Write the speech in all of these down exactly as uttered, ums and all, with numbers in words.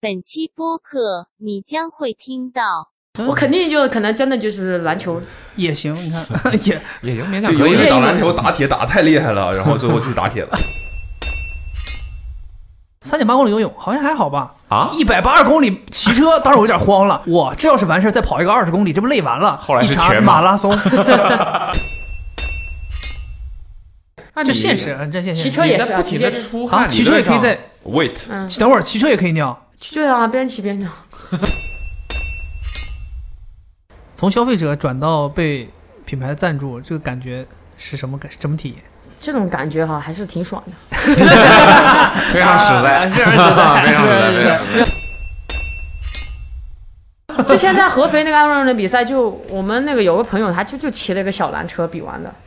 本期播客你将会听到， 我肯定就可能真的就是篮球也行，你看也也行，勉强可以。 就因为打篮球打铁打太厉害了，然后最后去打铁了。 三点八公里游泳好像还好吧？ 啊， 一百八十公里骑车，当时我有点慌了。哇，这要是完事再跑一个二十公里，这不累完了？ 后来是一场全马拉松。 那这现实，这现实。 骑车也是啊， 不停的出汗， 啊，骑车也可以在 wait， 嗯， 等会儿骑车也可以尿。 对啊，边骑边尿。 从消费者转到被品牌赞助，这个感觉是什么感？什么体验？ 这种感觉哈，还是挺爽的。 非常实在， 非常实在， 非常实在，非常实在。之前在合肥那个Ironman的比赛，就我们那个有个朋友，他就就骑了一个小蓝车比完的。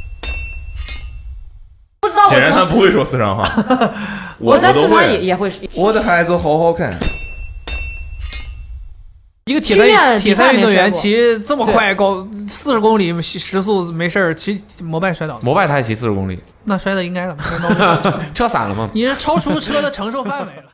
不知道显然他不会说四川话。 我在四川也也会。 我的孩子好好看。 一个铁三铁三运动员骑这么快，高四十公里时速没事儿，骑摩拜摔倒了。 摩拜他也骑四十公里， 那摔的应该的， 车散了吗？ 你是超出车的承受范围了。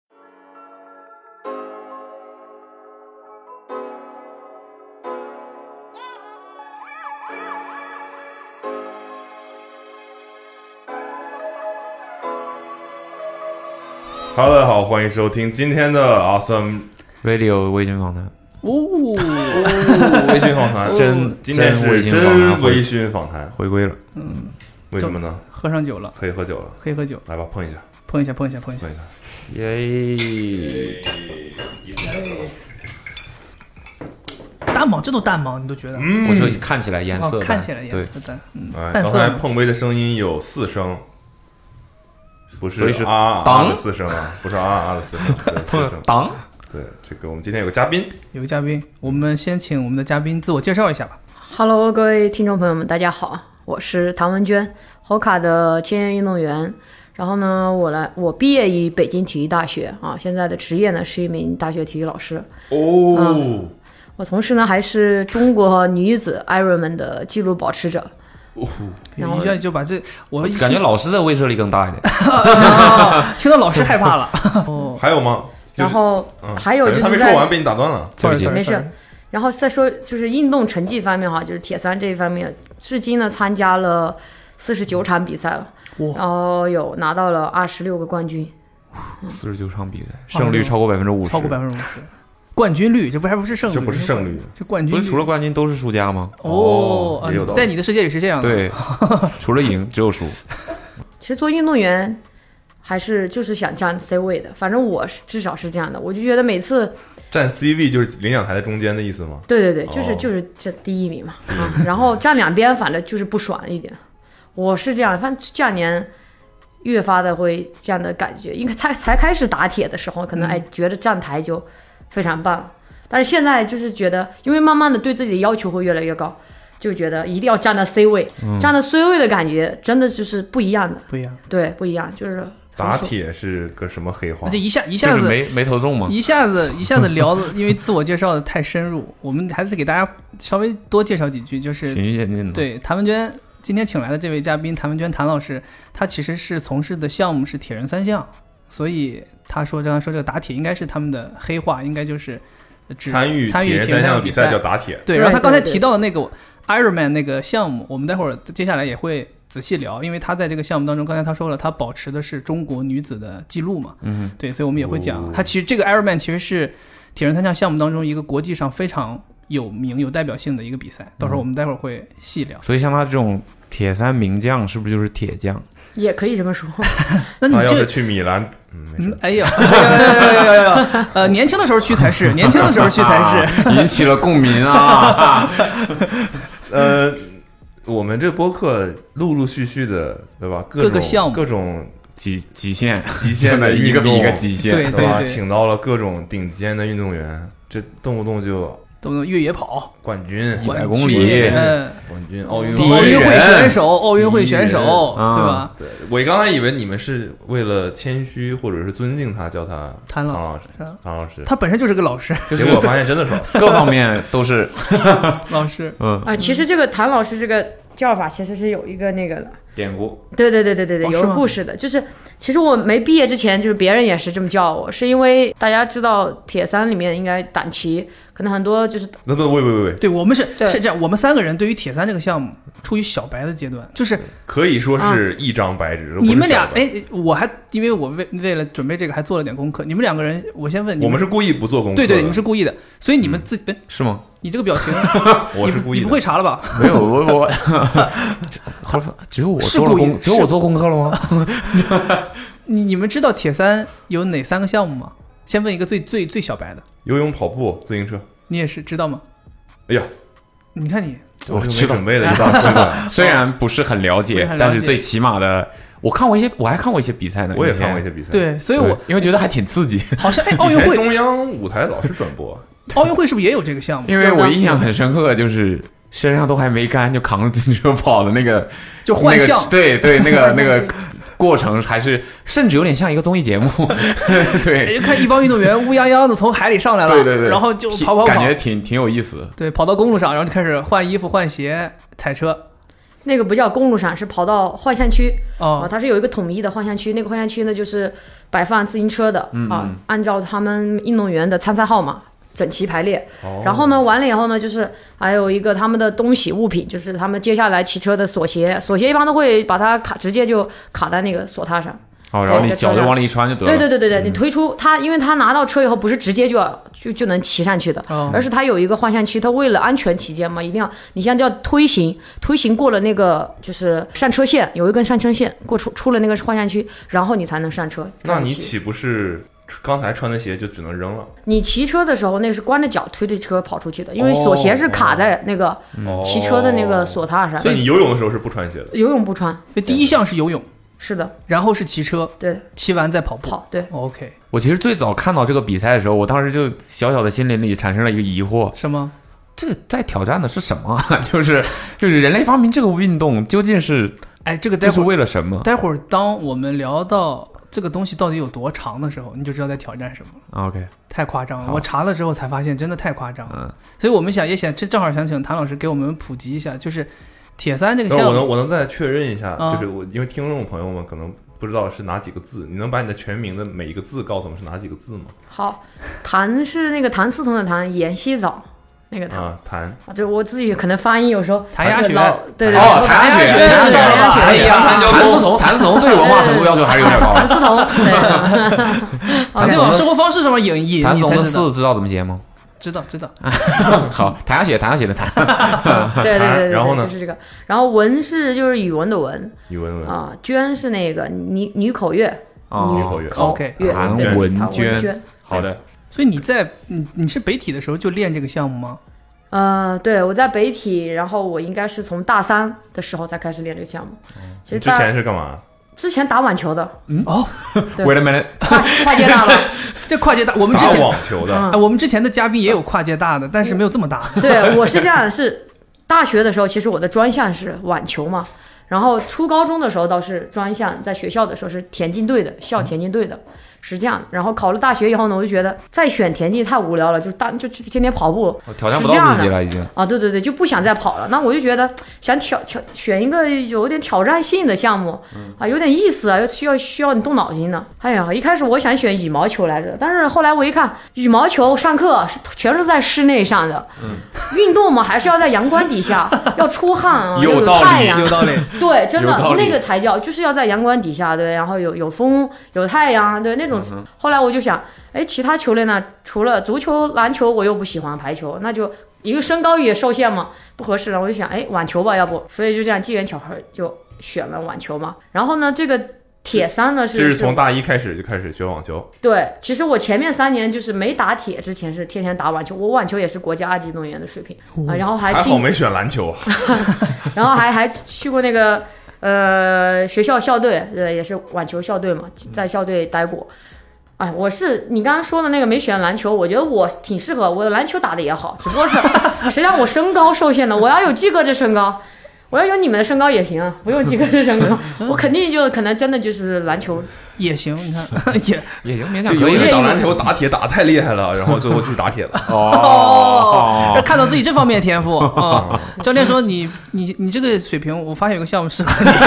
哈喽，大家好，欢迎收听今天的 Awesome Radio 微醺访谈。 哦， 微醺访谈， 真今天是真微醺访谈回归了。 嗯， 为什么呢？ 喝上酒了， 可以喝酒了， 可以喝酒， 来吧，碰一下， 碰一下，碰一下，碰一下， 碰一下， 耶！ 淡吗？这都淡吗？你都觉得？ 嗯，我说看起来颜色、 哦，看起来颜色淡。嗯， 哎，刚才碰杯的声音有四声。不是是啊啊的四声啊，不是啊啊的四声，对，四声。 当对，这个我们今天有个嘉宾， 有个嘉宾，我们先请我们的嘉宾自我介绍一下吧。 Hello， 各位听众朋友们，大家好，我是唐文娟 ，H O K A 的签约运动员。然后呢，我来，我毕业于北京体育大学啊，现在的职业呢是一名大学体育老师。 哦、 嗯，我同时呢还是中国女子 Ironman 的纪录保持者。 哦， 一下就把这我感觉老师的威慑力更大一点。 听到老师害怕了。 哦，还有吗？ 然后、嗯、还有就是他没说完被你打断了， 对不起， 没事。然后再说就是运动成绩方面哈，就是铁三这一方面，至今呢参加了四十九场比赛了，然后有拿到了二十六个冠军。 四十九场比赛，胜率超过百分之五十， 超过百分之五十。冠军率，这不还不是胜率？ 这不是胜率， 这冠军率。 不是除了冠军都是输家吗？ 哦，啊、在你的世界里是这样的。 对，除了赢只有输。 其实做运动员还是就是想占 C 位的，反正我是至少是这样的，我就觉得每次占 C 位就是领奖台的中间的意思吗？ 对对对，就是、哦、就是这第一名嘛，啊，然后站两边反正就是不爽一点。我是这样，反正这两年越发的会这样的感觉，因为才才开始打铁的时候，可能、嗯、哎觉得站台就非常棒，但是现在就是觉得，因为慢慢的对自己的要求会越来越高，就觉得一定要站到 C 位，嗯、站到 C 位的感觉真的就是不一样的， 不一样， 对，不一样，就是打铁是个什么黑话？ 这一下一下子没没头重吗？ 一下子一下子聊的，因为自我介绍的太深入，我们还是给大家稍微多介绍几句，就是循序渐进的。 对，谭文娟今天请来的这位嘉宾谭文娟谭老师，他其实是从事的项目是铁人三项。所以他说，刚才说这个打铁应该是他们的黑话，应该就是参与参与铁人三项比赛叫打铁。 对，然后他刚才提到的那个 Ironman 那个项目，我们待会儿接下来也会仔细聊，因为他在这个项目当中，刚才他说了，他保持的是中国女子的记录嘛，嗯，对，所以我们也会讲，他其实这个 Ironman 其实是铁人三项项目当中一个国际上非常有名、有代表性的一个比赛，到时候我们待会儿会细聊。 所以像他这种铁三名将，是不是就是铁将？ 也可以这么说。 那你要是去米兰，嗯，没事。 哎呀，哎呀呀呀呀呀！呃，年轻的时候去才是，年轻的时候去才是， 引起了共鸣啊。 呃，我们这播客陆陆续续的，对吧？各各个项目， 各种极极限， 极限的一个比一个极限， 对对吧？请到了各种顶尖的运动员，这动不动就。 动不动越野跑冠军， 一百公里冠军，奥运奥运会选手，奥运会选手，对吧？ 对，我刚才以为你们是为了谦虚或者是尊敬他，叫他谭老师，谭老师， 他本身就是个老师， 结果发现真的是各方面都是老师。 嗯啊，其实这个谭老师这个。 叫法其实是有一个那个的典故。 对对对对对对， 哦、 有个故事的，就是其实我没毕业之前，就是别人也是这么叫我，是因为大家知道铁三里面应该胆骑，可能很多就是那那喂喂喂喂， 对我们是是这样，我们三个人对于铁三这个项目处于小白的阶段，就是可以说是一张白纸。 你们俩哎，我还因为我为为了准备这个还做了点功课。你们两个人，我先问你们， 我们是故意不做功课， 对对，你们是故意的，所以你们自己、 嗯、是吗？ 你这个表情， 我是故意的， 你不会查了吧？ 没有，我我只有我做了功，只有我做功课了吗？ 你你们知道铁三有哪三个项目吗？先问一个最最最小白的， 游泳、跑步、自行车。 你也是知道吗？ 哎呀， 你看你， 我没准备了一道知道， 虽然不是很了解， 了解但是最起码的，我看过一些，我还看过一些比赛呢。 我也看过一些比赛， 对，所以我因为觉得还挺刺激。 好像哎，奥运会中央舞台老是转播， 奥运会是不是也有这个项目？ 因为我印象很深刻，就是身上都还没干就扛着自行车跑的那个， 就幻象， 那个、对对，那个那个过程还是甚至有点像一个综艺节目。对， 看一帮运动员乌泱泱的从海里上来了， 对对对， 然后就跑跑跑， 感觉挺挺有意思的。 对，跑到公路上，然后就开始换衣服、换鞋、踩车。 那个不叫公路上，是跑到换线区哦、 啊，它是有一个统一的换线区，那个换线区呢就是摆放自行车的、 嗯、 啊，按照他们运动员的参赛号码整齐排列。 哦、 然后呢，完了以后呢，就是还有一个他们的东西物品，就是他们接下来骑车的锁鞋，锁鞋一般都会把它卡，直接就卡在那个锁踏上。 哦，然后你脚就往里一穿就得了。 对对对对对， 嗯、 你推出它，因为它拿到车以后不是直接就要就就能骑上去的， 哦、 而是它有一个换线区，它为了安全起见嘛，一定要你现在要推行，推行过了那个就是上车线，有一根上车线过出出了那个换线区，然后你才能上车。 那你岂不是刚才穿的鞋就只能扔了？ 你骑车的时候那是光着脚推着车跑出去的，因为锁鞋是卡在那个骑车的那个锁踏上。 所以你游泳的时候是不穿鞋的？ 游泳不穿。 第一项是游泳。 是的， 然后是骑车， 对， 骑完再跑步， 跑，对 ，OK。 我其实最早看到这个比赛的时候，我当时就小小的心灵里产生了一个疑惑， 什么？ 这个在挑战的是什么？就是就是人类发明这个运动究竟是， 哎，这个这是为了什么？ 待会儿当我们聊到这个东西到底有多长的时候，你就知道在挑战什么。 OK， 太夸张了，我查了之后才发现真的太夸张了。 嗯， 所以我们想也想正好想请谭老师给我们普及一下，就是铁三这个项目。 我能我能再确认一下， 啊、 就是我因为听众朋友们可能不知道是哪几个字，你能把你的全名的每一个字告诉我们是哪几个字吗？ 好，谭是那个谭嗣同的谭，盐洗澡那个谭啊，谭啊，就我自己可能发音有时候谭鸭血， 对对哦，谭鸭血，谭鸭血， 谭鸭血， 谭嗣同，谭嗣同对文化程度要求还是有点高。 谭嗣同， 谭嗣同生活方式上面引引， 谭嗣同的四知道怎么写吗？ 知道知道。 好，谭鸭血，谭鸭血的谭。 对对对对， 然后呢？ 就是这个。然后文是就是语文的文， 语文文啊，娟是那个女女口乐， 女口乐 ，OK， 谭文娟。好的。 所以你在你你是北体的时候就练这个项目吗？ 呃，对，我在北体，然后我应该是从大三的时候才开始练这个项目。其实之前是干嘛？ 之前打网球的。 嗯哦 ，Wait a minute， 跨跨界大了。 这跨界大，我们之前打网球的， 哎，我们之前的嘉宾也有跨界大的，但是没有这么大。 对，我是这样，是大学的时候，其实我的专项是网球嘛，然后初高中的时候倒是专项，在学校的时候是田径队的，校田径队的。是这样，然后考了大学以后呢，我就觉得再选田径太无聊了，就大就就天天跑步， 挑战不到自己了已经啊，对对对，就不想再跑了。那我就觉得想挑挑选一个有点挑战性的项目，嗯、啊，有点意思啊，又需要需要你动脑筋的。哎呀，一开始我想选羽毛球来着，但是后来我一看，羽毛球上课是全是在室内上的，嗯，运动嘛还是要在阳光底下，要出汗啊，有太阳， 有道理， 对，真的那个才叫就是要在阳光底下，对，然后有有风有太阳，对那种。嗯、后来我就想，哎，其他球类呢？除了足球、篮球，我又不喜欢排球，那就一个身高也受限嘛，不合适了。我就想，哎，网球吧，要不，所以就这样机缘巧合就选了网球嘛。然后呢，这个铁三呢是， 这是从大一开始就开始学网球。 对，其实我前面三年就是没打铁之前是天天打网球，我网球也是国家二级运动员的水平、哦、啊，然后还还好没选篮球， 然后还还去过那个呃学校校队，对，也是网球校队嘛，在校队待过。哎，我是你刚刚说的那个没选篮球，我觉得我挺适合，我的篮球打的也好，只不过是谁让我身高受限了，我要有及格这身高，我要有你们的身高也行啊，不用及格这身高，我肯定就可能真的就是篮球也行，你看也也行，勉就有强可以人打篮球打铁打太厉害了，然后最后去打铁了。 哦，看到自己这方面的天赋啊。教练说你你你这个水平，我发现有个项目适合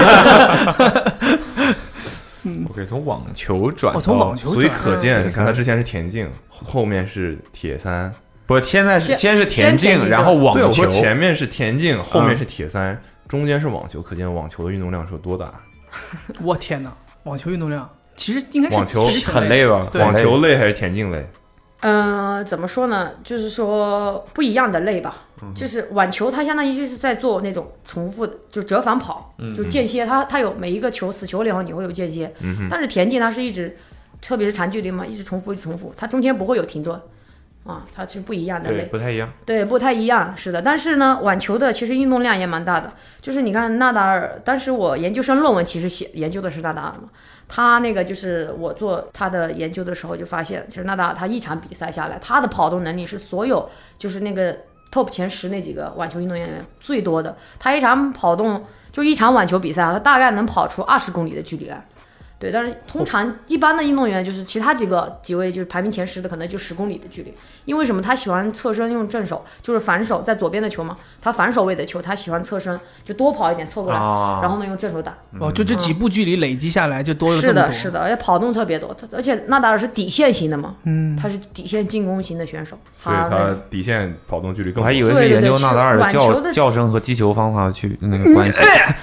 你。 我可以从网球转哦，从网球转， 所以可见嗯他之前是田径，后面是铁三。 不，现在是先先是田径， 先田径然后网对，我说球。 前面是田径，后面是铁三，中间是网球，可见网球的运动量是有多大。 我天哪，网球运动量其实应该是网球其实挺很累吧？ 对网球类还是田径类？ 嗯、呃，怎么说呢？就是说不一样的类吧。就是网球，它相当于就是在做那种重复的，就折返跑，就间歇。它它有每一个球死球里头你会有间歇， 嗯但是田径它是一直，特别是长距离嘛，一直重复，一直重复，它中间不会有停顿。啊，它是不一样的对， 类， 不太一样。 对，不太一样，是的。但是呢，网球的其实运动量也蛮大的。就是你看纳达尔，当时我研究生论文其实写研究的是纳达尔嘛，他那个就是我做他的研究的时候就发现，其实纳达尔他一场比赛下来，他的跑动能力是所有就是那个 top 前十那几个网球运动员最多的。他一场跑动就一场网球比赛啊，他大概能跑出二十公里的距离来。对，但是通常一般的运动员就是其他几个几位就是排名前十的可能就十公里的距离，因为什么？他喜欢侧身用正手，就是反手在左边的球嘛，他反手位的球他喜欢侧身就多跑一点凑过来， 啊、 然后呢用正手打。 哦，就这几步距离累积下来就多了这是的， 么多。 是的，而且跑动特别多，而且纳达尔是底线型的嘛， 嗯， 他是底线进攻型的选手， 所以他底线跑动距离更多。 我还以为是研究纳达尔的叫的叫声和击球方法去那个关系。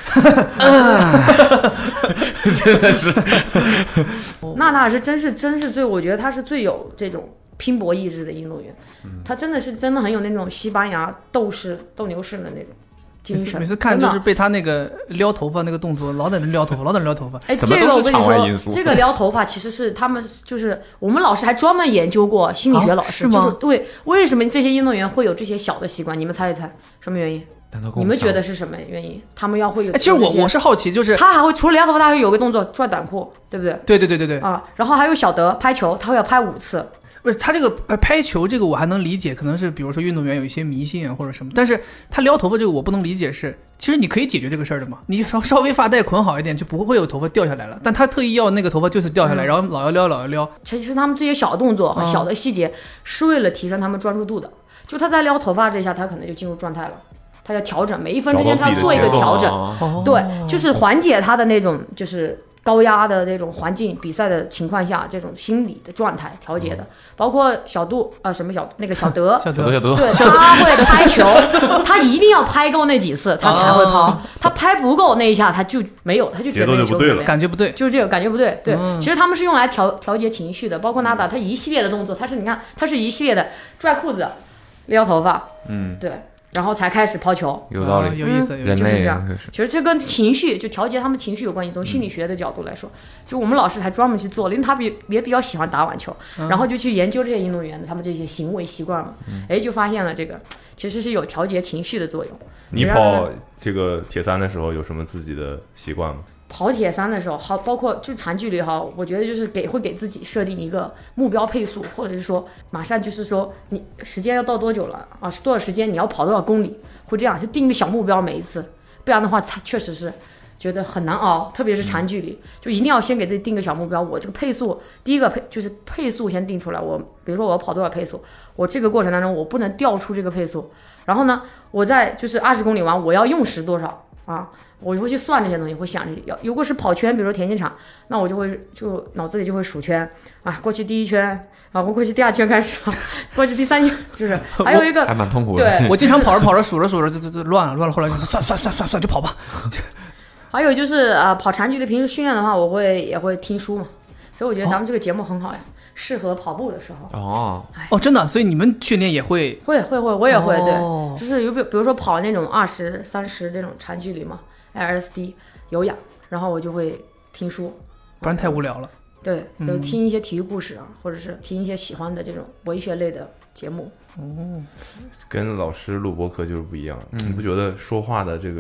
真的是。 纳达尔是真是真是最，我觉得他是最有这种拼搏意志的运动员，他真的是真的很有那种西班牙斗士斗牛士的那种精神。 每次看就是被他那个撩头发那个动作，老在那撩头发，老在那撩头发。 哎， 怎么这个我跟你说，这个撩头发其实是他们就是我们老师还专门研究过，心理学老师、 啊、是吗？ 就是对为什么这些运动员会有这些小的习惯？你们猜一猜什么原因？你们觉得是什么原因？他们要会有？ 其实我我是好奇，就是他还会除了撩头发，他还会有个动作拽短裤，对不对？ 对对对对对啊！然后还有小德拍球，他会要拍五次。 不是他这个呃拍球这个我还能理解，可能是比如说运动员有一些迷信啊或者什么，但是他撩头发这个我不能理解是，其实你可以解决这个事儿的嘛，你稍稍微发带捆好一点就不会有头发掉下来了，但他特意要那个头发就是掉下来，嗯、然后老要撩老要撩。 其实他们这些小动作和小的细节是为了提升他们专注度的，嗯、就他在撩头发这一下，他可能就进入状态了。他要调整每一分之间，他要做一个调整， 哦、 对，就是缓解他的那种就是高压的那种环境比赛的情况下这种心理的状态调节的，包括小杜啊、呃、什么小那个小德， 小德小德， 对，他会拍球，他一定要拍够那几次他才会抛，哦、他拍不够那一下他就没有，他就觉得那球没有， 感觉不对， 就是这个感觉不对，对， 嗯、 其实他们是用来调调节情绪的，包括纳达他一系列的动作，他是你看他是一系列的拽裤子、撩头发， 嗯， 对。然后才开始抛球， 有道理， 啊、有意思， 嗯、 人就是这样。其实这跟情绪就调节他们情绪有关系。从心理学的角度来说，就我们老师还专门去做了，因为他比也比较喜欢打网球， 嗯、 然后就去研究这些运动员的他们这些行为习惯嘛。 嗯、 哎，就发现了这个其实是有调节情绪的作用。 你跑这个铁三的时候有什么自己的习惯吗？ 跑铁三的时候，好，包括就长距离哈，我觉得就是给会给自己设定一个目标配速，或者是说马上就是说你时间要到多久了啊？是多少时间你要跑多少公里？会这样就定个小目标每一次，不然的话确实是觉得很难熬，特别是长距离，就一定要先给自己定个小目标。我这个配速，第一个配就是配速先定出来，我比如说我要跑多少配速，我这个过程当中我不能掉出这个配速，然后呢，我在就是二十公里完我要用时多少啊？我就会去算这些东西，会想着要，如果是跑圈，比如说田径场，那我就会就脑子里就会数圈啊，过去第一圈，然后过去第二圈开始，过去第三圈，就是还有一个还蛮痛苦的。 对， 我经常跑着跑着数着数着就就就乱了乱了，后来就算算算算算就跑吧。 还有就是啊、呃，跑长距离平时训练的话，我会也会听书嘛，所以我觉得咱们这个节目很好呀。哦适合跑步的时候哦哦，真的，所以你们训练也会会会会，我也会、 哦、 对，就是有比比如说跑那种二十三十这种长距离嘛 ，L S D 有氧，然后我就会听书， 不然太无聊了。 对，有听一些体育故事啊，嗯、或者是听一些喜欢的这种文学类的节目。 哦， 跟老师录播课就是不一样， 嗯、 你不觉得说话的这个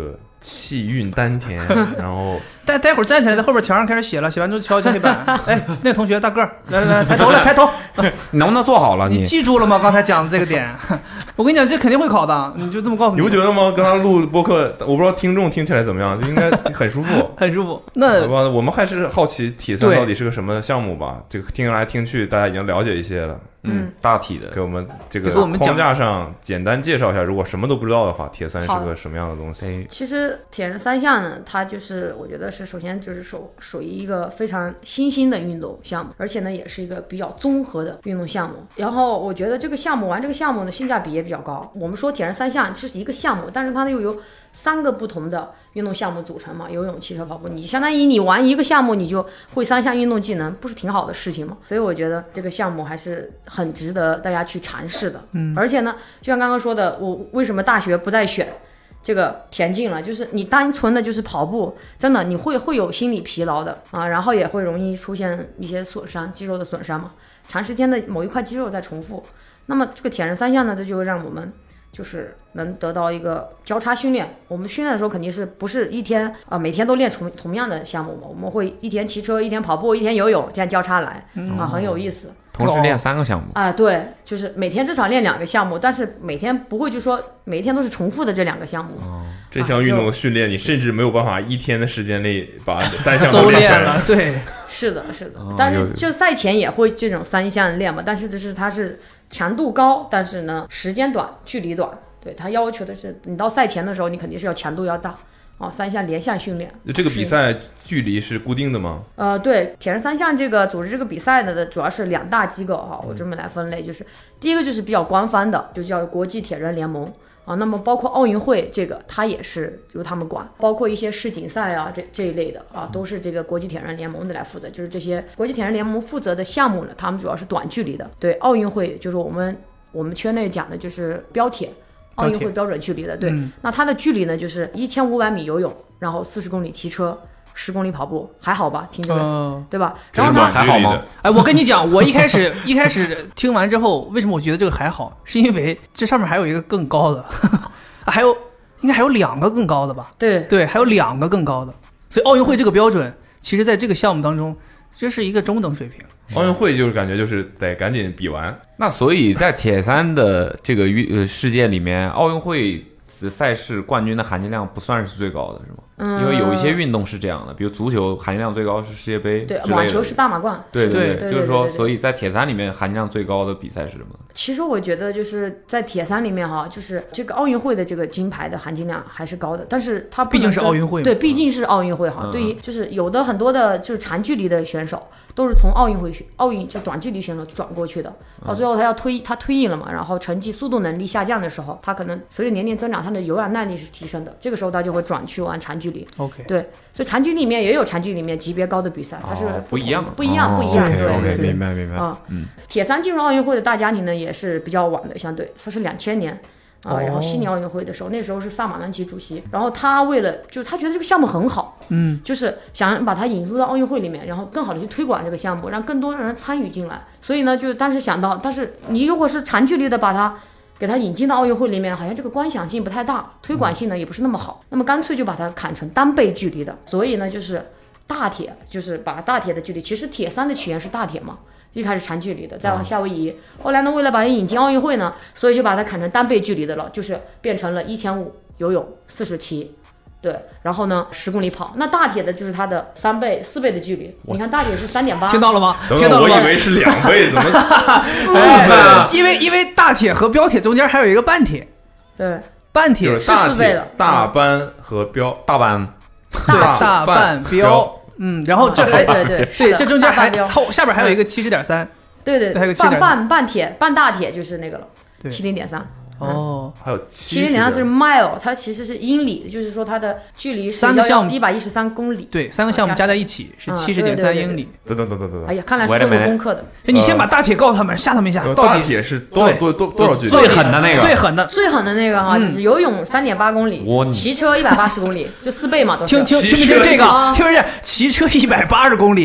气运丹田，然后待待会儿站起来，在后边墙上开始写了，写完之后敲敲黑板。哎，那个同学大个儿，来来来，抬头来，抬头。 你能不能做好了？ 你记住了吗？刚才讲的这个点，我跟你讲，这肯定会考的，你就这么告诉你。 你不觉得吗？刚刚录播客，我不知道听众听起来怎么样，应该很舒服， 很舒服。那我们还是好奇铁三到底是个什么项目吧？这个听来听去，大家已经了解一些了。 嗯，大体的给我们这个框架上简单介绍一下，如果什么都不知道的话，铁三是个什么样的东西？ 其实铁人三项呢，它就是我觉得是首先就是属属于一个非常新兴的运动项目，而且呢也是一个比较综合的运动项目。然后我觉得这个项目玩这个项目呢性价比也比较高。我们说铁人三项这是一个项目，但是它又有三个不同的运动项目组成嘛，游泳、骑车、跑步。你相当于你玩一个项目，你就会三项运动技能，不是挺好的事情吗？所以我觉得这个项目还是很值得大家去尝试的。嗯，而且呢，就像刚刚说的，我为什么大学不再选这个田径了？就是你单纯的就是跑步，真的你会会有心理疲劳的啊，然后也会容易出现一些损伤，肌肉的损伤嘛，长时间的某一块肌肉在重复。那么这个铁人三项呢，这就会让我们就是能得到一个交叉训练。我们训练的时候肯定是不是一天啊、呃、每天都练同同样的项目嘛？我们会一天骑车，一天跑步，一天游泳，这样交叉来、嗯、啊，很有意思。 同时练三个项目啊，对，就是每天至少练两个项目，但是每天不会就说每一天都是重复的这两个项目。哦， 这项运动的训练，你甚至没有办法一天的时间内把三项都练了。对， 是的，是的。哦、但是就赛前也会这种三项练嘛，但是只是它是强度高，但是呢时间短，距离短。对，它要求的是你到赛前的时候，你肯定是要强度要大。哦，三项连项训练。 这个比赛距离是固定的吗？ 呃，对，铁人三项这个组织这个比赛的主要是两大机构哈，我这么来分类，就是第一个就是比较官方的，就叫国际铁人联盟啊。那么包括奥运会这个，它也是由他们管，包括一些世锦赛啊这这一类的啊，都是这个国际铁人联盟的来负责。就是这些国际铁人联盟负责的项目呢，他们主要是短距离的。对，奥运会就是我们我们圈内讲的就是标铁。奥运会标准距离的，对、嗯，那它的距离呢，就是一千五百米游泳，然后四十公里骑车，十公里跑步，还好吧？听着、呃，对吧？然后呢， 还好吗？ 哎，我跟你讲，我一开始一开始听完之后，为什么我觉得这个还好？是因为这上面还有一个更高的，还有应该还有两个更高的吧？ 对对，还有两个更高的，所以奥运会这个标准，其实在这个项目当中，这是一个中等水平。 奥运会就是感觉就是得赶紧比完， 那所以在铁三的这个呃世界里面，奥运会赛事冠军的含金量不算是最高的，是吗？嗯，因为有一些运动是这样的，比如足球含金量最高是世界杯， 对，网球是大满贯， 对对 对, 对，就是说，所以在铁三里面含金量最高的比赛是什么？ 其实我觉得就是在铁三里面哈，就是这个奥运会的这个金牌的含金量还是高的，但是它毕竟是奥运会， 对，毕竟是奥运会哈、嗯。对于就是有的很多的就是长距离的选手。都是从奥运会奥运就短距离选手转过去的，到最后他要推他退役了嘛，然后成绩速度能力下降的时候，他可能随着年龄增长，他的有氧耐力是提升的，这个时候他就会转去玩长距离。 OK， 对，所以长距离里面也有长距离里面级别高的比赛，它是不,、哦、不一样， 不一样，不一样。 对 ，OK， 明白明白。 啊，嗯，铁三进入奥运会的大家庭呢也是比较晚的，相对它是两千年。啊，然后悉尼奥运会的时候，那时候是萨马兰奇主席，然后他为了就是他觉得这个项目很好，嗯，就是想把它引入到奥运会里面，然后更好的去推广这个项目，让更多的人参与进来。所以呢，就当时想到，但是你如果是长距离的把它给它引进到奥运会里面，好像这个观赏性不太大，推广性呢也不是那么好，那么干脆就把它砍成单倍距离的。所以呢，就是大铁，就是把大铁的距离，其实铁三的起源是大铁嘛。一开始长距离的，再往夏威夷，后来呢，为了把它引进奥运会呢，所以就把它砍成单倍距离的了，就是变成了一千五游泳，四十骑，对，然后呢十公里跑。那大铁的就是它的三倍、四倍的距离。你看大铁是三点八， 听到了吗？ 等听到了吗？ 我以为是两倍，怎么四倍？因为因为大铁和标铁中间还有一个半铁， 对， 半铁是大铁、大班和标， 大班， 对，大半标。嗯，然后这还对对对， 对，这中间还后下边还有一个七十点三， 对对， 还有个半半半铁半大铁就是那个了，七零点三。 哦， 还有七零点三是 mile， 它其实是英里，就是说它的距离是三个项目一百一十三公里。 对，三个项目加在一起是七十点三英里。 等等等等等。 哎呀，看来是做过功课的。 哎，你先把大铁告诉他们，吓他们一下。 大铁是多少多多多少距离？ 最狠的那个， 最狠的， 最狠的那个哈，就是游泳三点八公里，骑车一百八十公里，就四倍嘛，都是。 听听听没听这个？听没听？骑车一百八十公里。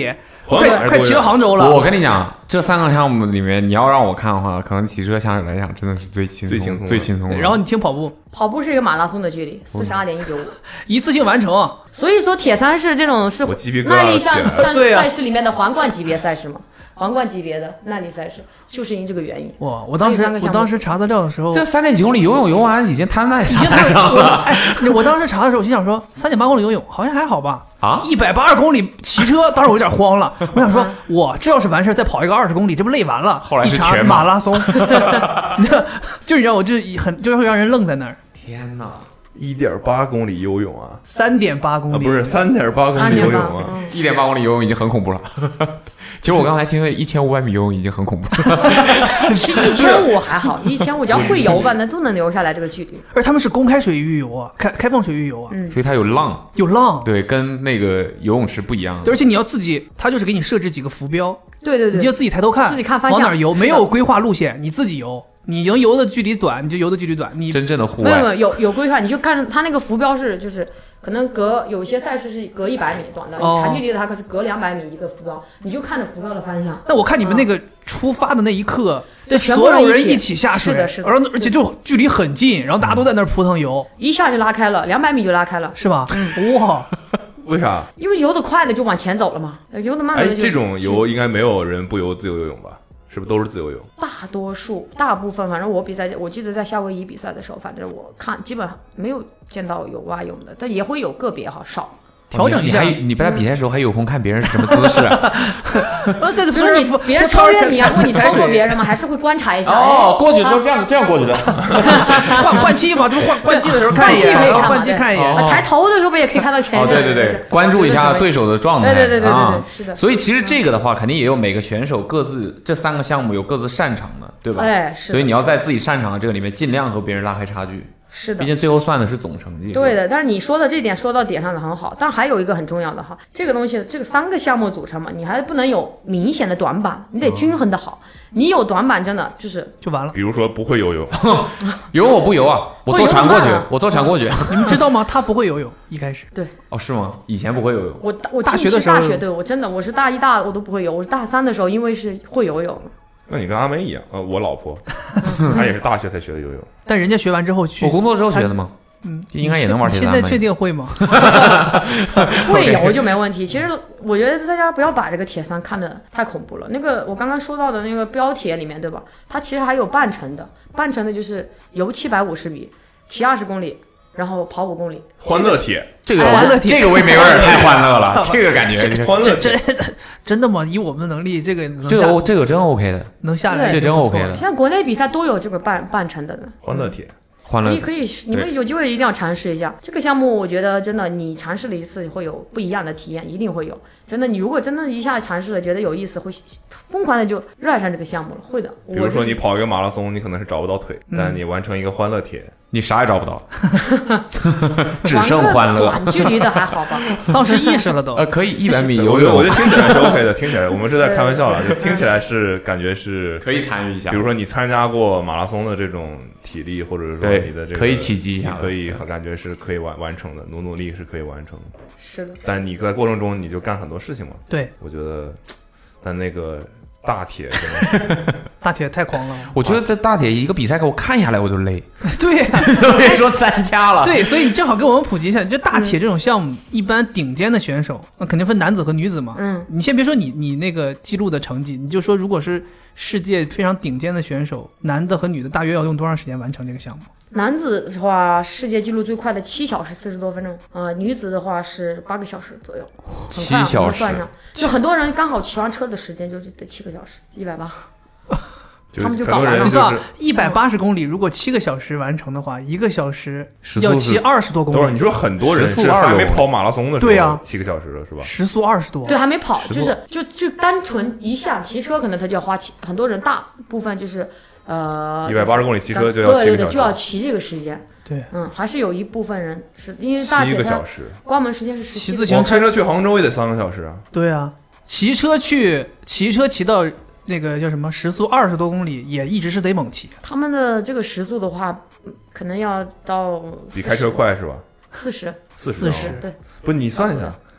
黄快快骑到杭州了。 我跟你讲，这三个项目里面，你要让我看的话，可能骑车相对来讲真的是最轻松、 最轻松、 最轻松的。 然后你听跑步， 跑步是一个马拉松的距离，四十二点一九五， 一次性完成。 所以说铁三是这种是我鸡皮疙瘩耐力项起来了项对啊赛事里面的皇冠级别赛事嘛，皇冠级别的耐力赛事，就是因这个原因。 哇！我当时我当时查资料的时候， 这三点几公里游泳游完已经瘫在沙已经滩上我了。 哎，我当时查的时候，我心想说，三点八公里游泳好像还好吧？ 啊一百八十公里骑车，当时我有点慌了。我想说，我这要是完事儿再跑一个二十公里，这不累完了？ 后来是一查全马马拉松，就你知道，我就很就会让人愣在那儿。 天哪！ 一点八公里游泳啊， 三点八公里、 啊、不是三点八公里游泳啊， 一点八公里游泳已经很恐怖了。其实我刚才听了一千五百米游泳已经很恐怖了。 一千五还好，一千五只要会游吧，那都能留下来这个距离。 而他们是公开水域游啊，开开放水域游啊， 嗯， 所以它有浪， 有浪， 对，跟那个游泳池不一样。 而且你要自己，他就是给你设置几个浮标， 对对对， 你就自己抬头看， 自己看方向往哪游，没有规划路线，你自己游。你能游的距离短，你就游的距离短。你真正的户没有没有外， 有有规划，你就看它那个浮标是就是可能隔有些赛事是隔一百米短的， 哦长距离的它可是隔两百米一个浮标，你就看着浮标的方向。 那我看你们那个出发的那一刻， 对全部所有人一起人一起下水， 是的是的然后而且就距离很近，然后大家都在那儿扑腾游， 一下就拉开了，两百米就拉开了， 是吧？哇！ 为啥？ 因为游得快的就往前走了嘛，游得慢的哎， 就这种游应该没有人不游自由游泳吧？是不是都是自由泳？ 大多数大部分，反正我比赛，我记得在夏威夷比赛的时候，反正我看基本上没有见到有蛙泳的，但也会有个别哈少。 调整一下你还你在比赛的时候还有空看别人是什么姿势啊？ 呃，这就是你别人超越你啊，或你超过别人吗？还是会观察一下。 哦， 哎过去都这样这样过去的。 换换气嘛，就是换换气的时候看一眼， 换气可以然后换看嘛对气看一眼。 啊抬头的时候不也可以看到前哦， 面？ 对对对，关注一下对手的状态。 对对对对对对啊是的所以其实这个的话，肯定也有每个选手各自这三个项目有各自擅长的，对吧？ 哎是的所以你要在自己擅长的这个里面，尽量和别人拉开差距。 是的毕。竟最后算的是总成绩。 对的，但是你说的这点说到点上的很好，但还有一个很重要的哈，这个东西这个三个项目组成嘛，你还不能有明显的短板，你得均衡的好。你有短板真的就是就完了。 比如说不会游泳， 游我不游啊，我坐船过去会游慢啊， 我坐船过去。 你们知道吗？他不会游泳，一开始。 哦，是吗？以前不会游泳。 我我大进学的时候去大学对我真的我是大一大我都不会游，我是大三的时候因为是会游泳， 那你跟阿梅一样，呃，我老婆她也是大学才学的游泳， 但人家学完之后去， 我工作之后学的吗？ 嗯， 应该也能玩铁现在三吧确定会吗？ 会游就没问题。其实我觉得大家不要把这个铁三看得太恐怖了。那个我刚刚说到的那个标铁里面，对吧？它其实还有半程的，半程的就是游七百五十米，骑二十公里，然后跑五公里。 欢乐铁， 这个欢乐铁这个未免有点太欢乐了，这个感觉。 欢乐这铁， 这真的吗？以我们的能力，这个能这下个这个真 OK 的， 能下来对这真就不错 OK 的。 像国内比赛都有这个半半程的呢。 欢乐铁， 欢乐可以可以，你们有机会一定要尝试一下这个项目。我觉得真的，你尝试了一次会有不一样的体验，一定会有。真的，你如果真的一下尝试了，觉得有意思，会疯狂的就热爱上这个项目了。会的。 比如说我是你跑一个马拉松，你可能是找不到腿，但你完成一个欢乐铁， 你啥也找不到，只剩欢乐。 短距离的还好吧？ 丧失意识了都。 呃，可以一百米游我觉得我觉泳， 得听起来是 OK 的，听起来我们是在开玩笑了，就听起来是感觉是可以参与一下。 比如说你参加过马拉松的这种体力，或者说对你的这个可以奇迹一下你可以感觉是可以完完成的，努努力是可以完成的。 是的。 但你在过程中你就干很多事情嘛， 对， 我觉得，但那个大铁真的是大铁太狂了。 我觉得这大铁一个比赛给我看下来我就累， 对呀、 别说参加了。 对，所以你正好给我们普及一下，就大铁这种项目，一般顶尖的选手，那肯定分男子和女子嘛。 嗯， 你先别说你你那个记录的成绩，你就说如果是世界非常顶尖的选手，男的和女的大约要用多长时间完成这个项目？ 男子的话，世界纪录最快的七小时四十多分钟，呃，女子的话是八个小时左右，很七快小时我们算上，就很多人刚好骑完车的时间就是得七个小时，一百八。 就是他们就搞完了很多人就你知道是， 一百八十公里，如果七个小时完成的话，一个小时时速是要骑二十多公里， 等会儿你说很多人时速是还没二十多跑马拉松的时候， 对啊七个小时了是吧？ 时速二十多。 对，还没跑， 十多就是就就单纯一下骑车，可能他就要花骑，很多人大部分就是呃一百八十公里骑车就要对对对， 七个小时， 就要骑这个时间。 对， 嗯，还是有一部分人是因为大七铁它个小时。 关门时间是十七骑自行我开车去杭州也得三个小时啊！ 对啊，骑车去骑车骑到那个叫什么时速二十多公里，也一直是得猛骑。 他们的这个时速的话，嗯可能要到比开车快是吧？ 四十， 四十四十， 对， 不，你算一下，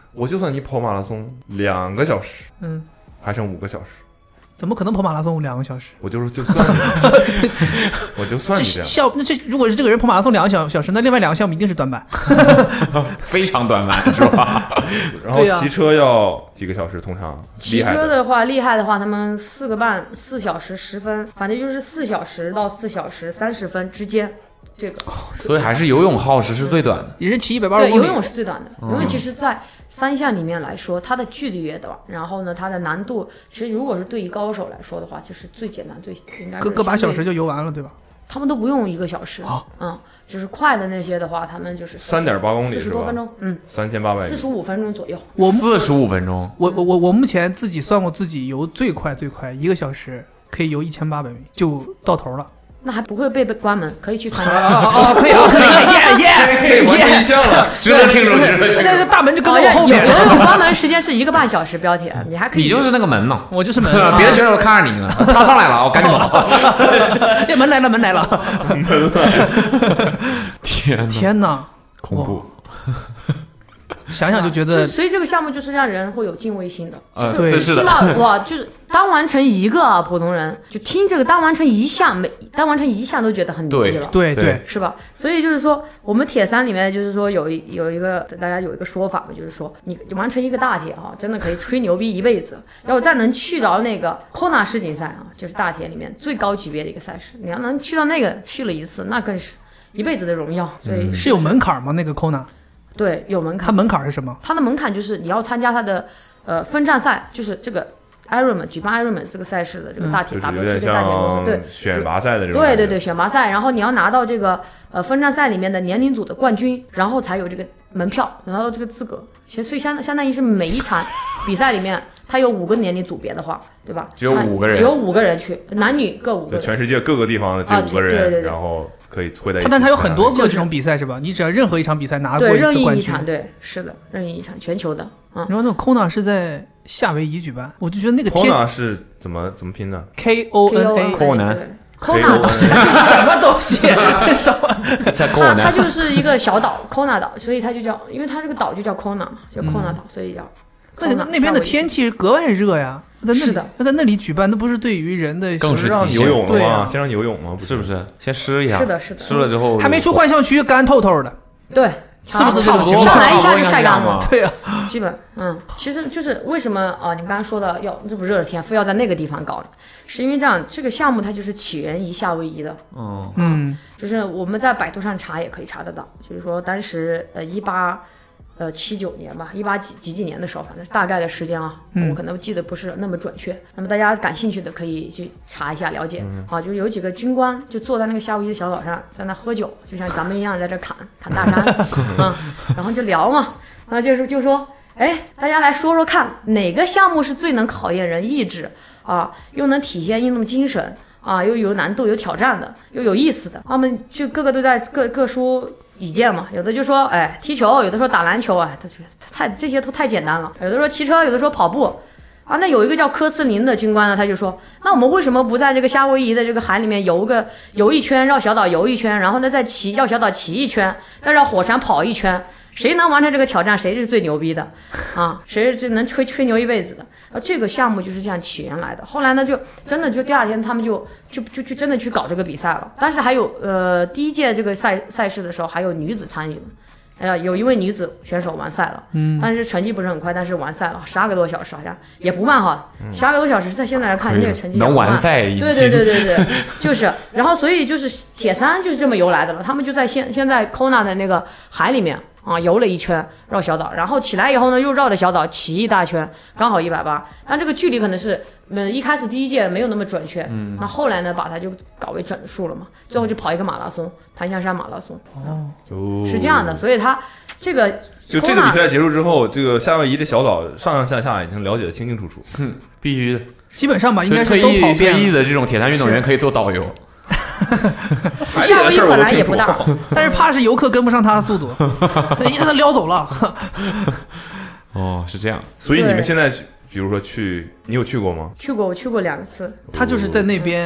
我就算你跑马拉松两个小时， 嗯， 还剩五个小时， 怎么可能跑马拉松两个小时？ 我就是就算你，我就算你这样。 项那这如果是这个人跑马拉松两个小小时，那另外两个项目一定是短板， 非常短板是吧？ 然后骑车要几个小时，通常骑车的话厉害的话，他们四个半四小时十分，反正就是四小时到四小时三十分之间。这个， 所以还是游泳耗时是最短的。 也是骑一百八十公里。 对，游泳是最短的。游泳其实，在三项里面来说，它的距离越短，然后呢，它的难度，其实如果是对于高手来说的话，就是最简单，最应该个个把小时就游完了，对吧？ 他们都不用一个小时，哦、嗯，就是快的那些的话，他们就是三点八公里， 四十多分钟，嗯， 三千八百， 四十五分钟左右。 我四十五分钟， 我我我我目前自己算过，自己游最快最快一个小时可以游一千八百米就到头了。 那还不会被被关门，可以去参加。 哦，可以啊，可以，耶耶， 完成一项了， 值得庆祝，值得庆祝。 那个大门就跟在我后面。 游泳关门时间是一个半小时，标铁，你还可以。 你就是那个门呢， 我就是门。 别的选手看着你呢，他上来了，我赶紧跑。 哎，门来了，门来了， 门来。 天天哪， 恐怖。 想想就觉得， 所以这个项目就是让人会有敬畏心的。 呃， 对， 是的。 哇，就是单完成一个啊，普通人就听这个单完成一项，每单完成一项都觉得很牛逼了， 对对对， 是吧？所以就是说，我们铁三里面就是说有一有一个大家有一个说法嘛，就是说你完成一个大铁哈、啊，真的可以吹牛逼一辈子。要我再能去到那个 Kona 世锦赛啊，就是大铁里面最高级别的一个赛事，你要能去到那个去了一次，那更是一辈子的荣耀。所以、 嗯、是有门槛吗？那个 Kona？ 对，有门槛。 它门槛是什么？ 它的门槛就是你要参加它的呃分站赛，就是这个 Ironman 举办 Ironman 这个赛事的这个大铁 W T 的大铁公司，对， 选拔赛的这种。 对对对，选拔赛，然后你要拿到这个呃分站赛里面的年龄组的冠军，然后才有这个门票，拿到这个资格。其实所以相相当于是每一场比赛里面，它有五个年龄组别的话，对吧？ 只有五个人， 只有五个人去，男女各五个人。 全世界各个地方的这五个人， 啊、对对对， 然后。可以会在一起， 但它有很多个这种比赛是吧？你只要任何一场比赛拿过一次冠军， 对，任意一场，对，是的，任意一场，全球的。嗯， 然后那种 Kona 是在夏威夷举办，我就觉得那个 Kona 是怎么怎么拼的 ？K O N A Kona Kona 岛是什么东西？什么？ 在它它就是一个小岛 Kona 岛，所以它就叫，因为它这个岛就叫 Kona 嘛，叫 Kona 岛，所以叫。 那那边的天气格外热呀，在那里那在那里举办，那不是对于人的更是让你游泳了吗？先让你游泳吗？ 是不是？先湿一下， 是的，是的， 湿了之后还没出幻象区，干透透的。 对， 是不是差不多？ 上来一下就晒干了。 对呀， 基本嗯，其实就是为什么啊？你们刚刚说的要这不热的天，非要在那个地方搞呢？是因为这样，这个项目它就是起源于夏威夷的。 嗯嗯， 就是我们在百度上查也可以查得到，就是说当时呃一八。呃，七九年吧，一八几几几年的时候，反正大概的时间啊，嗯、我可能记得不是那么准确。那么大家感兴趣的可以去查一下了解。嗯、啊，就有几个军官就坐在那个夏威夷的小岛上，在那喝酒，就像咱们一样在这砍砍大山啊，然后就聊嘛，那就是就说，哎，大家来说说看，哪个项目是最能考验人意志啊，又能体现运动精神啊，又有难度、有挑战的，又有意思的。他们就个个都在各各说意见嘛，有的就说哎踢球，有的说打篮球，哎，他觉得太这些都太简单了。有的说骑车，有的说跑步啊。那有一个叫科斯林的军官呢，他就说，那我们为什么不在这个夏威夷的这个海里面游个游一圈，绕小岛游一圈，然后呢再骑绕小岛骑一圈，再绕火山跑一圈？谁能完成这个挑战，谁是最牛逼的啊？谁是能吹吹牛一辈子的？然后这个项目就是这样起源来的。后来呢，就真的就第二天他们就就就就真的去搞这个比赛了。但是还有呃第一届这个赛赛事的时候，还有女子参与的。哎呀，有一位女子选手完赛了，嗯，但是成绩不是很快，但是完赛了，十二个多小时好像也不慢哈，十二个多小时在现在来看，那个成绩能完赛已经， 对对对对对，就是，然后所以就是铁三就是这么游来的了，他们就在现现在 Kona 的那个海里面啊游了一圈绕小岛，然后起来以后呢又绕着小岛骑一大圈，刚好一百八，但这个距离可能是。嗯，一开始第一届没有那么准确，嗯，那后来呢，把它就搞为整数了嘛，最后就跑一个马拉松，檀香山马拉松，哦，是这样的，所以它这个就这个比赛结束之后，这个夏威夷的小岛上上下下已经了解得清清楚楚， 嗯，必须的， 基本上吧，应该是都跑遍了。 退役的这种铁三运动员可以做导游。 夏威夷本来也不大， 但是怕是游客跟不上他的速度，一下他撩走了。 哦，是这样， 所以你们现在比如说去，你有去过吗？ 去过，我去过两次。 他就是在那边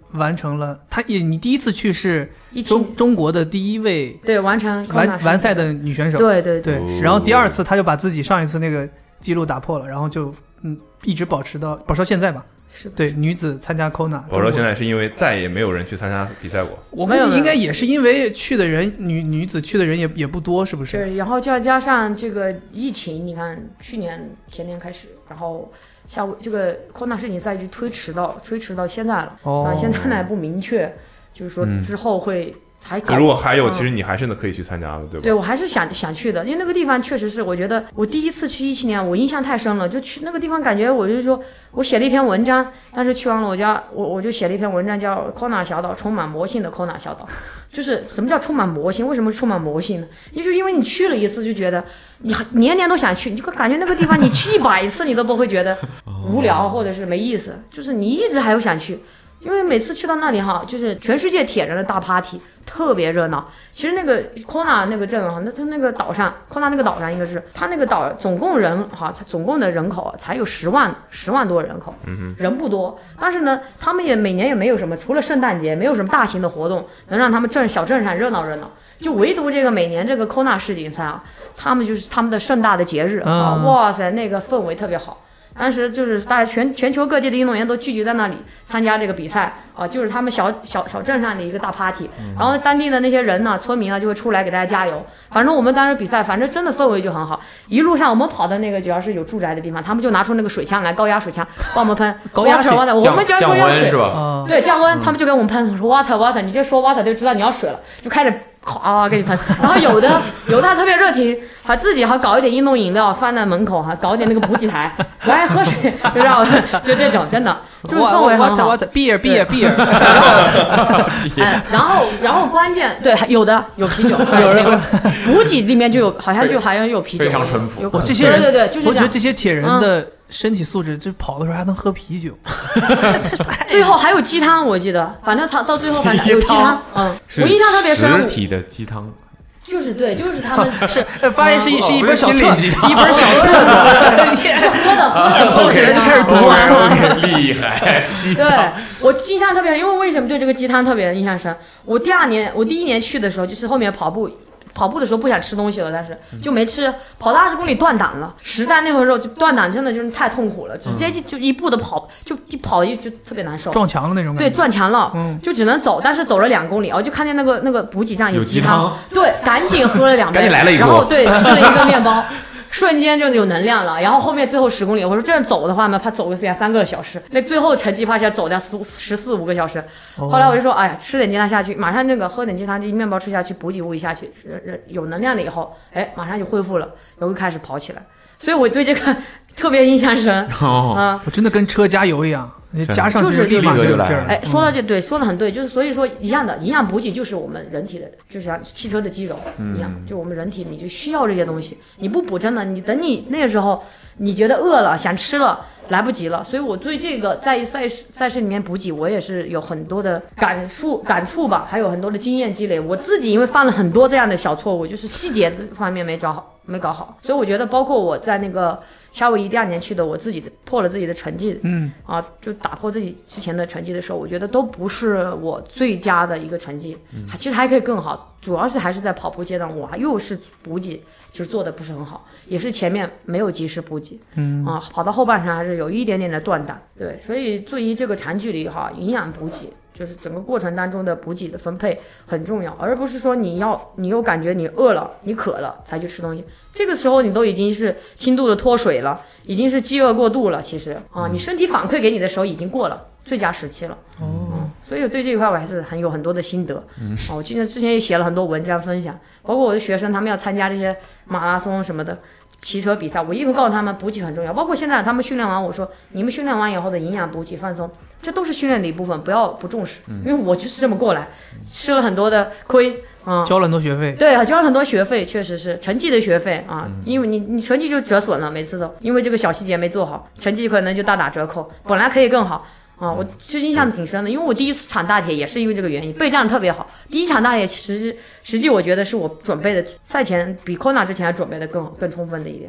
完成了，他也你第一次去是中中国的第一位对完成完完赛的女选手， 对对对，然后第二次他就把自己上一次那个记录打破了，然后就嗯一直保持到保持到现在吧。 是对女子参加 Kona， 我说现在是因为再也没有人去参加比赛过， 我估计应该也是因为去的人女女子去的人也也不多，是不是？ 对，然后就要加上这个疫情，你看去年前年开始，然后下午这个 Kona 世锦赛就推迟到推迟到现在了， 哦， 啊，现在呢不明确，就是说之后会。嗯还如果还有，其实你还是可以去参加的，对吧？ 对，我还是想想去的，因为那个地方确实是，我觉得我第一次去一七年，我印象太深了，就去那个地方，感觉我就说，我写了一篇文章，但是去完了我家，我我就写了一篇文章，叫 Kona 小岛，充满魔性的 Kona 小岛，就是什么叫充满魔性？为什么充满魔性呢？就是因为你去了一次就觉得你年年都想去，你就感觉那个地方你去一百次你都不会觉得无聊或者是没意思，就是你一直还有想去。因为每次去到那里哈，就是全世界铁人的大 party， 特别热闹。其实那个 Kona 那个镇哈，那它那个岛上 ，Kona 那个岛上应该是它那个岛总共人哈，总共的人口才有十万十万多人口，嗯、人不多。但是呢，他们也每年也没有什么，除了圣诞节，没有什么大型的活动能让他们镇小镇上热闹热闹。就唯独这个每年这个 Kona 世锦赛啊，他们就是他们的盛大的节日、嗯、啊，哇塞，那个氛围特别好。当时就是大家全全球各地的运动员都聚集在那里参加这个比赛啊，就是他们小小小镇上的一个大 party，、嗯、然后当地的那些人呢，村民呢就会出来给大家加油。反正我们当时比赛，反正真的氛围就很好。一路上我们跑的那个只要是有住宅的地方，他们就拿出那个水枪来，高压水枪帮我们喷高压水， 我们只要说要水是吧？ 对，降温，他们就给我们喷，我说 water water， 你就说 water 就知道你要水了，就开始。啊，给你喷，然后有的有的还特别热情，还自己还搞一点运动饮料放在门口，还搞一点那个补给台，来喝水，就让就这种，真的就是氛围很好。 beer beer beer， 哎，然后然后关键对有的有啤酒，有那个补给里面就有，好像就好像有啤酒， 非常淳朴。 我这些人对对对，就是我觉得这些铁人的。嗯身体素质就跑的时候还能喝啤酒， 最后还有鸡汤，我记得，反正他到最后反正有鸡汤，嗯，我印象特别深。 实体的鸡汤， 就是对，就是他们是发现是一是一本小册，一本小册子， 是喝的，喝的， 抱起来就开始读， 厉害。 对，我印象特别深，因为为什么对这个鸡汤特别印象深？我第二年，我第一年去的时候，就是后面跑步。跑步的时候不想吃东西了，但是就没吃，跑到二十公里断档了，实在那会儿时候就断档，真的就是太痛苦了，直接就就一步的跑，就一跑一就特别难受， 撞墙的那种感觉。 对，撞墙了，嗯，就只能走，但是走了两公里，我就看见那个那个补给站有鸡汤，对，赶紧喝了两杯， 赶紧来了一个， 然后对吃了一个面包。瞬间就有能量了，然后后面最后十公里，我说这样走的话呢，怕走个下三个小时，那最后成绩怕是要走掉十十四五个小时。哦、后来我就说，哎呀，吃点鸡汤下去，马上那个喝点鸡汤，这面包吃下去，补给物一下去，有能量了以后，哎，马上就恢复了，然后开始跑起来。所以我对这个特别印象深。 哦、啊，我真的跟车加油一样。加上就是立马就有劲儿。 哎，说到这对，说的很对，就是所以说一样的，营养补给就是我们人体的，就像汽车的机油一样，嗯、就我们人体你就需要这些东西，你不补真的，你等你那个时候你觉得饿了想吃了来不及了。所以我对这个在赛事赛事里面补给，我也是有很多的感触感触吧，还有很多的经验积累。我自己因为犯了很多这样的小错误，就是细节方面没找好，没搞好，所以我觉得包括我在那个。夏威夷第二年去的，我自己的破了自己的成绩，嗯啊，就打破自己之前的成绩的时候，我觉得都不是我最佳的一个成绩，嗯、其实还可以更好，主要是还是在跑步阶段，我还又是补给，其实做的不是很好，也是前面没有及时补给，嗯啊，跑到后半程还是有一点点的断档，对，所以对于这个长距离哈，营养补给。就是整个过程当中的补给的分配很重要，而不是说你要你又感觉你饿了你渴了才去吃东西，这个时候你都已经是轻度的脱水了，已经是饥饿过度了，其实啊，你身体反馈给你的时候已经过了最佳时期了。哦、嗯，所以对这一块我还是很有很多的心得。嗯，啊，我今天之前也写了很多文章分享，包括我的学生他们要参加这些马拉松什么的。骑车比赛，我一直告诉他们补给很重要，包括现在他们训练完，我说你们训练完以后的营养补给放松，这都是训练的一部分，不要不重视，因为我就是这么过来，吃了很多的亏啊、嗯， 交了很多学费， 对，交了很多学费，确实是成绩的学费啊，因为你你成绩就折损了，每次都因为这个小细节没做好，成绩可能就大打折扣，本来可以更好。啊，我其实印象挺深的，因为我第一次场大铁也是因为这个原因，备战的特别好。第一场大铁实实际我觉得是我准备的赛前比 Kona 之前还准备的更更充分的一点。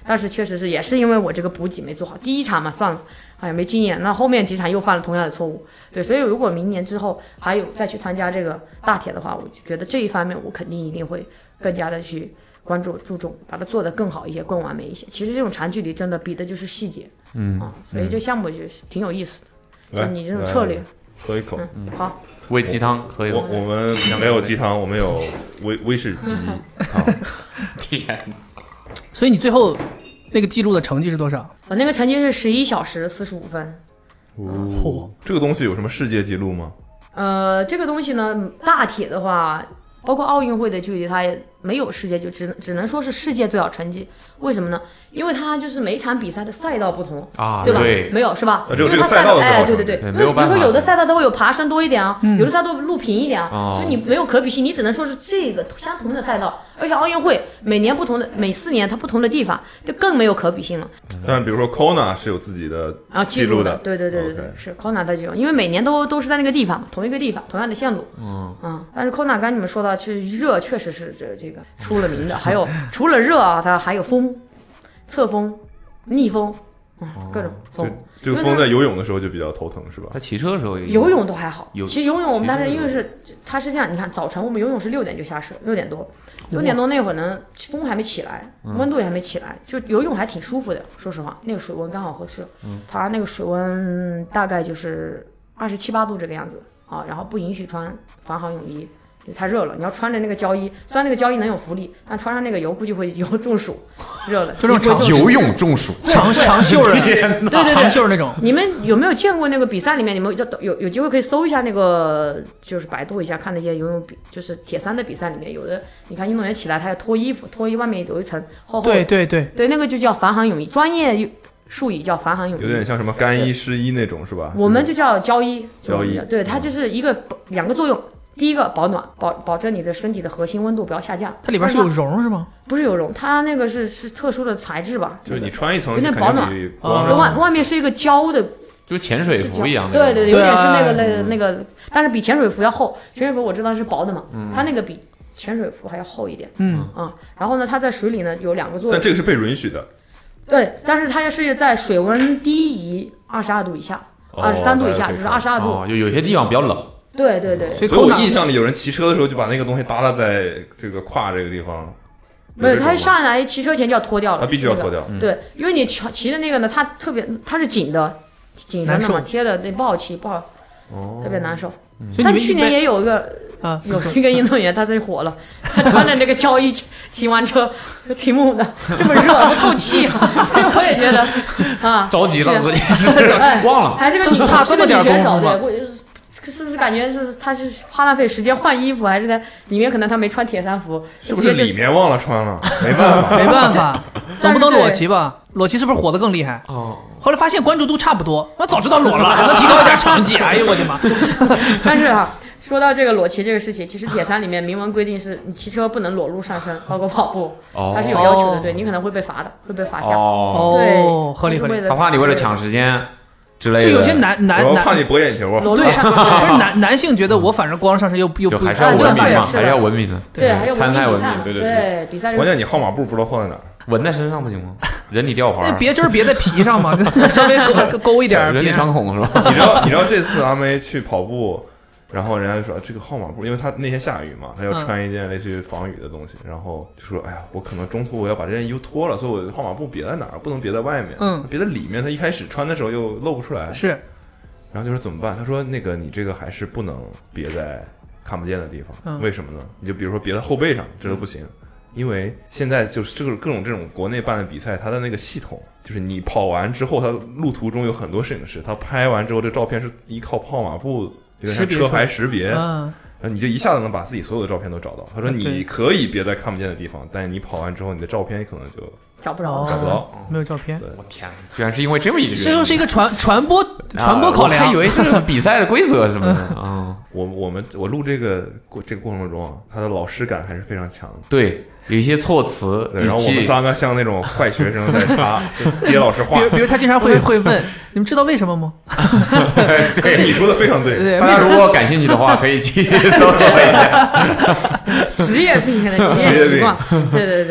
但是确实是也是因为我这个补给没做好，第一场嘛算了，哎呀没经验，那后面几场又犯了同样的错误。对，所以如果明年之后还有再去参加这个大铁的话，我觉得这一方面我肯定一定会更加的去关注注重，把它做得更好一些，更完美一些。其实这种长距离真的比的就是细节， 嗯啊，所以这项目就是挺有意思的， 来就你这种策略。 喝一口。 嗯，好， 煨鸡汤喝一口。 我我们没有鸡汤，我们有威威士忌。好， 天， 所以你最后那个记录的成绩是多少？ 我那个成绩是十一小时四十五分。 哦，这个东西有什么世界纪录吗？ 呃，这个东西呢，大铁的话，包括奥运会的距离，它也没有世界，就只只能说是世界最好成绩。为什么呢？因为它就是每一场比赛的赛道不同啊， 对吧？ 对没有是吧？ 啊，只有因为它这个赛道的最好哎， 成绩对对对， 对没有办法比如说有的赛道它会有爬升多一点啊， 嗯有的赛道路平一点啊， 哦所以你没有可比性，你只能说是这个相同的赛道，而且奥运会每年不同的，每四年它不同的地方，就更没有可比性了。 但比如说 Kona 是有自己的然后记录记录的， 对对对对对 OK 是 Kona 它就有，因为每年都都是在那个地方嘛，同一个地方，同样的线路。 嗯嗯，但是 Kona 刚才你们说到，其实热确实是这这个出了名的，还有除了热啊，它还有风、侧风、逆风，嗯，各种风。 就这个风在游泳的时候就比较头疼，是吧他？骑车的时候也游泳都还好， 有其实游泳我们骑车但是因为是它是这样，你看早晨我们游泳是六点就下水，六点多，六点多那会儿呢风还没起来，温度也还没起来，就游泳还挺舒服的。说实话，那个水温刚好合适，它那个水温大概就是二十七八度这个样子啊，然后不允许穿防寒泳衣。太热了，你要穿着那个胶衣，虽然那个胶衣能有浮力，但穿上那个油估计会油中暑，热了。 就这种长游泳中暑， 长长袖儿的， 对对长对， 袖儿那种。 你们有没有见过那个比赛里面？你们有有有机会可以搜一下那个，就是百度一下看那些游泳比，就是铁三的比赛里面有的，你看运动员起来他要脱衣服，脱衣外面有一层厚厚的， 对对对， 对，那个就叫防寒泳衣，专业术语叫防寒泳衣， 有点像什么干衣湿衣那种，是吧？ 我们就叫胶衣， 胶衣对，它就是一个两个作用。第一个保暖，保保证你的身体的核心温度不要下降。 它里边是有绒是吗？ 不是有绒，它那个是是特殊的材质吧？ 就是你穿一层有点肯定保暖比哦光外外面是一个胶的， 就是潜水服一样的。 对对对，有点是那个对那个那个，但是比潜水服要厚。潜水服我知道是薄的嘛，它那个比潜水服还要厚一点。 嗯啊，然后呢，它在水里呢有两个作用。 但这个是被允许的， 对，但是它也是在水温低于二十二度以下， 哦二十三度以下， 大家可以就是二十二度。 哦，有有些地方比较冷。 对对对， 所以所以我 Kona 印象里有人骑车的时候就把那个东西耷拉在这个胯这个地方， 没有， 这种吗它上来骑车前就要脱掉了， 啊必须要脱掉那个对，因为你骑骑的那个呢，它特别它是紧的，紧身的嘛， 难受贴的那不好骑，不好， 哦特别难受。 所以你们但去年一般也有一个啊， 有一个运动员，他最火了，他穿着那个胶衣骑骑完车，挺猛的，这么热不透气，我也觉得啊， 着急了， 是估计是哎忘了。 还是个女就差这么点是个女选手功夫吗对，我就是是不是感觉是他是花浪费时间换衣服，还是在里面可能他没穿铁三服， 是不是直接就里面忘了穿了？没办法， 没办法，总不能但是对裸骑吧？裸骑是不是火得更厉害？ 哦， 后来发现关注度差不多，我早知道裸了，还能提高一点成绩。哎呦我的妈！ 但是啊，说到这个裸骑这个事情，其实铁三里面明文规定是你骑车不能裸露上身，包括跑步， 哦它是有要求的，对你可能会被罚的，会被罚下。 哦， 对哦，合理合理。 它是为了他怕你为了抢时间之类的， 就有些男主男男要怕你博眼球啊。 对， 裸露上不是男男性觉得我反正光上身又又不就还是要啊文明嘛， 这是的还是要文明的。 对，还有参赛文比赛嘛， 明，对对。 对比赛这个关键你号码布不知道放在哪儿， 纹在身上不行吗？人体吊环那，别针儿别在皮上嘛，稍微勾勾一点儿， 人体别穿孔是吧？ 你知道你知道这次阿梅去跑步，然后人家就说这个号码布，因为他那天下雨嘛，他要穿一件类似于防雨的东西，然后就说哎呀，我可能中途我要把这件衣服脱了，所以我的号码布别在哪儿，不能别在外面， 嗯别在里面。他一开始穿的时候又露不出来， 是然后就说怎么办？他说那个你这个还是不能别在看不见的地方， 嗯为什么呢？你就比如说别在后背上，这都不行。因为现在就是这个各种这种国内办的比赛，它的那个系统就是你跑完之后，它路途中有很多摄影师，他拍完之后，这照片是依靠号码布有点像车牌识别， 嗯， 然后你就一下子能把自己所有的照片都找到。他说对你可以别在看不见的地方，但你跑完之后，你的照片可能就找不着。 哦找不到。 没有照片， 我天，居然是因为这么一个原因， 这又是一个传传播传播考量， 啊我还以为是比赛的规则什么的啊。 我我们我录这个过这个过程中啊，他的老师感还是非常强的。 对，有一些措辞， 对，然后语气我们三个像那种坏学生在插就接老师话比如，比如他经常会会问，你们知道为什么吗？ 对你说的非常对。 对， 大家如果感兴趣的话，可以去搜索一下。 职业病的职业习惯，对对对对。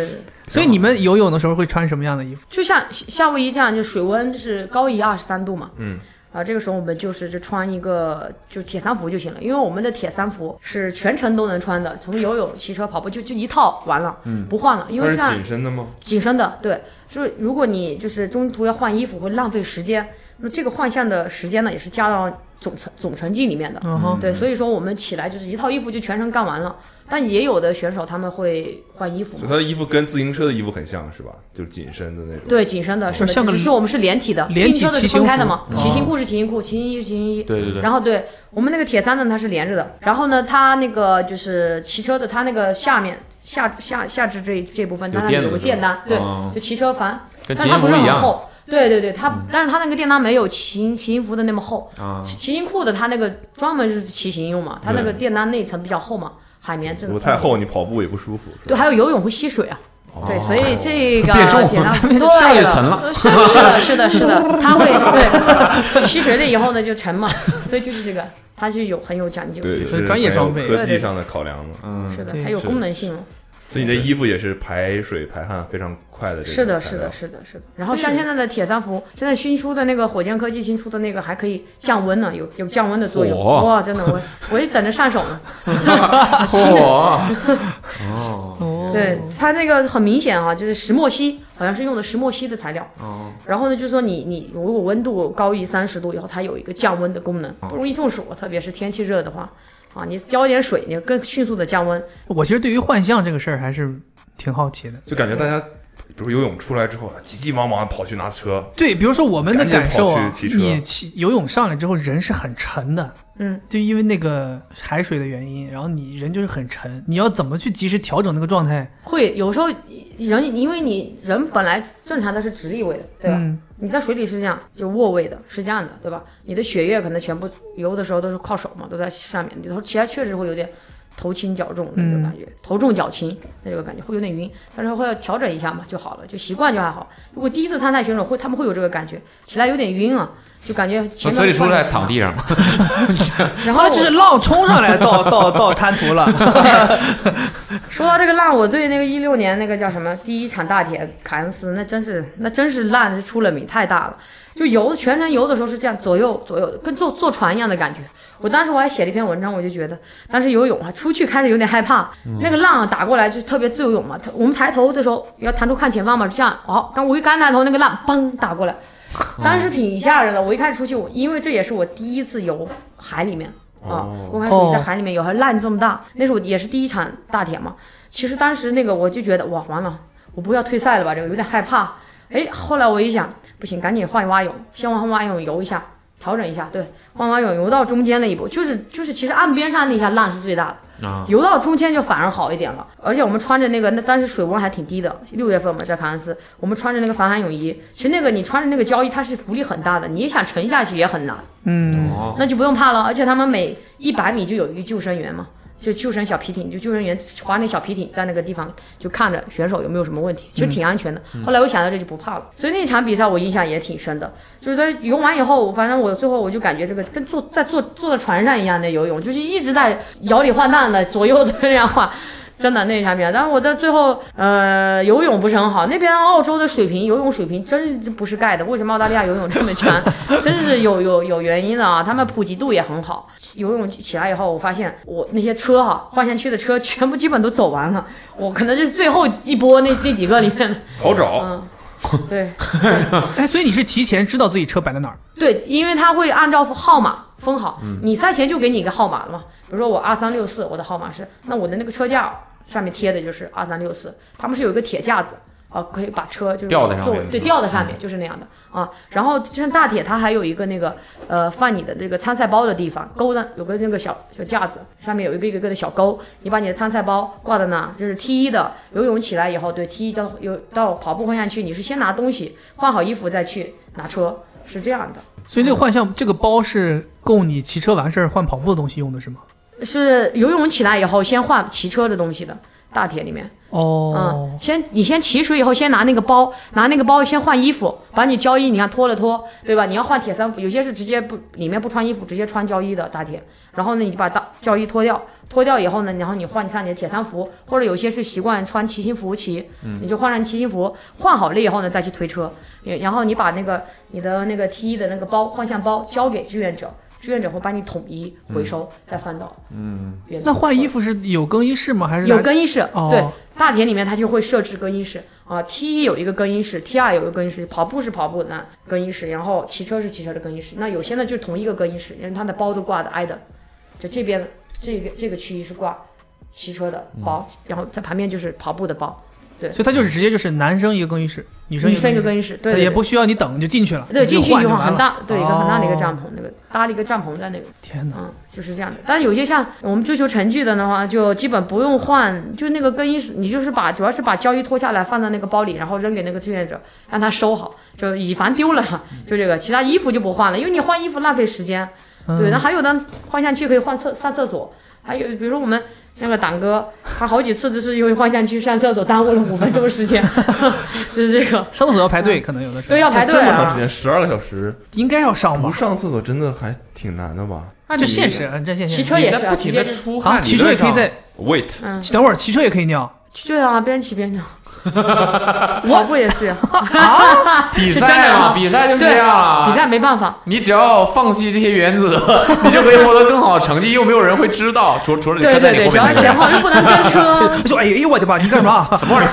所以你们游泳的时候会穿什么样的衣服？ 就像夏威夷这样，就水温是高于二十三度嘛。 嗯。 啊，这个时候我们就是就穿一个就铁三服就行了，因为我们的铁三服是全程都能穿的，从游泳、骑车、跑步就就一套完了，嗯，不换了。因为这样它是紧身的吗？紧身的，对。就是如果你就是中途要换衣服，会浪费时间，那这个换项的时间呢，也是加到总成总成绩里面的。 嗯， 对，所以说我们起来就是一套衣服就全程干完了。但也有的选手他们会换衣服， 所以他的衣服跟自行车的衣服很像是吧？就是紧身的那种。 对，紧身的，是的，只是说我们是连体的， 连体自行车的是分开的嘛，骑行裤裤是骑行裤，骑行衣是骑行衣。 对对对。 然后对我们那个铁三呢，它是连着的。然后呢，它那个就是骑车的，它那个下面下下下肢这这部分，它那有个电单，对，就骑车帆，但它不是很厚。对对对，它、嗯、但是它那个电单没有骑行骑行服的那么厚啊。骑行裤的它那个专门是骑行用嘛，它那个电单那层比较厚嘛。海绵这个如果太厚，你跑步也不舒服。 对，还有游泳会吸水啊。哦、对，所以这个变重铁上下一层了。 是的，是的，是的，它会对吸水了以后呢就沉嘛，所以就是这个，它是有很有讲究， 对， 是专业装备， 科技上的考量嘛。 嗯， 是的，还有功能性嘛。 所以你的衣服也是排水排汗非常快的这种。 是的，是的，是的，是的。然后像现在的铁三服，现在新出的那个火箭科技新出的那个还可以降温呢，有有降温的作用。哇，真的，我我也等着上手呢。 哇， 哦，对，它那个很明显啊，就是石墨烯，好像是用的石墨烯的材料。哦。然后呢，就是说你你如果温度高于三十度以后，它有一个降温的功能，不容易中暑，特别是天气热的话。啊，你浇一点水，你更迅速的降温。 我其实对于换项这个事儿还是挺好奇的， 就感觉大家，比如游泳出来之后，急急忙忙跑去拿车。 对，比如说我们的感受啊，你骑游泳上来之后人是很沉的， 嗯， 就因为那个海水的原因，然后你人就是很沉，你要怎么去及时调整那个状态？ 会有时候人，因为你人本来正常的是直立位的，对吧？嗯，你在水里是这样，就卧位的，是这样的，对吧？你的血液可能全部游的时候都是靠手嘛，都在上面，你头起来确实会有点头轻脚重那种感觉，嗯、头重脚轻那种感觉，会有点晕，但是会要调整一下嘛就好了，就习惯就还好。如果第一次参赛选手会，他们会有这个感觉，起来有点晕啊。就感觉前面所以出来躺地上， 然后就是浪冲上来到到到滩涂了。 说到这个浪，我对那个一六年那个叫什么第一场大铁凯恩斯，那真是那真是浪是出了名，太大了。就游全程游的时候是这样左右左右，跟坐坐船一样的感觉。我当时我还写了一篇文章，我就觉得当时游泳啊出去开始有点害怕，嗯、那个浪打过来就特别自由泳嘛。我们抬头的时候要抬头看前方嘛，这样哦，刚我一刚抬头，那个浪嘣打过来。当时挺吓人的，我一开始出去，我因为这也是我第一次游海里面啊，公开水域在海里面游，还浪这么大，那是我也是第一场大铁嘛。其实当时那个我就觉得哇完了，我不要退赛了吧，这个有点害怕。哎，后来我一想，不行，赶紧换蛙泳，先换蛙泳游一下，调整一下，对，换蛙泳游到中间那一步，就是就是其实岸边上那下浪是最大的。啊、游到中间就反而好一点了，而且我们穿着那个，那当时水温还挺低的，六月份嘛，在凯恩斯，我们穿着那个防寒泳衣，其实那个你穿着那个胶衣，它是浮力很大的，你想沉下去也很难， 嗯， 那就不用怕了，而且他们每一百米就有一个救生员嘛，就救生小皮艇，就救生员划那小皮艇在那个地方就看着选手有没有什么问题，其实挺安全的。嗯、后来我想到这就不怕了，所以那场比赛我印象也挺深的。就是在游完以后，反正我最后我就感觉这个跟坐在坐坐在船上一样的游泳，就是一直在摇里换荡的左右这样换。真的那场比赛，但是我在最后，呃，游泳不是很好。那边澳洲的水平，游泳水平真不是盖的。为什么澳大利亚游泳这么强？真是有有有原因的啊！他们普及度也很好。游泳起来以后，我发现我那些车哈，换线区的车全部基本都走完了。我可能就是最后一波那那几个里面好找。 嗯，对。 哎，所以你是提前知道自己车摆在哪儿？ 对，因为他会按照号码分好，嗯、你赛前就给你一个号码了嘛。比如说我二三六四，我的号码是，那我的那个车架上面贴的就是二三六四，他们是有一个铁架子啊，可以把车就是吊在上面， 对，吊在上面、嗯、就是那样的啊。然后像大铁，它还有一个那个呃放你的这个参赛包的地方，钩的有个那个小小架子，上面有一个一个一个的小钩，你把你的参赛包挂在那，就是 T 一的游泳起来以后，对 T 一到有到跑步换项区，你是先拿东西换好衣服再去拿车，是这样的。 所以这个换项这个包是够你骑车完事儿换跑步的东西用的是吗？ 是游泳起来以后先换骑车的东西的，大铁里面。 哦， 嗯，先你先骑水以后，先拿那个包，拿那个包先换衣服，把你胶衣你看脱了脱，对吧？你要换铁三服，有些是直接不里面不穿衣服，直接穿胶衣的大铁。然后呢，你把大胶衣脱掉， 脱掉以后呢，然后你换上你的铁三服，或者有些是习惯穿骑行服骑，嗯、你就换上骑行服，换好了以后呢再去推车，然后你把那个你的那个 T 一的那个包换向包交给志愿者。志愿者会帮你统一回收，嗯、再放到嗯。那换衣服是有更衣室吗？还是有更衣室？ 哦、 对，大田里面它就会设置更衣室啊。T 一有一个更衣室 ，T 二有一个更衣室，跑步是跑步的更衣室，然后骑车是骑车的更衣室。那有些呢就是同一个更衣室，因为它的包都挂的挨的，就这边这个这个区域是挂骑车的包，嗯、然后在旁边就是跑步的包。对， 所以它就是直接就是男生一个更衣室，女生一个更衣室，对， 也不需要你等就进去了。 对，进去以后很大，对， 一个很大的一个帐篷，那个搭了一个帐篷在那个。 天哪， 嗯，就是这样的。但是有些像我们追求成绩的的话，就基本不用换，就那个更衣室，你就是把主要是把胶衣脱下来放在那个包里，然后扔给那个志愿者，让他收好，就以防丢了。就这个，其他衣服就不换了，因为你换衣服浪费时间。对，那还有的换下去可以换厕上厕所，还有比如说我们。那个党哥，他好几次都是因为换下去上厕所耽误了五分钟时间，就是这个上厕所要排队，嗯、可能有的时候对要排队、啊， 这么长时间，十二个小时， 应该要上吧？ 不上厕所真的还挺难的吧？ 按照现实，按照现实， 骑车也是、啊， 不停的出汗， 骑车也可以在 wait，、 嗯、 等会儿骑车也可以尿， 对啊，边骑边尿。跑步也是啊，比赛啊，比赛就是这样啊， 比赛没办法， 你只要放弃这些原则，你就可以获得更好的成绩，又没有人会知道，除除了你跟在你后面， 对对对，主要前后又不能跟车， 说哎呦我的妈，你干嘛？ 什么？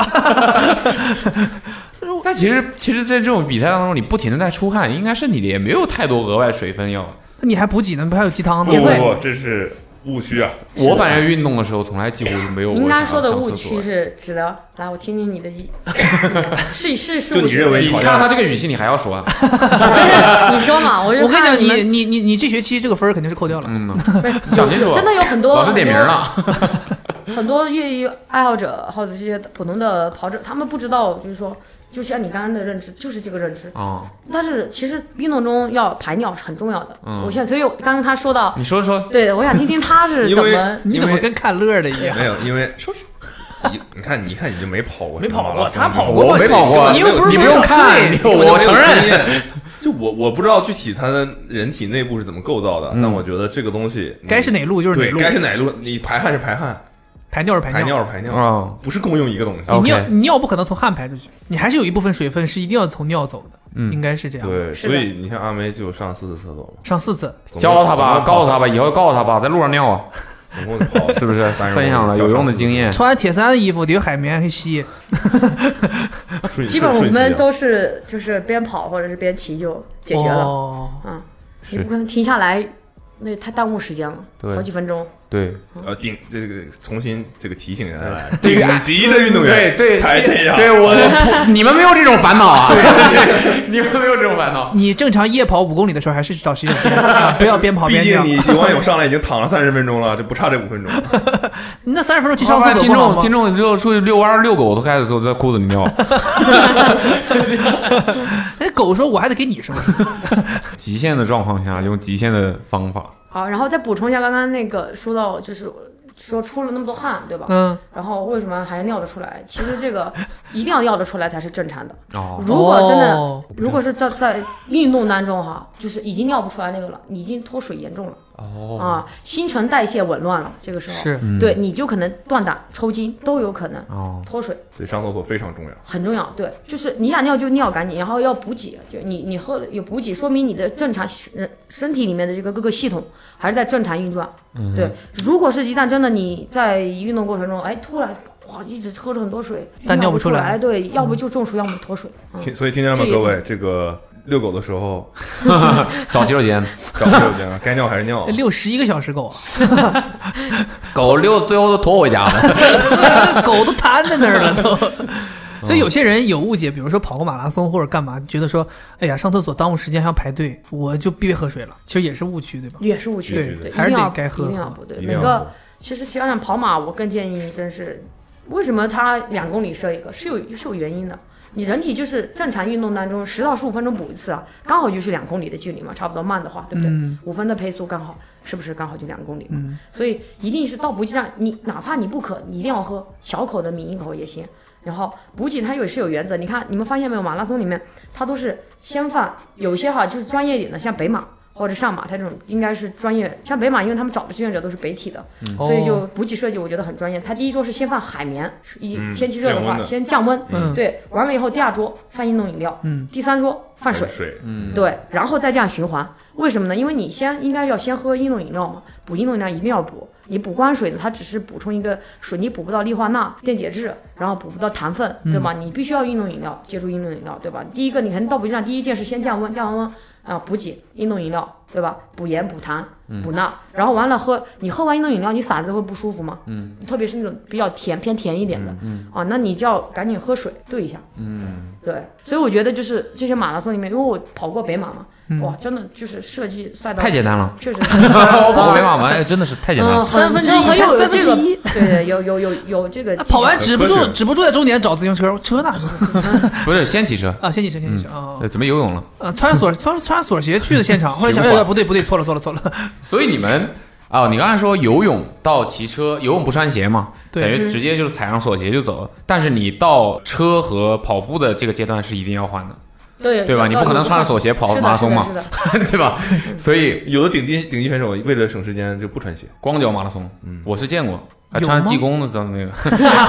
但其实其实，在这种比赛当中，你不停的在出汗，应该身体里也没有太多额外水分要。 那你还补给呢？不还有鸡汤呢？ 不不不，这是误区啊！ 我反正运动的时候，从来几乎就没有。 您刚说的误区是指的，来，我听听你的意，是是是。 就你认为， 你看他这个语气，你还要说？ 你说嘛，我我跟你讲，你你你你这学期这个分肯定是扣掉了。 嗯，讲清楚。 真的有很多老师点名了。 很多业余爱好者或者这些普通的跑者，他们不知道，就是说。就像你刚刚的认知，就是这个认知啊、哦。但是其实运动中要排尿是很重要的。嗯，我现在所以刚刚他说到， 你说说， 对，我想听听他是怎么， 你怎么跟看乐的一样？ 没有，因为说是。你你看，你看，你就没跑过， 没跑过， 他跑过， 我没跑过， 你又不是你不用看，我承认。 就我我不知道具体他的人体内部是怎么构造的，但我觉得这个东西该是哪路就是哪路， 对，该是哪路，你排汗是排汗。 排尿是排尿，排尿是排尿啊，不是共用一个东西。 你尿，你尿不可能从汗排出去，你还是有一部分水分是一定要从尿走的，嗯，应该是这样。 对，所以你看阿梅就上四次厕所嘛， 上四次， 教他吧，告诉他吧，以后告诉他吧，在路上尿啊， 总共跑是不是？分享了有用的经验。 穿铁三的衣服得有海绵可以吸。 基本我们都是就是边跑或者是边骑就解决了， 哦、 嗯，你不可能停下来。那太耽误时间了，好几分钟。 对， 呃，顶这个重新这个提醒人来，顶级的运动员， 对对才这样。 对我，你们没有这种烦恼啊，你们没有这种烦恼。 你正常夜跑五公里的时候，还是找洗手间，不要边跑边尿。毕竟你游完泳上来已经躺了三十分钟了，就不差这五分钟。 那三十分钟去上厕所金钟，金钟之后出去遛弯遛狗，都开始都在裤子里尿。 那狗说：“我还得给你什么？” 极限的状况下，用极限的方法。 好，然后再补充一下刚刚那个说到，就是说出了那么多汗，对吧？ 嗯。 然后为什么还尿得出来？其实这个一定要尿得出来才是正常的。 哦。 如果真的，哦、如果是在在运动当中哈，就是已经尿不出来那个了，你已经脱水严重了。 哦。 啊，新陈代谢紊乱了，这个时候是、 嗯、对，你就可能断胆、抽筋都有可能。 哦。 脱水。 对，上厕所非常重要。 很重要，对，就是你想尿就尿赶紧，然后要补给，就你你喝了有补给，说明你的正常身体里面的这个各个系统还是在正常运转。 嗯。 对，如果是一旦真的你在运动过程中，哎，突然哇一直喝了很多水， 但尿不出来， 对，要不就中暑，要么脱水。 嗯、所以听见了吗，各位？这个遛狗的时候找洗手间， 找洗手间，该尿还是尿。 遛十一个小时狗啊， 狗遛最后都驮回家了， 狗都瘫在那儿了都。所以有些人有误解，比如说跑过马拉松或者干嘛，觉得说，哎呀，上厕所耽误时间还要排队，我就别喝水了。其实也是误区，对吧？ 也是误区， 对对， 还是得该喝。 一定要不对，每个其实想想跑马，我更建议真是，为什么它两公里设一个，是有是有原因的。你人体就是正常运动当中十到十五分钟补一次啊，刚好就是两公里的距离嘛，差不多慢的话，对不对？ 嗯、 五分的配速刚好，是不是刚好就两公里嘛？ 嗯、 所以一定是到补给站，你哪怕你不渴，你一定要喝小口的抿一口也行。然后补给它也是有原则，你看你们发现没有？马拉松里面它都是先放有些哈，就是专业一点的，像北马或者上马，它这种应该是专业。像北马，因为他们找的志愿者都是北体的， 嗯、 所以就补给设计我觉得很专业。它第一桌是先放海绵，一、 嗯、 天气热的话的先降温， 嗯、 对，完了以后第二桌放运动饮料， 嗯， 第三桌放水， 水， 嗯， 对，然后再这样循环。为什么呢？因为你先应该要先喝运动饮料嘛，补运动饮料一定要补。你补光水呢，它只是补充一个水，你补不到氯化钠、电解质，然后补不到糖分，对吧？嗯、你必须要运动饮料，借助运动饮料，对吧？第一个你肯定到补给站，第一件事先降温，降温啊，补给运动饮料，对吧？补盐、补糖、补钠，嗯、然后完了喝，你喝完运动饮料，你嗓子会不舒服吗？嗯，特别是那种比较甜、偏甜一点的，嗯，嗯啊，那你就要赶紧喝水兑一下，嗯，对。所以我觉得就是这些马拉松里面，因为我跑过北马嘛。嗯、哇，真的就是设计赛道太简单了， 确实我跑过北马完真的是太简单了， 嗯、 三分之一才三分之一， 对对，有有有有这个跑完止不住，止不住在终点找自行车，车呢？ 不是先骑车啊，先骑车，先骑车啊， 嗯、准备游泳了， 呃，穿锁穿穿锁鞋去的现场，后来想想不对不对，错了错了错了， 所以你们。啊、哦，你刚才说游泳到骑车，游泳不穿鞋嘛？ 对， 等于直接就是踩上锁鞋就走了。但是你到车和跑步的这个阶段是一定要换的， 对对吧？你不可能穿着锁鞋跑马拉松嘛，对吧？所以有的顶级顶级选手为了省时间就不穿鞋， 光脚马拉松，嗯，我是见过，还穿技工的，知道那个。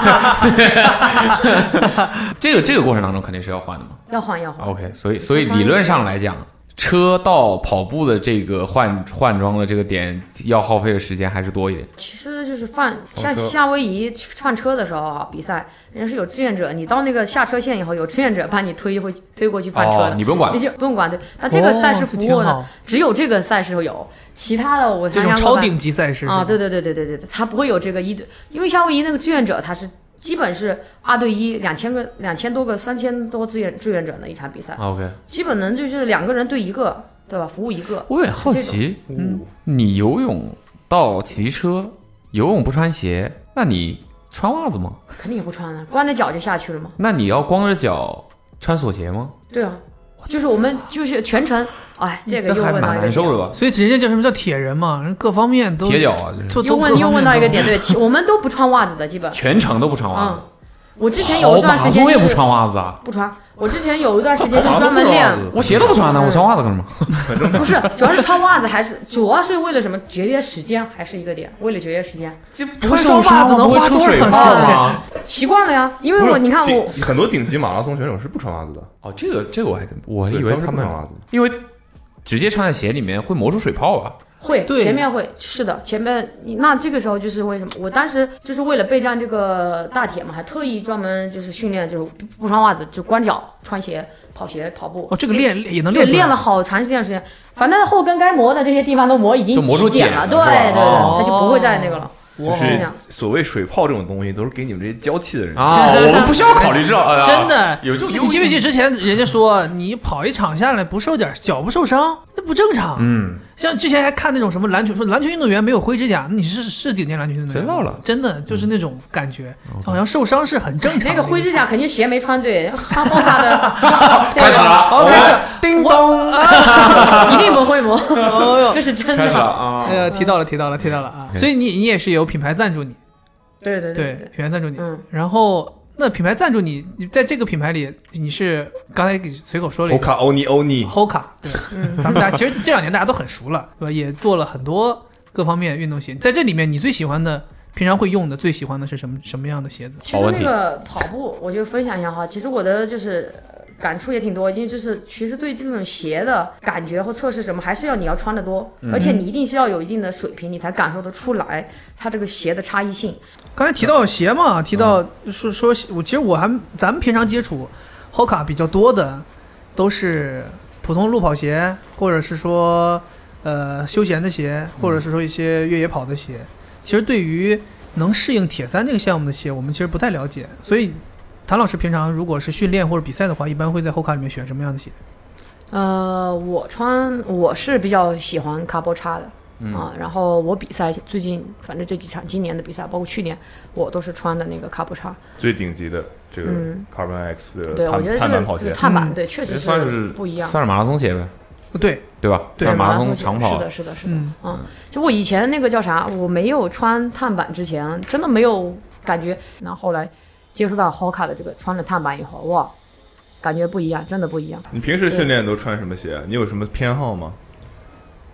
这个这个过程当中肯定是要换的嘛？ 要换要换。 OK， 所以所以理论上来讲。车到跑步的这个换换装的这个点要耗费的时间还是多一点。 其实就是换像夏威夷换车的时候啊，比赛人家是有志愿者，你到那个下车线以后，有志愿者把你推回推过去换车的， 哦、你不用管， 你就不用管。对，但这个赛事服务呢，哦、只有这个赛事有，其他的我这种超顶级赛事啊，对对对对对对对，它不会有这个一对，因为夏威夷那个志愿者他是。基本是二对一，两千个、两千多个、三千多志愿志愿者的一场比赛。 OK， 基本能就是两个人对一个，对吧？服务一个。 我有点好奇，嗯，你游泳到骑车，游泳不穿鞋，那你穿袜子吗？ 肯定也不穿了，光着脚就下去了吗？ 那你要光着脚穿锁鞋吗？ 对啊，就是我们就是全程。哎，这个又问到一个蛮难受的吧？ 所以人家叫什么叫铁人嘛？人各方面都铁脚啊， 就是、 又问又问到一个点，对，我们都不穿袜子的，基本全程都不穿袜子。 嗯，我之前有一段时间、就是、 我也不穿袜子啊， 不穿。我之前有一段时间就专门练， 我鞋都不穿呢，我穿袜子干什么？ 不是，主要是穿袜子，还是主要是为了什么？节约时间，还是一个点，为了节约时间。 这不会穿袜子能花多少时间吗？ 习惯了呀，因为我你看我很多顶级马拉松选手是不穿袜子的。 哦，这个这个我还真我以为他们穿袜子， 因为。直接穿在鞋里面会磨出水泡吧？ 会，前面会是的，前面那这个时候就是为什么？我当时就是为了备战这个大铁嘛，还特意专门就是训练，就不穿袜子，就光脚穿鞋跑鞋跑步。 哦，这个练也能练对，练了好长时间时间。反正后跟该磨的这些地方都磨已经磨出茧了，对对对， 哦、 它就不会再那个了。 就是所谓水泡这种东西，都是给你们这些娇气的人啊！我们不需要考虑这，啊、 真的有就你记不记得之前人家说你跑一场下来不受点脚不受伤，这不正常。 嗯， 像之前还看那种什么篮球，说篮球运动员没有灰指甲，你是是顶尖篮球运动员， 知道了， 真的就是那种感觉，嗯、好像受伤是很正常的。 那个灰指甲肯定鞋没穿对，穿后卡的。 开始了， 开始， 叮咚， 一定不会磨，这是真的。 开始了啊！ 哎呀，提到了，提到了，提到了啊！所以你你也是有品牌赞助你。 对对对, 对, 对，品牌赞助你。 嗯， 然后那品牌赞助你，你在这个品牌里，你是刚才随口说了一个 Hoka 欧尼欧尼 Hoka， 对，嗯，咱们大家其实这两年大家都很熟了，对吧？也做了很多各方面运动鞋，在这里面你最喜欢的，平常会用的，最喜欢的是什么什么样的鞋子？ 其实那个跑步，我就分享一下哈。其实我的就是感触也挺多，因为就是其实对这种鞋的感觉或测试什么，还是要你要穿得多，嗯、而且你一定是要有一定的水平，你才感受得出来它这个鞋的差异性。 刚才提到鞋嘛，提到说说我其实我还咱们平常接触 Hoka 比较多的都是普通路跑鞋，或者是说呃休闲的鞋，或者是说一些越野跑的鞋。其实对于能适应铁三这个项目的鞋，我们其实不太了解，所以谭老师平常如果是训练或者比赛的话，一般会在 Hoka 里面选什么样的鞋？ 呃，我穿我是比较喜欢卡波叉的。嗯、啊，然后我比赛最近反正这几场今年的比赛，包括去年我都是穿的那个卡布叉， 最顶级的这个 Carbon X 的、 嗯、对，我觉得这个碳板对确实是不一样， 算是马拉松鞋呗， 对对吧？ 对， 马拉松长跑， 是的，是的，是的，嗯，嗯就我以前那个叫啥，我没有穿碳板之前，真的没有感觉，然后后来接触到 Hoka 的这个穿了碳板以后，哇，感觉不一样，真的不一样。 你平时训练都穿什么鞋？你有什么偏好吗？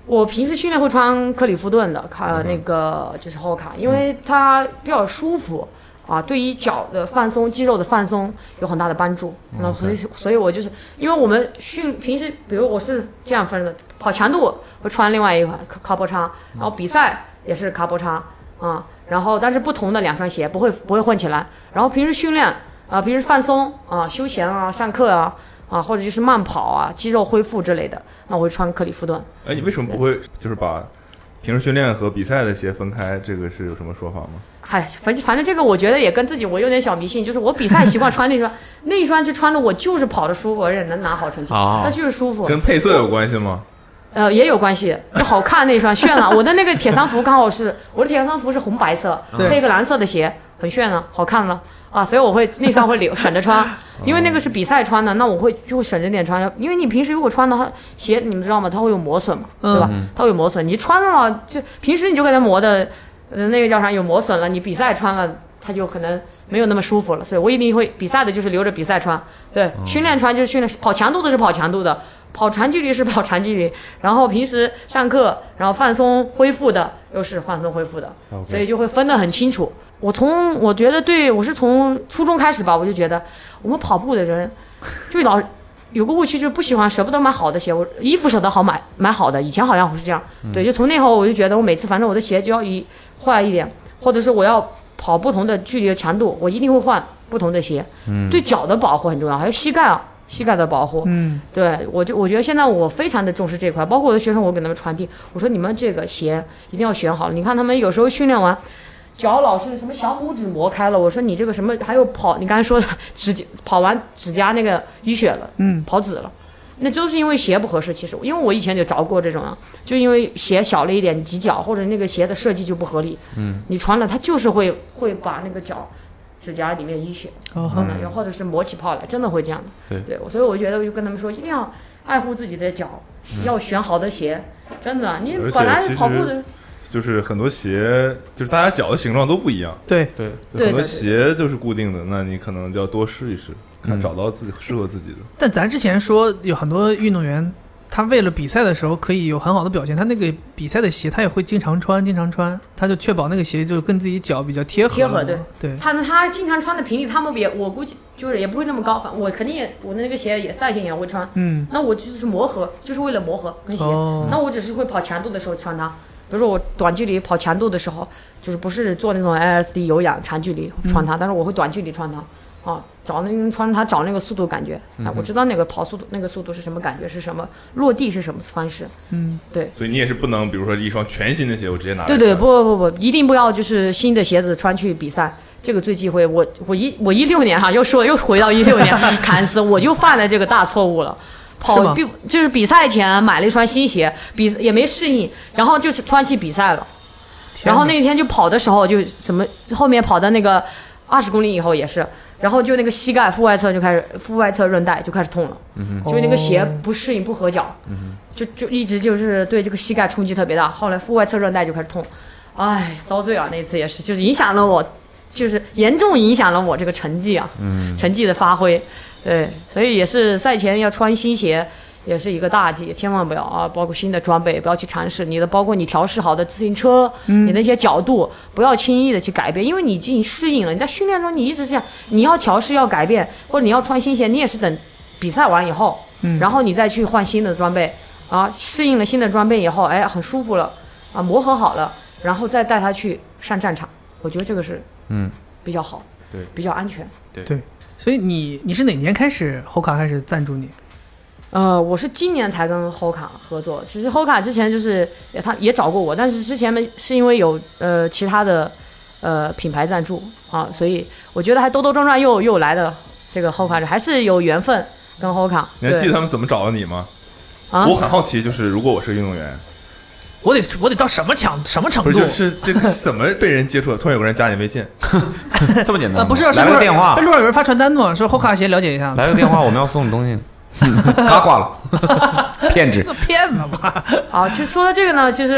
我平时训练会穿克里夫顿的，看那个就是 Hoka， 因为它比较舒服啊，对于脚的放松、肌肉的放松有很大的帮助。那所以，所以我就是因为我们训平时，比如我是这样分的，跑强度会穿另外一款卡波叉，然后比赛也是卡波叉啊，然后但是不同的两双鞋不会不会混起来。然后平时训练啊，平时放松啊、休闲啊、上课啊。啊，或者就是慢跑啊、肌肉恢复之类的，那我会穿克里夫顿。 哎，你为什么不会就是把平时训练和比赛的鞋分开？这个是有什么说法吗？ 嗨，反正反正这个我觉得也跟自己我有点小迷信，就是我比赛习惯穿那双，那一双就穿着我就是跑的舒服，而且能拿好成绩， 哦、 它就是舒服。 跟配色有关系吗？ 呃，也有关系，就好看那双炫了。我的那个铁三服刚好是我的铁三服是红白色，配一个蓝色的鞋，很炫了，好看了。啊，所以我会那双会留省着穿，因为那个是比赛穿的，那我会就会省着点穿，因为你平时如果穿的鞋，你们知道吗？它会有磨损嘛，对吧？它会有磨损，你穿了就平时你就给它磨的，呃，那个叫啥有磨损了，你比赛穿了它就可能没有那么舒服了，所以我一定会比赛的就是留着比赛穿，对，训练穿就是训练，跑强度的是跑强度的，跑长距离是跑长距离，然后平时上课然后放松恢复的又是放松恢复的， okay. 所以就会分得很清楚。我从我觉得对我是从初中开始吧，我就觉得我们跑步的人就老有个误区，就是不喜欢舍不得买好的鞋，我衣服舍得好买买好的，以前好像我是这样，对，就从那后我就觉得我每次反正我的鞋就要一坏一点，或者是我要跑不同的距离的强度，我一定会换不同的鞋，嗯，对脚的保护很重要，还有膝盖啊。膝盖的保护，嗯，对我就我觉得现在我非常的重视这块，包括我的学生，我给他们传递，我说你们这个鞋一定要选好了。你看他们有时候训练完，脚老是什么小拇指磨开了，我说你这个什么还有跑，你刚才说的指甲跑完指甲那个淤血了，嗯，跑紫了，那就是因为鞋不合适。其实因为我以前就着过这种啊，就因为鞋小了一点挤脚，或者那个鞋的设计就不合理，嗯，你穿了它就是会会把那个脚。指甲里面淤血，哦，然后或者是磨起泡来，真的会这样的。对，对，所以我觉得我就跟他们说，一定要爱护自己的脚，嗯、要选好的鞋，真的。你本来跑步的， 就是很多鞋，就是大家脚的形状都不一样。 对对，很多鞋就是固定的，那你可能就要多试一试，看找到自己适合自己的。 但咱之前说有很多运动员。他为了比赛的时候可以有很好的表现，他那个比赛的鞋他也会经常穿，经常穿，他就确保那个鞋就跟自己脚比较贴合。 贴合，对对。 他他经常穿的频率，他们也我估计就是也不会那么高，反我肯定也我的那个鞋也赛前也会穿，嗯，那我就是磨合，就是为了磨合跟鞋，哦、那我只是会跑强度的时候穿它，比如说我短距离跑强度的时候，就是不是做那种 L S D 有氧长距离穿它，嗯、但是我会短距离穿它。啊，找那穿它找那个速度感觉，嗯、啊，我知道那个跑速度那个速度是什么感觉，是什么落地是什么方式，嗯，对。 所以你也是不能，比如说一双全新的鞋，我直接拿来。 对对，不不不不，一定不要就是新的鞋子穿去比赛，这个最忌讳。我我一我一六年哈、啊，又说又回到一六年，坎斯我就犯了这个大错误了。跑比就是比赛前买了一双新鞋，比也没适应，然后就是穿去比赛了，然后那天就跑的时候就怎么后面跑的那个二十公里以后也是。然后就那个膝盖腹外侧就开始腹外侧韧带就开始痛了，嗯、就那个鞋不适应不合脚，嗯、就就一直就是对这个膝盖冲击特别大。后来腹外侧韧带就开始痛，哎，遭罪啊！那次也是，就是影响了我，就是严重影响了我这个成绩啊，嗯、成绩的发挥。对，所以也是赛前要穿新鞋。也是一个大忌，千万不要啊！包括新的装备，不要去尝试你的，包括你调试好的自行车，嗯、你那些角度，不要轻易的去改变，因为你已经适应了。你在训练中你一直这样，你要调试要改变，或者你要穿新鞋，你也是等比赛完以后，嗯、然后你再去换新的装备啊，适应了新的装备以后，哎，很舒服了啊，磨合好了，然后再带他去上战场。我觉得这个是嗯比较好， 对， 比较安全。 对对，所以你你是哪年开始Hoka开始赞助你？ 呃，我是今年才跟 Hoka 合作。其实 Hoka 之前就是他也找过我，但是之前呢是因为有呃其他的呃品牌赞助啊，所以我觉得还兜兜转转又又来的这个 Hoka 还是有缘分跟 Hoka。 你还记得他们怎么找的你吗？啊，我很好奇，就是如果我是个运动员， 我得我得到什么强什么程度？ 不是，是这个是怎么被人接触的？突然有个人加你微信， 这么简单、 呃？不是， 来个电话， 路上有人发传单嘛，说 Hoka 鞋了解一下。 来个电话，我们要送你东西。嘎挂了，骗子， 骗子吧。 好，其实说到这个呢，其实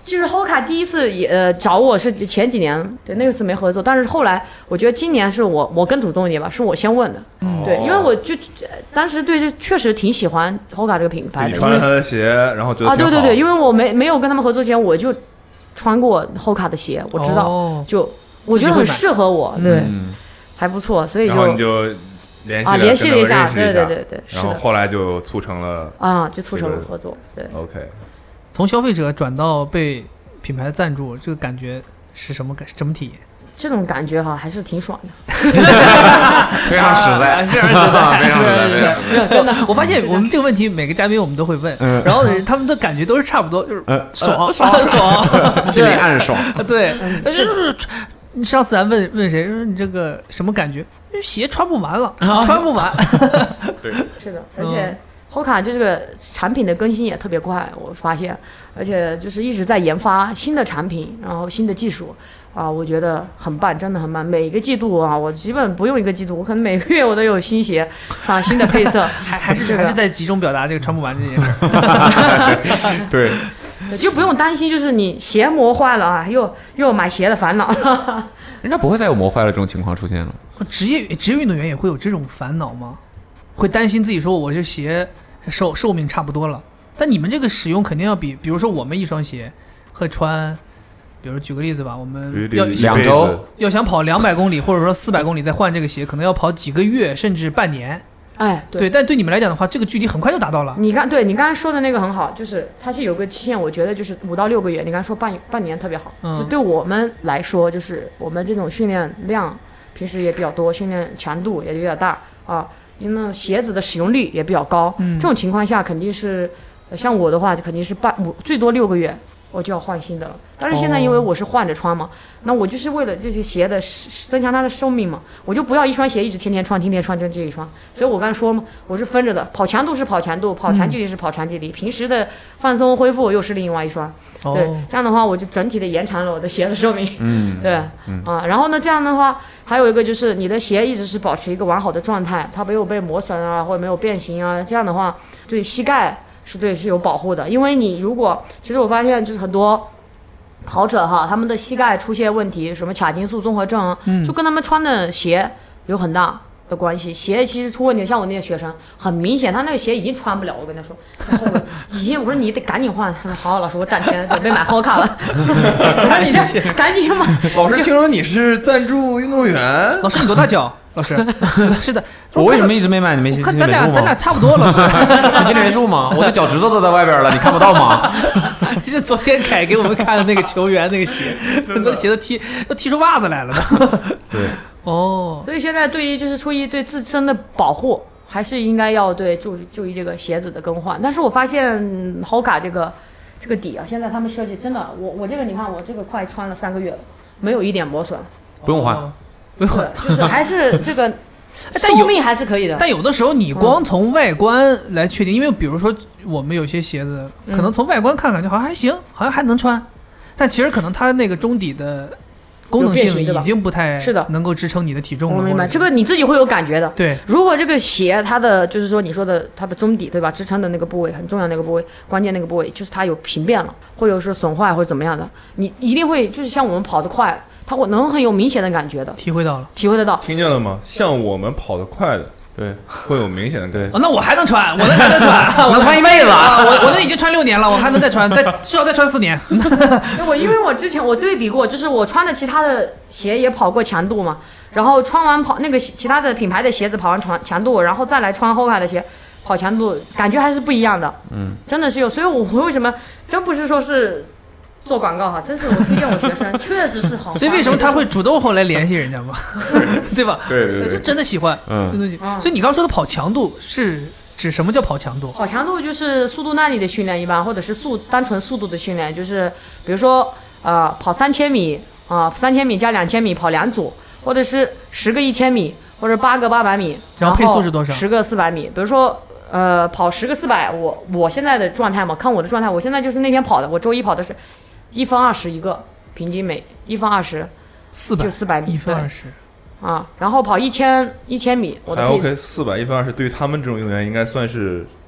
就是 Hoka 第一次也呃找我是前几年，对那个次没合作，但是后来我觉得今年是我我更主动一点吧，是我先问的， 嗯、 对，因为我就当时对这确实挺喜欢 Hoka 这个品牌的， 你穿了他的鞋，然后觉得啊，对对对， 对，因为我没没有跟他们合作前，我就穿过 Hoka 的鞋，我知道， 哦、 就我觉得很适合我，对， 嗯、 还不错，所以就然后你就联系啊联系了一下， 对对对对对， 然后后来就促成了啊，就促成了合作，对 ，OK。 从消费者转到被品牌赞助，这个感觉是什么感什么体验？ 这种感觉哈还是挺爽的， 非常实在， 非常实在， 非常实在， 没有真的。 我发现我们这个问题每个嘉宾我们都会问， 嗯、 然后他们的感觉都是差不多，就是爽、 呃、 爽爽， 心里暗爽。 对，但是就是上次咱问问谁说你这个什么感觉？鞋穿不完了，穿不完。 对， 是的，而且。Hoka 就这个产品的更新也特别快，我发现，而且就是一直在研发新的产品，然后新的技术啊，我觉得很棒，真的很棒。每个季度啊，我基本不用一个季度，我可能每个月我都有新鞋啊，新的配色， 还还是、这个、还是在集中表达这个穿不完这件事。 对， 就不用担心，就是你鞋磨坏了啊，又又有买鞋的烦恼。 应该不会再有磨坏了这种情况出现了。 职业职业运动员也会有这种烦恼吗？会担心自己说我这鞋寿寿命差不多了，但你们这个使用肯定要比，比如说我们一双鞋和穿，比如举个例子吧，我们要两周要想跑两百公里或者说四百公里再换这个鞋，可能要跑几个月甚至半年。 哎，对， 对，但对你们来讲的话，这个距离很快就达到了。 你刚对你刚才说的那个很好，就是它是有个期限，我觉得就是五到六个月。你刚才说半半年特别好， 嗯、 就对我们来说，就是我们这种训练量平时也比较多，训练强度也比较大啊。因为鞋子的使用率也比较高，嗯、这种情况下肯定是，像我的话，肯定是半五最多六个月我就要换新的了。但是现在因为我是换着穿嘛，哦、那我就是为了这些鞋的增强它的寿命嘛，我就不要一双鞋一直天天穿，天天穿就这一双。所以我刚才说嘛，我是分着的，跑强度是跑强度，跑长距离是跑长距离，嗯、平时的放松恢复又是另外一双。 哦、 对，这样的话我就整体的延长了我的鞋的寿命。嗯，对，嗯、啊，然后呢，这样的话还有一个就是你的鞋一直是保持一个完好的状态，它没有被磨损啊，或者没有变形啊，这样的话对膝盖是对是有保护的。因为你如果其实我发现就是很多跑者哈，他们的膝盖出现问题，什么髂胫束综合症，嗯、就跟他们穿的鞋有很大的关系。鞋其实出问题，像我那个学生很明显，他那个鞋已经穿不了，我跟他说，然后已经我说你得赶紧换，他说好，老师我攒钱准备买 Hoka 了，我说你这赶紧买。 老师听说你是赞助运动员， 老师你多大脚？老师是的， 我为什么一直没买你没心理咱俩咱俩差不多，老师， 你心理美术吗？我的脚趾头都在外边了，你看不到吗？ 是昨天凯给我们看的那个球员那个鞋，那鞋都踢都踢出袜子来了呢。 对， 哦， 所以现在对于就是出于对自身的保护，还是应该要对注注意这个鞋子的更换。但是我发现 Hoka 这个这个底啊，现在他们设计真的，我我这个你看我这个快穿了三个月了，没有一点磨损， 不用换。 哦不用， 就是还是这个寿命还是可以的。 但有的时候你光从外观来确定，嗯、因为比如说我们有些鞋子，可能从外观看感觉好像还行，好像还能穿，但其实可能它那个中底的功能性已经不太是的能够支撑你的体重了。 我明白，这个你自己会有感觉的。 对， 如果这个鞋它的就是说你说的它的中底对吧，支撑的那个部位很重要那个部位，关键那个部位就是它有平变了，或者是损坏或者怎么样的，你一定会就是像我们跑得快。它会能很有明显的感觉的， 体会到了， 体会得到， 听见了吗？像我们跑得快的，对，会有明显的感觉。 哦，那我还能穿，我那还能穿， 我穿一辈子啊！我我那已经穿六年了，我还能再穿，再至少再穿四年。 我因为我之前我对比过，就是我穿的其他的鞋也跑过强度嘛，然后穿完跑那个其他的品牌的鞋子跑完强强度，然后再来穿Hoka的鞋跑强度，感觉还是不一样的。嗯，真的是有，所以我为什么真不是说是。做广告哈，真是我推荐我学生，确实是好。 所以为什么他会主动后来联系人家嘛？对吧？ 对对对， 真的喜欢，嗯，真的喜欢。所以你刚刚说的跑强度是指什么叫跑强度？ 跑强度就是速度耐力的训练，一般或者是速单纯速度的训练，就是比如说呃跑三千米啊，三千米加两千米跑两组，或者是十个一千米，或者八个八百米， 然后配速是多少？ 十个四百米，比如说。呃，跑十个四百，我我现在的状态嘛，看我的状态，我现在就是那天跑的，我周一跑的是一分二十一个，平均每一分二十， 四百就四百米， 一分二十啊，然后跑一千一千米，我的还 OK， 四百一分二十，对于他们这种运动员应该算是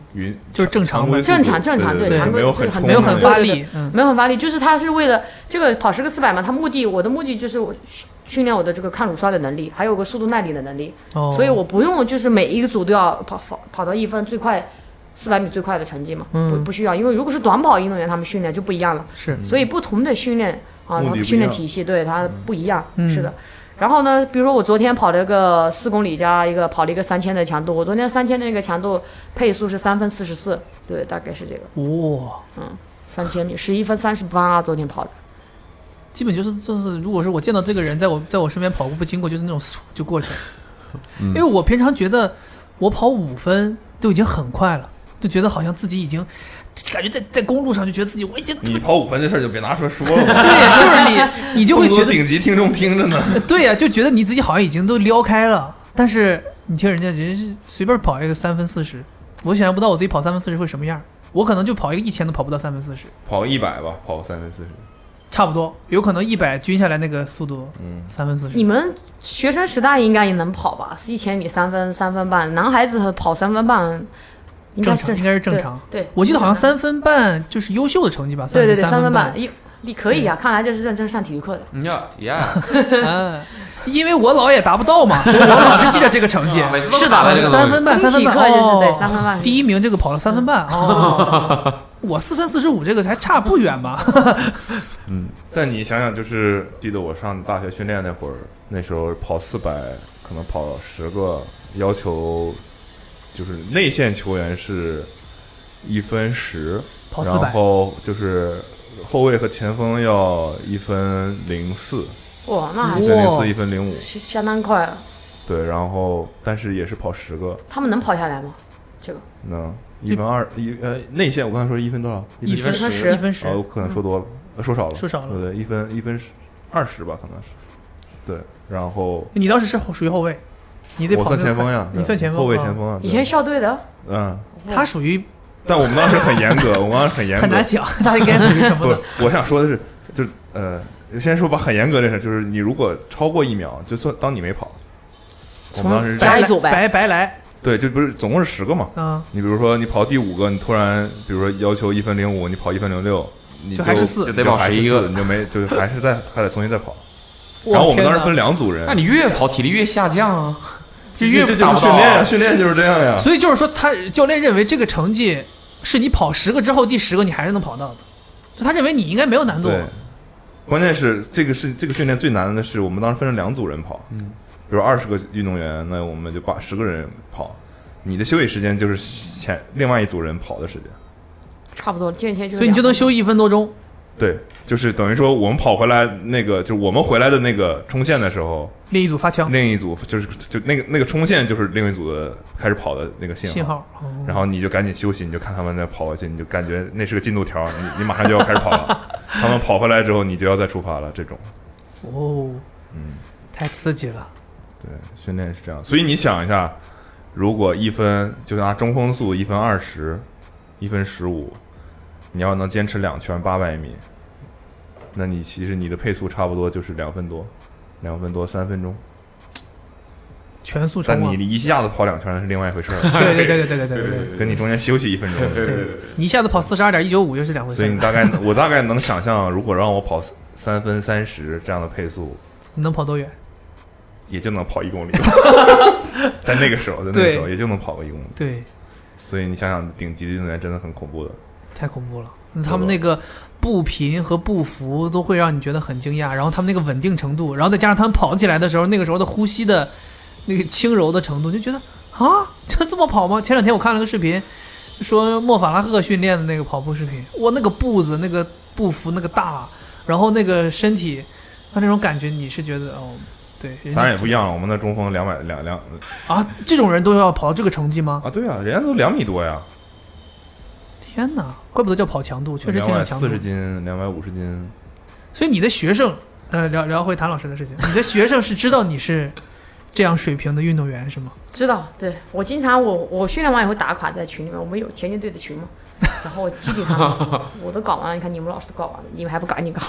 匀就是正常嘛正常正常对常规没有很很没有很发对力，嗯， 没有很发力，就是他是为了这个跑十个四百嘛，他目的我的目的就是我训练我的这个抗乳酸的能力，还有个速度耐力的能力， 哦， 所以我不用就是每一个组都要跑跑跑到一分最快四百米最快的成绩嘛， 嗯不不需要，因为如果是短跑运动员，他们训练就不一样了， 是， 所以不同的训练啊， 目的不一样训练体系对它不一样， 嗯是的。然后呢，比如说我昨天跑了个四公里加一个跑了一个三千的强度，我昨天三千的那个强度配速是三分四十四，对，大概是这个， 哇， 三千米十一分三十八，昨天跑的。 基本就是就是，如果是我见到这个人在我在我身边跑步不经过，就是那种嗖就过去了， 嗯因为我平常觉得我跑五分都已经很快了，就觉得好像自己已经。感觉在在公路上就觉得自己我已经你跑五分这事儿就别拿出来说了吧。 对，就是你你就会觉得顶级听众听着呢。 对呀、啊，就觉得你自己好像已经都撩开了，但是你听人家人家是随便跑一个三分四十，我想象不到我自己跑三分四十会什么样，我可能就跑一个一千都跑不到三分四十， 跑个一百吧，跑个三分四十， 差不多，有可能一百均下来那个速度，嗯，三分四十。 你们学生时代应该也能跑吧？一千米三分三分半，男孩子跑三分半。应该是正常，应该是正常。 对，对我记得好像三分半就是优秀的成绩吧？ 对对对，三分半，一你可以啊！看来这是认真上体育课的。 呀呀， 啊，因为我老也达不到嘛，所以我老是记得这个成绩。 是的，三分半，三分半， 课就是对三分半。 第一名这个跑了三分半哦，我四分四十五，这个还差不远吧？ 嗯，但你想想，就是记得我上大学训练那会儿，那时候跑四百，可能跑十个，要求。就是内线球员是一分十， 跑四百， 然后就是后卫和前锋要一分零四， 哇，那还一分零四，一分零五， 相当快了。 对，然后但是也是跑十个， 他们能跑下来吗？这个能一分二一呃内线，我刚才说一分多少？ 一分十，一分十， 哦，我可能说多了，嗯、说少了， 说少了， 对对，一分一分二十吧，可能是，对，然后你当时是属于后卫。你得跑我算前锋呀， 你算前锋， 后卫前锋啊。 以前校队的， 嗯， 他属于， 但我们当时很严格，我们当时很严格， 很难讲，他应该属于什么？ 不，我想说的是，就呃，先说吧，很严格这事，就是你如果超过一秒，就算当你没跑。我们当时加一组呗， 白白来。 对，就不是总共是十个嘛。 嗯。 你比如说你跑第五个，你突然比如说要求一分零五，你跑一分零六，你就还是四， 就得跑十一个， 你就没，就还是再还得重新再跑。然后我们当时分两组人， 那你越跑体力越下降啊。 这越这就是训练呀，训练就是这样呀。 所以就是说，他教练认为这个成绩是你跑十个之后第十个你还是能跑到的，就他认为你应该没有难度。 对，关键是这个是这个训练最难的是，我们当时分成两组人跑，嗯，比如二十个运动员，那我们就把十个人跑，你的休息时间就是前另外一组人跑的时间， 差不多间歇就。 所以你就能休一分多钟。 对，就是等于说我们跑回来那个，就我们回来的那个冲线的时候， 另一组发枪， 另一组就是就那个那个冲线就是另一组的开始跑的那个信号， 信号哦、 然后你就赶紧休息，你就看他们在跑过去，你就感觉那是个进度条，你你马上就要开始跑了，他们跑回来之后，你就要再出发了，这种。 哦， 嗯， 太刺激了。 对，训练是这样，所以你想一下，如果一分就拿中风速一分二十，一分十五。你要能坚持两圈八百米，那你其实你的配速差不多就是两分多，两分多三分钟， 全速冲。 但你一下子跑两圈那是另外一回事儿。 对对对对对对对对， 跟你中间休息一分钟。 对对对，你一下子跑四十二点一九五又是两回事。 所以你大概我大概能想象，如果让我跑三分三十这样的配速， 你能跑多远？ 也就能跑一公里。在那个时候，在那个时候也就能跑个一公里。 对。 所以你想想，顶级的运动员真的很恐怖的。 太恐怖了，他们那个步频和步幅都会让你觉得很惊讶，然后他们那个稳定程度，然后再加上他们跑起来的时候，那个时候的呼吸的那个轻柔的程度，就觉得啊，就这么跑吗？前两天我看了个视频，说莫法拉赫训练的那个跑步视频，哇，那个步子、那个步幅那个大，然后那个身体，他那种感觉，你是觉得哦，对， 当然也不一样了。我们的中锋两百两两啊，这种人都要跑到这个成绩吗？ 啊，对啊，人家都两米多呀。 天哪，怪不得叫跑强度，确实挺有强度。 四十斤，两百五十斤。 所以你的学生，呃，聊聊回谭老师的事情。你的学生是知道你是这样水平的运动员是吗？ 知道，对我经常我我训练完以后打卡在群里面，我们有田径队的群嘛，然后基本上我都搞完了，你看你们老师都搞完了，你们还不赶紧搞？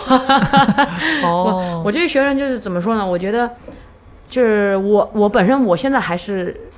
哦， 我这些学生就是怎么说呢？我觉得就是我我本身我现在还是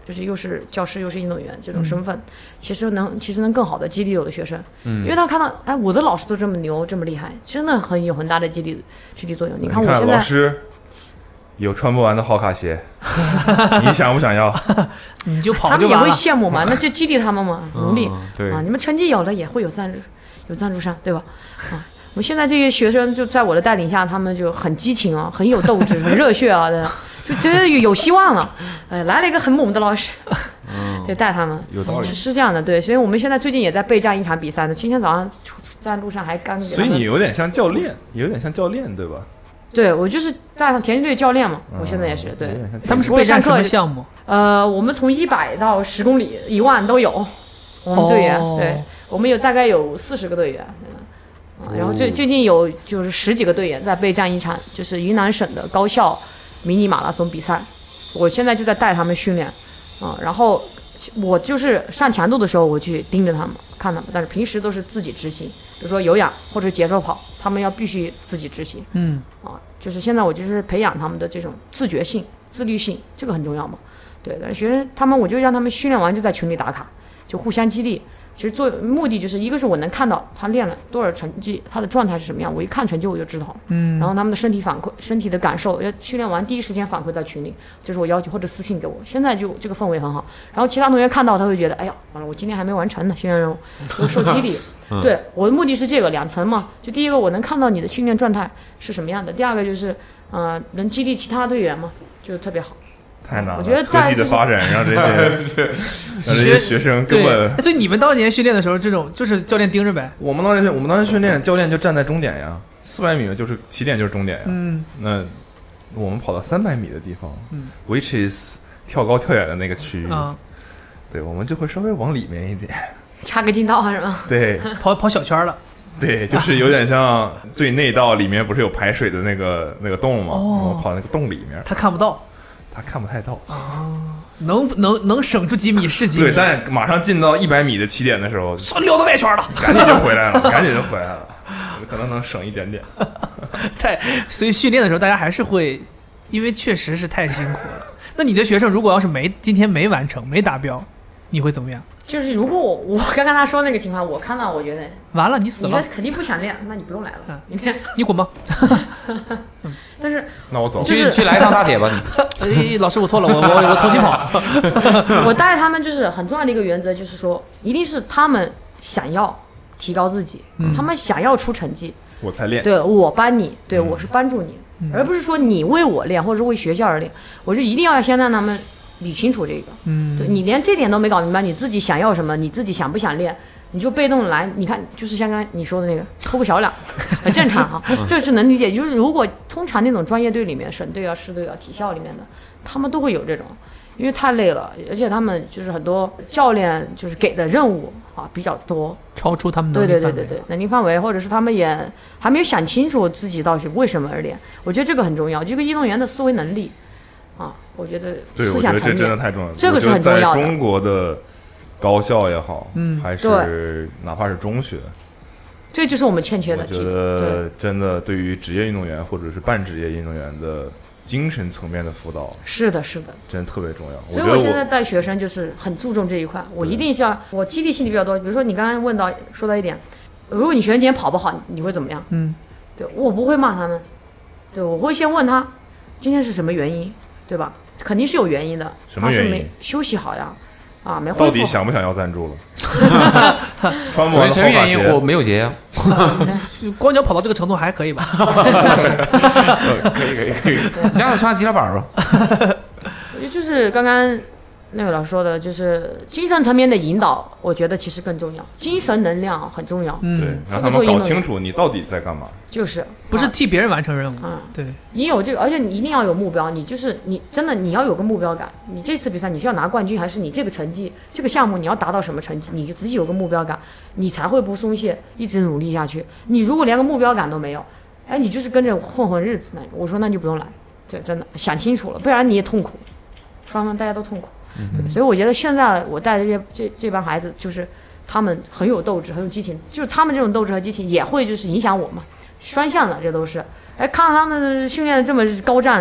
就是又是教师又是运动员这种身份，嗯、其实能其实能更好的激励有的学生，嗯，因为他看到哎我的老师都这么牛这么厉害，真的很有很大的激励激励作用。你看我现在老师有穿不完的好卡鞋，你想不想要？ 你就跑就完了。他们也会羡慕嘛， 那就激励他们嘛，努力、 嗯、对啊，你们成绩有了也会有赞助有赞助商，对吧？啊。我们现在这些学生就在我的带领下，他们就很激情啊，很有斗志，很热血啊的，就觉得有希望了。哎，来了一个很猛的老师，嗯，得带他们。 有道理， 是是这样的，对。所以我们现在最近也在备战一场比赛呢。今天早上在路上还刚。 所以你有点像教练，有点像教练，对吧？ 对，我就是带上田径队教练嘛。我现在也是，对。 他们是备战什么项目？ 呃，我们从一百到十公里、一万都有。我们队员，哦、对，我们有大概有四十个队员。啊，然后最最近有就是十几个队员在备战一场，就是云南省的高校迷你马拉松比赛，我现在就在带他们训练，啊，然后我就是上强度的时候我去盯着他们看他们，但是平时都是自己执行，比如说有氧或者节奏跑，他们要必须自己执行， 嗯， 啊，就是现在我就是培养他们的这种自觉性、自律性，这个很重要嘛，对，但是学生他们我就让他们训练完就在群里打卡，就互相激励。其实做目的就是一个是我能看到他练了多少成绩，他的状态是什么样，我一看成绩我就知道。嗯，然后他们的身体反馈、身体的感受，要训练完第一时间反馈在群里，这是我要求，或者私信给我。现在就这个氛围很好，然后其他同学看到他会觉得，哎呀，完了，我今天还没完成呢，训练任务，我受激励。嗯、对，我的目的是这个两层嘛，就第一个我能看到你的训练状态是什么样的，第二个就是，呃，能激励其他队员嘛，就特别好。 太难了， 我觉得科技的发展让这些让这些学生根本。 所以你们当年训练的时候，这种就是教练盯着呗。 我们当年我们当年训练，教练就站在终点呀，四百米就是起点就是终点呀。嗯，那我们跑到三百米的地方，嗯 ，which is 跳高跳远的那个区域，啊、对，我们就会稍微往里面一点， 插个近道是吗？ 对， 跑跑小圈了。 对，就是有点像最内道里面不是有排水的那个那个洞吗？哦，我跑那个洞里面， 他看不到。 他看不太到啊，能能能省出几米是几米。 对，但马上进到一百米的起点的时候， 溜到外圈了， 赶紧就回来了，赶紧就回来了，可能能省一点点。 太，所以训练的时候大家还是会，因为确实是太辛苦了。那你的学生如果要是没今天没完成没达标，你会怎么样？ 就是如果我我刚刚他说那个情况，我看到我觉得完了，你死了， 你肯定不想练，那你不用来了，明天你滚吧。 但是那我走， 去、就是、去来一趟大铁吧你。哎，老师我错了，我我我重新跑。 我带他们就是很重要的一个原则，就是说一定是他们想要提高自己，嗯、他们想要出成绩， 我才练。 对，我帮你，对、嗯、我是帮助你、嗯，而不是说你为我练，或者是为学校而练。我就一定要先让他们理清楚这个，嗯，对，你连这点都没搞明白，你自己想要什么，你自己想不想练，你就被动来，你看，就是像刚才你说的那个偷个小懒，很正常啊，这是能理解。就是如果通常那种专业队里面，省队啊、市队啊、体校里面的，他们都会有这种，因为太累了，而且他们就是很多教练就是给的任务啊比较多， 超出他们能力范围， 对对对对对，能力范围，或者是他们也还没有想清楚自己到底为什么而练，我觉得这个很重要，这个运动员的思维能力。啊，我觉得思想层面，对，我觉得这真的太重要了。 这个是很重要的。 在中国的高校也好，嗯，还是哪怕是中学， 这就是我们欠缺的。 我觉得真的对于职业运动员或者是半职业运动员的精神层面的辅导， 是的，是的， 真的特别重要。 所以我现在带学生就是很注重这一块，我一定是要我激励性的比较多。比如说你刚刚问到说到一点，如果你学生今天跑不好，你会怎么样？嗯，对我不会骂他们，对我会先问他今天是什么原因。对吧？肯定是有原因的。 什么原因？ 他是没休息好呀，啊，没恢复好。 到底想不想要赞助了？穿什么什么原因？我没有结呀。 光脚跑到这个程度还可以吧？ 可以可以可以，加上穿吉他板吧。 我觉得就是刚刚那位老师说的，就是精神层面的引导，我觉得其实更重要，精神能量很重要。 嗯，对，让他们搞清楚你到底在干嘛。 就是不是替别人完成任务。 嗯， 对， 你有这个，而且你一定要有目标，你就是你真的你要有个目标感。你这次比赛你是要拿冠军，还是你这个成绩这个项目你要达到什么成绩？你自己有个目标感，你才会不松懈，一直努力下去。你如果连个目标感都没有，哎，你就是跟着混混日子呢。我说那就不用来，对，真的想清楚了，不然你也痛苦，双方大家都痛苦。对，所以我觉得现在我带的这些这这帮孩子，就是他们很有斗志，很有激情，就是他们这种斗志和激情也会就是影响我嘛，双向的，这都是。哎，看到他们训练的这么高战，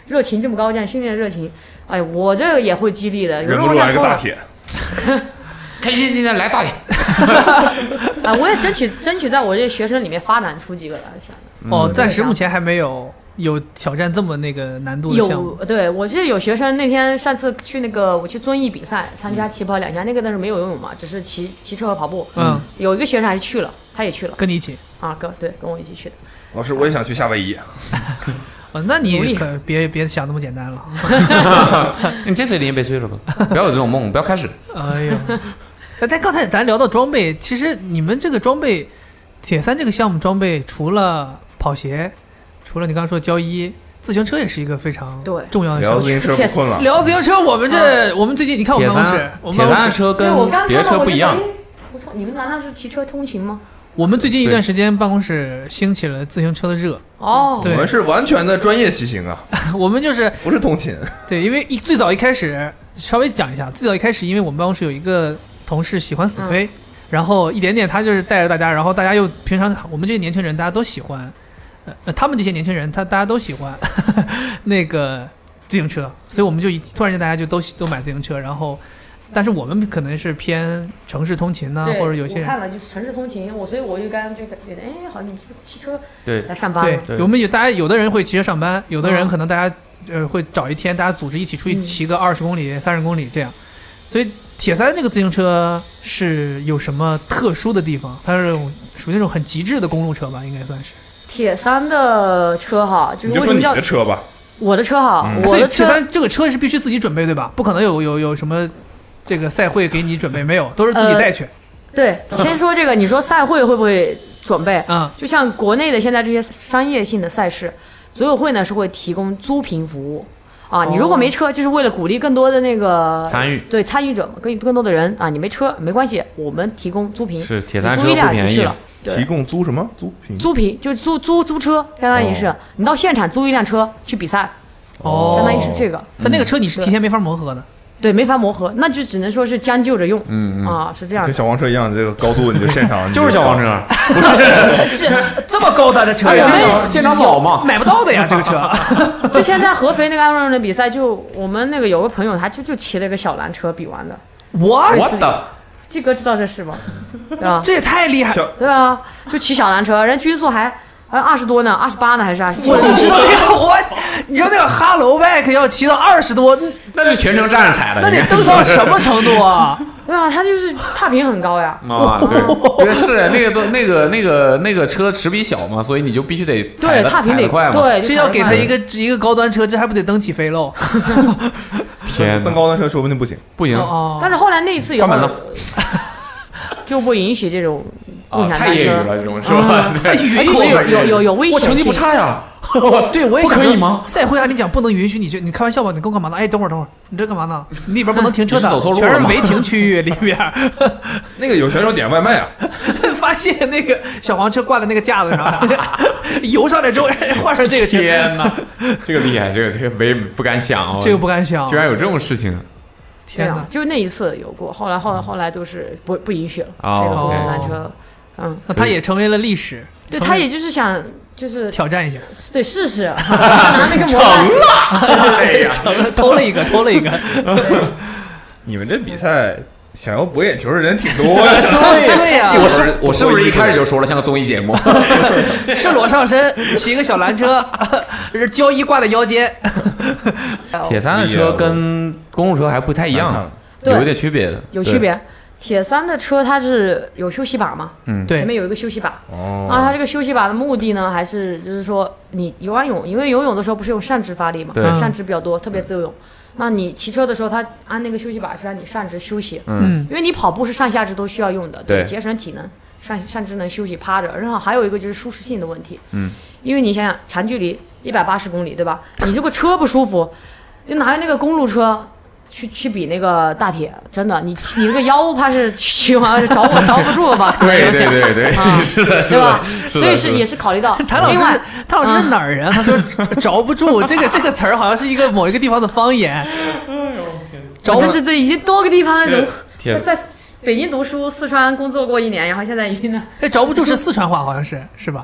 热情这么高，这样训练热情，哎，我这个也会激励的。有忍不住来个大铁， 开心今天来大铁。 啊，我也争取争取在我这学生里面发展出几个来想的。 哦，暂时目前还没有有挑战这么那个难度的项目。 有，对我是有学生那天上次去那个我去遵义比赛参加起跑两项，那个但是没有游泳嘛，只是骑骑车和跑步。 嗯， 有一个学生还是去了，他也去了， 跟你一起啊，跟对跟我一起去的。 老师，我也想去夏威夷。 哦，那你可别别想那么简单了。 你这次已经被吹了吧？不要有这种梦，不要开始。 哎呀，但刚才咱聊到装备，其实你们这个装备，铁三这个项目装备，除了跑鞋，除了你刚刚说胶衣，自行车也是一个非常对重要的项目。 聊自行车不困了， 聊自行车，我们这、啊、我们最近你看我们办公室，我们铁三的车跟别的车不一样。 不错，你们难道是骑车通勤吗？ 我们最近一段时间办公室兴起了自行车的热哦， 我们是完全的专业骑行啊， 我们就是不是通勤。 对，因为一最早一开始稍微讲一下，最早一开始因为我们办公室有一个同事喜欢死飞，嗯、然后一点点他就是带着大家，然后大家又平常我们这些年轻人大家都喜欢，呃，他们这些年轻人他大家都喜欢呵呵那个自行车，所以我们就突然间大家就都都买自行车，然后。但是我们可能是偏城市通勤呢、啊，或者有些人我看了就是城市通勤，我所以我就刚刚就觉得，哎，好像你骑车对来上班对， 对我们有大家有的人会骑车上班，有的人可能大家、嗯、呃会找一天大家组织一起出去骑个二十公里、三、嗯、十公里这样。所以铁三这个自行车是有什么特殊的地方？它是属于那种很极致的公路车吧，应该算是。 铁三的车哈，就是为什么叫你就说你的车吧？ 我的车哈， 嗯、 我的车。 铁三这个车是必须自己准备对吧？不可能有有有什么。这个赛会给你准备没有？都是自己带去。呃、 对，先说这个，你说赛会会不会准备？ 嗯， 就像国内的现在这些商业性的赛事，组委会呢是会提供租赁服务啊。你如果没车，就是为了鼓励更多的那个参与， 对参与者，更更多的人啊。你没车没关系，我们提供租赁。 是铁三车不便宜。 提供租什么租赁？ 租赁就是租租租车，相当于是、哦、你到现场租一辆车去比赛， 哦， 相当于是这个。 但那个车你是提前没法磨合的。 对，没法磨合，那就只能说是将就着用， 嗯嗯啊，是这样的。 跟小黄车一样，这个高度你就现场就是小黄车， 不是是这么高端的车呀， 哎、 现场扫嘛， 买不到的呀，这个车。 之前在合肥那个奥运的比赛，就我们那个有个朋友，他就就骑了一个小蓝车比完的。 What What the？ 季哥知道这事吗？对吧？ 这也太厉害了， 对啊，就骑小蓝车，人均速还。还二十多呢，二十八呢，还是二十七？ 我你知道那个我，你知道那个哈喽 bike 要骑到二十多， 那是全程站着踩的， 那得蹬到什么程度啊？ 对啊，它就是踏频很高呀。 啊，对，对是那个都那个那个那个车齿比小嘛，所以你就必须得对踏频得快嘛。 对， 这要给他一个一个高端车，这还不得蹬起飞喽？ 天， 蹬高端车说不定不行， 不行。 哦、但是后来那一次有关门了， 就不允许这种。 啊，太业余了，这种是吧？ 允许有有有有危险性。 我成绩不差呀， 对我也不可以吗？ 赛会按理讲不能允许你去，你开玩笑吧？你跟我干嘛呢？哎，等会儿等会儿，你这干嘛呢？你里边不能停车的， 走错路全是违停区域里边。 那个有选手点外卖啊， 发现那个小黄车挂在那个架子上，游上来之后换上这个。 天哪，这个厉害，这个这个没不敢想哦， 这个不敢想， 居然有这种事情。 天哪， 就那一次有过，后来后来后来都是不不允许了。 哦， 这个共享单车。嗯， 那他也成为了历史。 对，他也就是想就是挑战一下， 对，试试，拿那个成了，哎呀， 成了，偷了一个，偷了一个。 你们这比赛想要博眼球的人挺多呀。 对对呀， 我是我是不是一开始就说了像个综艺节目？ 赤裸上身，骑个小蓝车，胶衣挂在腰间。 铁三的车跟公路车还不太一样，有一点区别的， 有区别。铁三的车它是有休息把嘛， 嗯， 对， 前面有一个休息把。 哦， 啊，它这个休息把的目的呢，还是就是说你游完泳，因为游泳的时候不是用上肢发力嘛， 对， 上肢比较多，特别自由泳。那你骑车的时候，它按那个休息把是让你上肢休息， 嗯， 因为你跑步是上下肢都需要用的， 对， 节省体能，上上肢能休息趴着。然后还有一个就是舒适性的问题， 嗯， 因为你想想长距离一百八十公里，对吧？你如果车不舒服，就拿那个公路车。去去比那个大铁，真的，你你那个腰怕是骑完着不着不住了吧？ 对对对对，啊、是的， 对吧？所以是也是考虑到。 谭老师，谭老师是哪儿人？他说着不住这个这个词儿好像是一个某一个地方的方言。 着这这这已经多个地方那种。 在在北京读书，四川工作过一年，然后现在云南。 哎，着不住是四川话，好像是是吧？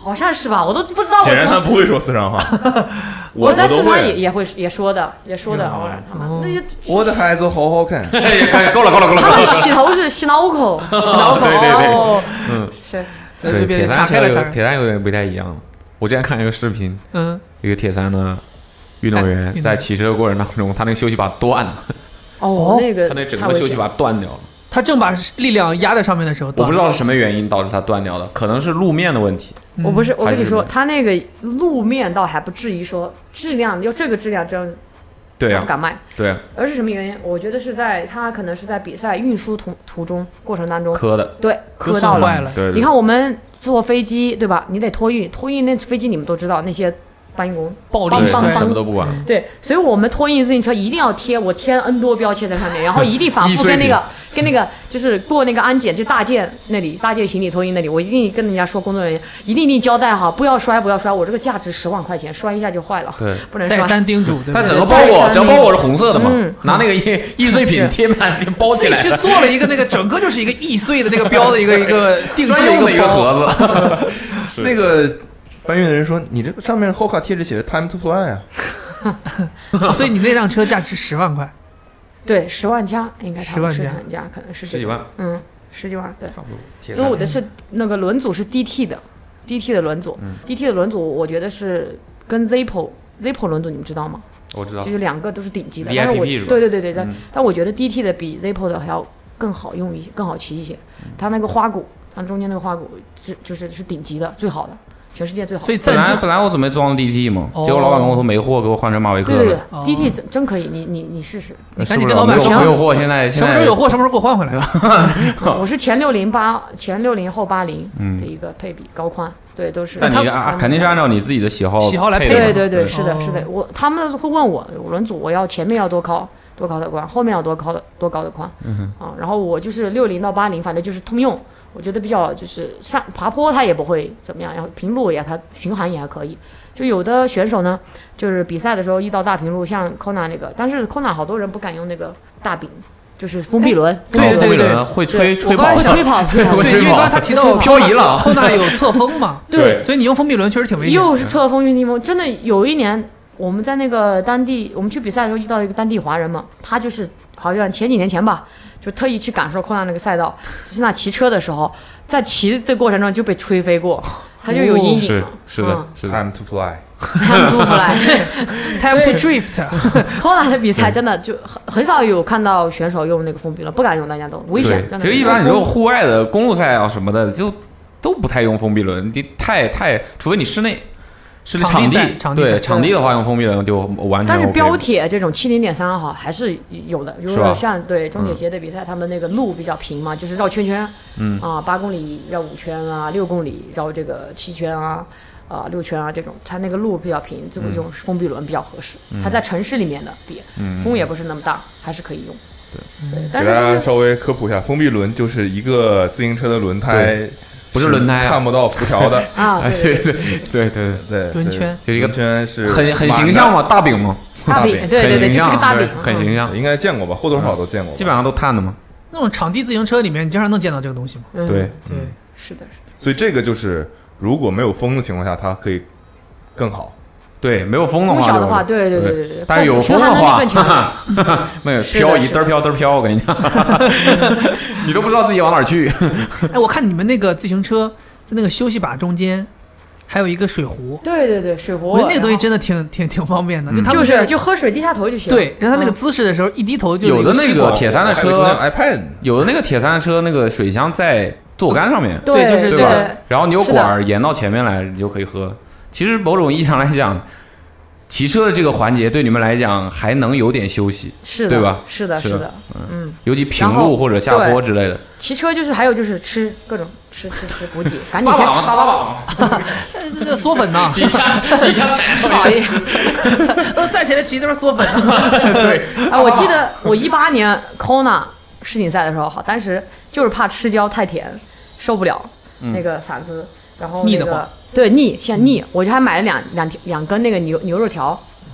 好像是吧，我都不知道。 显然他不会说四川话，我我在四都川也会。 也会也说的，也说的。我他妈那些我的孩子好好看， 够了够了够了， 他们洗头是洗脑口，洗脑口。 对对对哦嗯， 是对，铁三车有岔开了岔开铁三有点不太一样。我之前看一个视频， 嗯， 一个铁三的运动员在骑车的过程当中，他那个休息把断了， 哦，那个他那整个休息把断掉了。 他正把力量压在上面的时候， 我不知道是什么原因导致它断掉的，可能是路面的问题。 我不是，我跟你说， 还是它那个路面倒还不至于说质量，就这个质量这样对啊， 敢卖， 对啊， 而是什么原因？我觉得是在它可能是在比赛运输途途中过程当中， 磕的， 对， 磕磕到了。 损坏了。 对，对你看我们坐飞机对吧？你得托运，托运那飞机你们都知道那些搬运工暴力对帮帮什么帮。 都不管， 对，所以我们托运自行车一定要贴，我贴 N 多标签在上面，然后一定反易碎品复跟那个跟那个就是过那个安检，就大件那里，大件行李托运那里，我一定跟人家说，工作人员一定一定交代哈，不要摔，不要摔，我这个价值十万块钱，摔一下就坏了， 对。 再不能摔。 三叮嘱，对它不对？ 整个包裹， 对整个包裹是红色的嘛， 嗯拿那个易易碎品贴满包起自己去来的， 做了一个那个整个就是一个易碎的那个标的一个一个定制专用的一个包盒子。 那个搬运的人说：“你这个上面后卡贴纸写着 ‘Time to fly’ 啊。 哦所以你那辆车价值十万块， 对，十万加应该差不多十万是很加，可能是这个十几万， 嗯，十几万，对。 差不多。铁因为我的是那个轮组是 D T 的，D T 的轮组、 嗯、 ，D T 的轮组，我觉得是跟 Zippo Zippo 轮组，你们知道吗？ 我知道就是两个都是顶级的， V I P 但是我是吧对对对对，但、 嗯但我觉得 D T 的比 Zippo 的还要更好用一些，更好骑一些。它那个花鼓，它中间那个花鼓是就是是顶级的，最好的，全世界最好的。 所以本赞助来本来我准备装 D T 嘛， 哦结果老板跟我说没货，给我换成马维克对对了。 对、 哦 D T 真真可以，你你你试试。 你是不是赶紧跟老板说没有没有货？现在什么时候有货，什么时候给我换回来。 我是前六零八前六零后八零嗯的一个配比高宽，对，都是。 但你啊，肯定是按照你自己的喜好喜好来配的配的嘛。 对对对， 对是的， 哦是的，我他们会问我轮组我要前面要多高多高的宽，后面要多高的多高的宽， 嗯啊，然后我就是六零到八零，反正就是通用，我觉得比较就是上爬坡它也不会怎么样，然后平路也它巡航也还可以。就有的选手呢，就是比赛的时候遇到大平路，像 Kona 那个，但是 Kona 好多人不敢用那个大柄，就是封闭轮， 对对风力对轮会吹对吹跑会，吹跑，吹跑对， 会吹跑因为刚才他提到漂移了后那有侧风嘛， 对所以你用封闭轮确实挺危险的。 又是侧风运逆风，真的有一年我们在那个当地，我们去比赛的时候遇到一个当地华人嘛，他就是好像前几年前吧，就特意去感受空纳那个赛道，就是那骑车的时候，在骑的过程中就被吹飞过，他就有阴影是了。 是的嗯， 是的。 Time to fly， 看出来 Time to drift， 空纳的比赛真的就很很少有看到选手用那个封闭轮，不敢用，大家都危险。 对， 真的其实一般你说户外的公路赛啊什么的，就都不太用封闭轮，你太太，除非你室内。是场场地赛场地赛对场地的话用封闭轮就完全 OK。 但是标铁这种七零点三号还是有的，如是吧果像对中铁协的比赛，他们那个路比较平嘛，就是绕圈圈， 嗯啊，八公里绕五圈啊，六公里绕这个七圈啊，啊六圈啊这种，它那个路比较平，就用封闭轮比较合适。它在城市里面的比嗯风也不是那么大，还是可以用。对，但给大家是稍微科普一下，封闭轮就是一个自行车的轮胎， 不是轮胎啊看不到辐条的， 啊， 哎对对对对， 对对对， 对， 轮圈对就一个轮圈是很很满的形象嘛，大饼嘛， 大饼，对对对， 很形象就是个大饼对，很形象， 应该见过吧，或多或少都见过吧， 基本上都碳的嘛。 那种场地自行车里面，你经常能见到这个东西吗？ 嗯， 对， 对， 是的，是的。 所以这个就是如果没有风的情况下，它可以更好。 对，没有风的话就， 风小的话，对对对对对， 但是有风的巡航能力话， 更强哈哈没有是的漂移是的嘚儿飘嘚儿飘，我跟你讲，你都不知道自己往哪儿去。 哎，我看你们那个自行车在那个休息把中间还有一个水壶， 对对对，水壶， 我觉得那个东西真的的挺挺挺方便的， 嗯就他们就是就喝水低下头就行。 对，然后他那个嗯姿势的时候一低头就有的那吸管个铁三的还有中间车， iPad， 有的那个铁三的车，那个水箱在坐杆上面， 对对就是对吧对？ 然后你有是的管儿延到前面来，你就可以喝。其实某种意义上来讲，骑车的这个环节对你们来讲还能有点休息， 是的， 对吧？ 是的， 是的是的，嗯， 尤其平然后路或者下坡之类的。 骑车就是还有就是吃各种吃吃吃补给，赶紧撒网先吃。 大撒网， 这这这缩粉呢， 一下一下踩不好意思， 都站起来骑这边缩粉。 对， 啊，我记得我一八年 Kona 世锦赛的时候，好，当时就是怕吃胶太甜，受不了那个嗓子，然后那个腻得慌对腻，像腻，我就还买了两两两根那个牛牛肉条，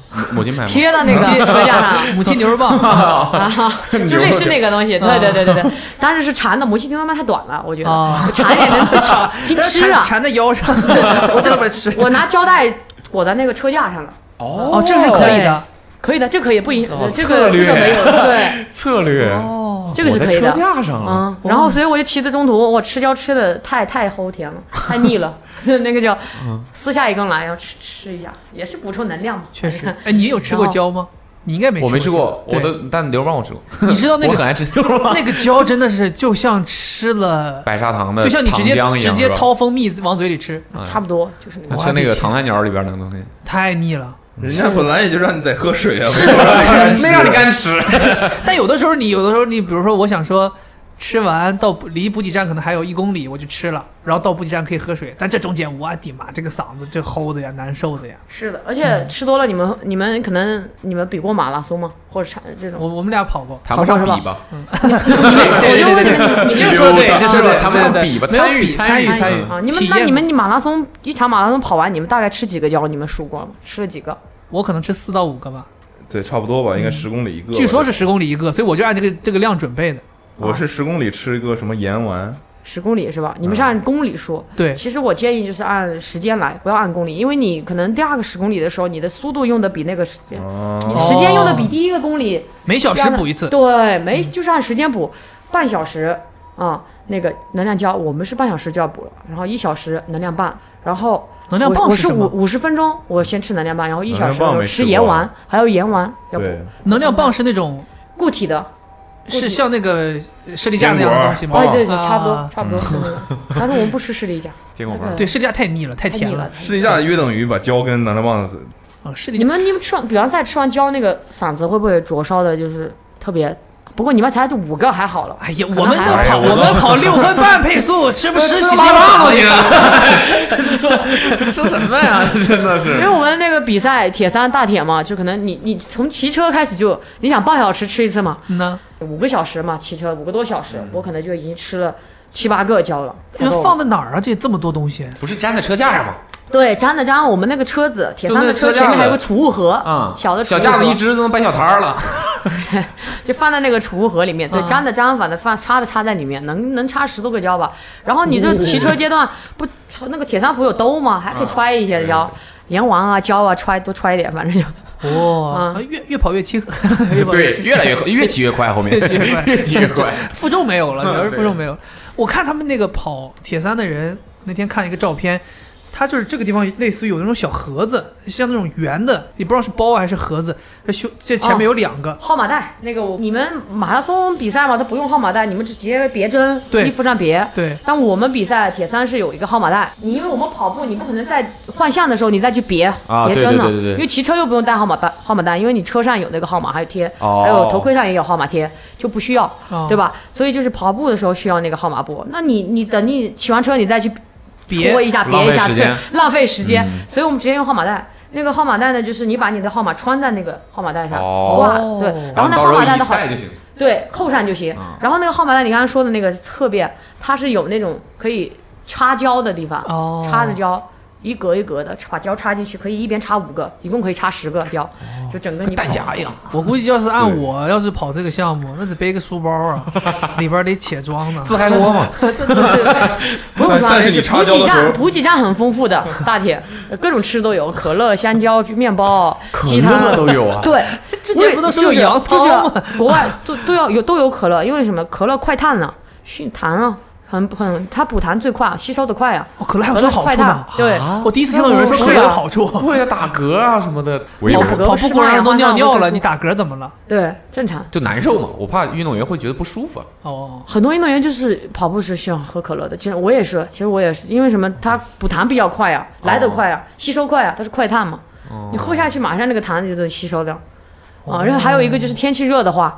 母亲牌吗？ 贴到那个车架上， 母亲牛肉棒啊，就类似那个东西，对对对对对，但是是缠的，母亲牛肉棒太短了，我觉得缠一点能经吃啊， 缠在腰上，我这么吃， 我拿胶带裹在那个车架上了。 哦，这个是可以的， 可以的，这可以不影响，这个这个没有对策略哦，这个是可以的， 车架上了， 嗯，然后所以我就骑在中途，我吃胶吃的太太齁甜了，太腻了，那个叫撕下一根来，要吃吃一下，也是补充能量。 确实，哎，你有吃过胶吗？你应该没吃过。 我没吃过，我的但牛肉棒我吃过。 你知道那个我很爱吃牛肉棒， 那个胶真的是就像吃了白砂糖的， 就像你直接直接掏蜂蜜往嘴里吃， 差不多就是那个。 吃那个糖菜鸟里边那个东西， 太腻了。 人家本来也就让你得喝水啊， 没让你干吃。 但有的时候你有的时候你比如说我想说吃完到离补给站可能还有一公里，我就吃了，然后到补给站可以喝水，但这中间我的妈，这个嗓子这齁的呀，难受的呀。 是的，而且吃多了，你们你们可能你们比过马拉松吗？或者这种？ 我我们俩跑过， 谈不上比吧。 嗯，你们我就问你们，你这个说的对， 这是谈不上比吧，参与参与参与啊！你们那你们你马拉松一场马拉松跑完，你们大概吃几个胶？你们数过吗？吃了几个？ 我可能吃四到五个吧。 对，差不多吧，应该十公里一个。 据说是十公里一个，所以我就按这个这个量准备的。 我是十公里吃一个什么盐丸， 十公里是吧？你们是按公里说。 对， 其实我建议就是按时间来，不要按公里，因为你可能第二个十公里的时候，你的速度用的比那个时间， 哦、 你时间用的比第一个公里每小时补一次。 对，每就是按时间补，半小时啊、嗯，那个能量胶我们是半小时就要补了，然后一小时能量棒，然后。 能量棒我是是什么？ 五五十分钟，我先吃能量棒，然后一小时吃盐丸，还有盐丸要补。 能量棒是那种固体的， 是像那个士力架那样的东西吗？ 对对对，差不多差不多。但是我们不吃士力架， 坚果棒。 对，士力架太腻了，太甜了。 士力架约等于把胶跟能量棒。 啊，士力。 你们你们吃完比完赛吃完胶，那个嗓子会不会灼烧的，就是特别？不过你们才五个还好了。 哎呀，我们都跑，我们跑六分半配速，吃不吃吃八棒都行。吃什么呀？真的是。 因为我们那个比赛铁三大铁嘛，就可能你你从骑车开始就，你想半小时吃一次嘛？ 嗯呢， 五个小时嘛，骑车五个多小时，我可能就已经吃了七八个胶了。 你们放在哪儿啊？这这么多东西？ 不是粘在车架上吗？ 对，粘的粘，我们那个车子，铁三的车前面还有个储物盒， 啊、嗯， 小的小架子一支都能摆小摊儿了， 就放在那个储物盒里面。对，粘的粘，反正放插的插在里面，能能插十多个胶吧。然后你这骑车阶段不，那个铁三服有兜吗？还可以揣一些胶，盐丸啊、胶啊，揣多揣一点，反正就。 哇、哦，越越跑越轻， 对，越来越越骑越快，后面越骑越快， 越骑越快， 负重没有了，主要是负重没有了。我看他们那个跑铁三的人，那天看一个照片。它就是这个地方类似于有那种小盒子，像那种圆的，也不知道是包还是盒子。它修这前面有两个、 哦、号码带，那个你们马拉松比赛嘛，它不用号码带，你们直接别针，衣服上别。 对。 但我们比赛铁三是有一个号码带，你因为我们跑步，你不可能在换向的时候你再去别、 啊、 别针了， 对对对对对， 因为骑车又不用带号码带，号码带，因为你车上有那个号码还有贴， 哦、 还有头盔上也有号码贴，就不需要， 哦、 对吧？所以就是跑步的时候需要那个号码布。那你你等你骑完车你再去。搓一下，别一下，对，浪费时间、嗯，所以我们直接用号码带。那个号码带呢，就是你把你的号码穿在那个号码带上，挂、 哦， 对，然后那号码带的好， 就行对，扣上就行、嗯。然后那个号码带，你刚才说的那个侧边，它是有那种可以插胶的地方， 哦、 插着胶。一格一格的把胶插进去，可以一边插五个，一共可以插十个胶，就整个你弹夹一样。 我估计要是按我要是跑这个项目，那得背个书包啊，里边得且装呢。 自嗨锅嘛， 对对对，不用装， 但是你插胶的时候， 补给站很丰富的，大铁各种吃都有，可乐、香蕉、面包、鸡蛋都有啊。 对， 之前不都说有羊汤吗？ 国外都都要有都有可乐，因为什么？可乐快碳了，训痰啊。很很，它补痰最快，吸收的快啊！ 哦，可乐还有这个好处呢。 对、 啊，我第一次听到有人说可乐有好处。 不会打嗝啊什么的。 跑步跑步过程都尿尿了，你打嗝怎么了？ 对，正常。 就难受嘛，我怕运动员会觉得不舒服。 哦， 很多运动员就是跑步是需要喝可乐的。其实我也是，其实我也是，因为什么？它补痰比较快啊，来得快啊，哦、吸收快啊，它是快碳嘛。哦、你喝下去，马上那个痰就都吸收掉。啊，然后还有一个就是天气热的话。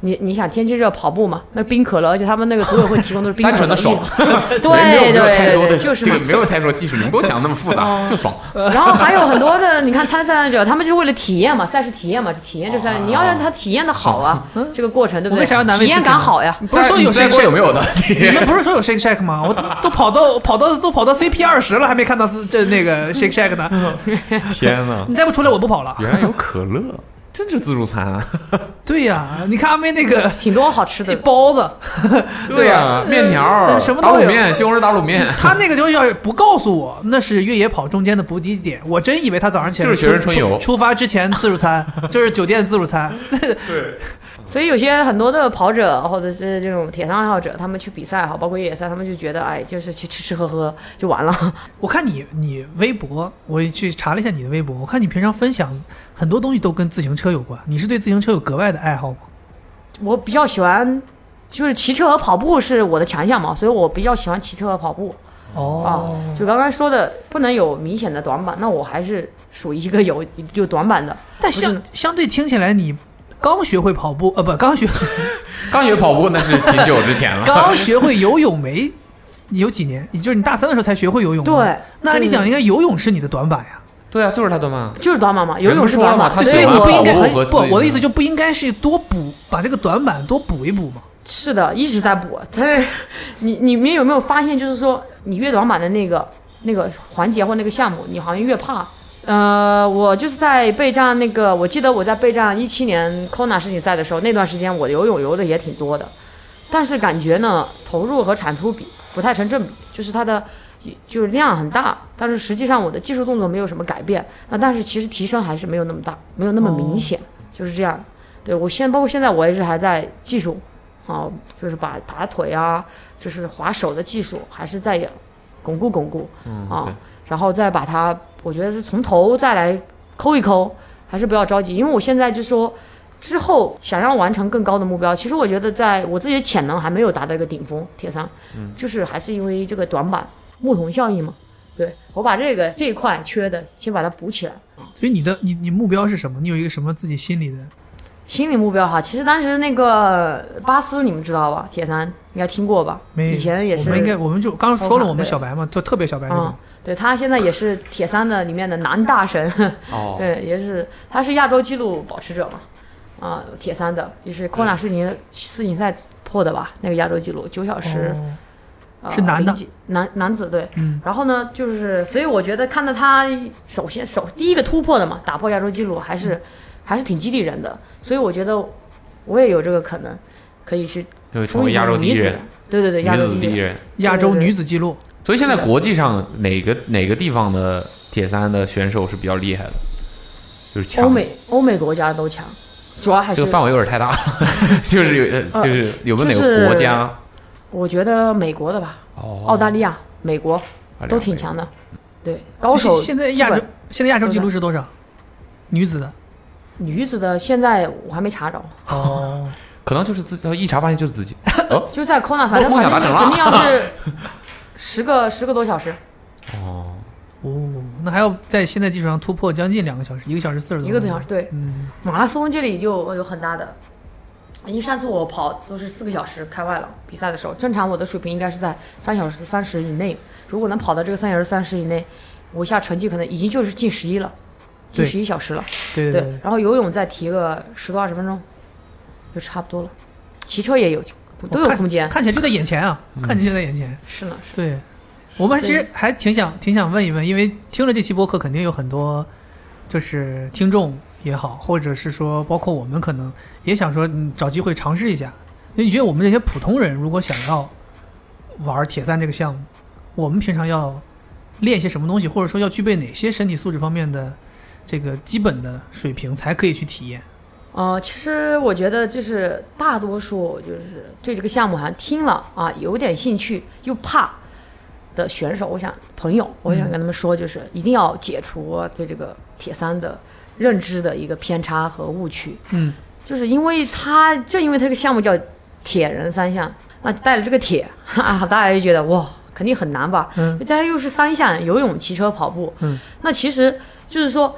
你你想天气热跑步嘛，那冰可乐，而且他们那个组委会提供的是冰可乐， 单纯的爽， 对没有太多的对对，就是这个没有太多技术，你们不用想那么复杂，就爽。 然后还有很多的，你看参赛者，他们就是为了体验嘛，赛事体验嘛，体验就是你要让他体验的好啊，这个过程对不对？ 我为啥要难为体验感好呀？ 不是说有 shake shake 有没有的？ 你们不是说有 shake shake 吗？我都都跑到跑到都跑到 C P 二十了，还没看到这那个 shake shake 呢。 天哪！ 你再不出来，我不跑了。 原来有可乐，真是自助餐啊！ 对呀，你看阿妹那个挺多好吃的包子， 对呀，面条、 什么都有打卤面、西红柿打卤面。 他那个东西要不告诉我，那是越野跑中间的补给点，我真以为他早上起来就是学生春游出出发之前自助餐，就是酒店自助餐。 对， 所以有些很多的跑者或者是这种铁三爱好者，他们去比赛好，包括越野赛，他们就觉得哎，就是去吃吃喝喝就完了。 我看你你微博，我去查了一下你的微博，我看你平常分享很多东西都跟自行车有关，你是对自行车有格外的爱好吗？ 我比较喜欢，就是骑车和跑步是我的强项嘛，所以我比较喜欢骑车和跑步。 哦、 啊，就刚刚说的，不能有明显的短板，那我还是属于一个有有短板的。 但相相对听起来，你刚学会跑步，呃，不，刚学刚学跑步那是挺久之前了。 刚学会游泳没有几年？也就是你大三的时候才学会游泳吗？ 对， 那按理讲应该游泳是你的短板呀。 对啊，就是他短板， 就是短板嘛，游泳是短板。 他所以你不应该不，我的意思思就不应该是多补，把这个短板多补一补嘛。 是的，一直在补。他，你你们有没有发现，就是说你越短板的那个那个环节或那个项目，你好像越怕。呃，我就是在备战那个，我记得我在备战一七年 Kona 世锦赛的时候，那段时间我游泳游的也挺多的，但是感觉呢，投入和产出比不太成正比，就是它的。就是量很大，但是实际上我的技术动作没有什么改变，那但是其实提升还是没有那么大，没有那么明显，哦、就是这样。对我现包括现在我也是还在技术，啊，就是把打腿啊，就是滑手的技术还是在巩固巩固，嗯、啊，然后再把它，我觉得是从头再来抠一抠，还是不要着急，因为我现在就说之后想要完成更高的目标，其实我觉得在我自己的潜能还没有达到一个顶峰，铁三，嗯，就是还是因为这个短板。木桶效应嘛，对我把这个这一块缺的先把它补起来。 所以你的你你目标是什么？你有一个什么自己心里的心理目标哈？其实当时那个巴斯你们知道吧？铁三应该听过吧？ 没， 以前也是。 我们应该我们就刚刚说了，我们小白嘛，就特别小白那种。 嗯、对他现在也是铁三的里面的男大神。哦。对，也是他是亚洲纪录保持者嘛，啊、呃，铁三的也是Kona世锦世锦赛破的吧？那个亚洲纪录九小时。哦是男的， 呃、男男子对， 嗯， 然后呢，就是所以我觉得看到他首先首第一个突破的嘛，打破亚洲纪录，还是、嗯、还是挺激励人的，所以我觉得我也有这个可能，可以去成为亚洲第一人， 对对对，亚洲第一人， 亚洲女子纪录。 所以现在国际上哪个哪个地方的铁三的选手是比较厉害的？就是强， 欧美欧美国家都强，主要还是这个范围有点太大了，就是有就是有没有哪个国家？ 就是我觉得美国的吧，哦、澳大利亚、美国都挺强的，对，高手。 现在亚洲现在亚洲纪录是多少？女子的， 女子的现在我还没查着。 哦， 可能就是自己，一查发现就是自己，哦、 就在 Kona， 反正梦想达成了， 肯定要是十个十个多小时。 哦哦，那还要在现在基础上突破将近两个小时，一个小时四十多， 一个多小时，对， 嗯， 马拉松这里就有很大的。因为上次我跑都是四个小时开外了，比赛的时候，正常我的水平应该是在三小时三十以内。如果能跑到这个三小时三十以内，我一下成绩可能已经就是进十一了，进十一小时了。 对对, 对, 对。然后游泳再提个十多二十分钟，就差不多了。骑车也有，都有空间。 看, 看起来就在眼前啊，嗯、看起来就在眼前。 是呢。是对，我们其实还挺想挺想问一问，因为听了这期播客，肯定有很多就是听众。也好，或者是说包括我们可能也想说、嗯、找机会尝试一下，因为你觉得我们这些普通人如果想要玩铁三这个项目，我们平常要练些什么东西，或者说要具备哪些身体素质方面的这个基本的水平才可以去体验？ 呃，其实我觉得就是大多数就是对这个项目好像听了啊有点兴趣又怕的选手，我想朋友我想跟他们说，就是一定要解除对这个铁三的认知的一个偏差和误区， 嗯， 就是因为它正因为这个项目叫铁人三项，那带了这个铁啊，大家就觉得哇，肯定很难吧？嗯，再又是三项，游泳、骑车、跑步， 嗯， 那其实就是说，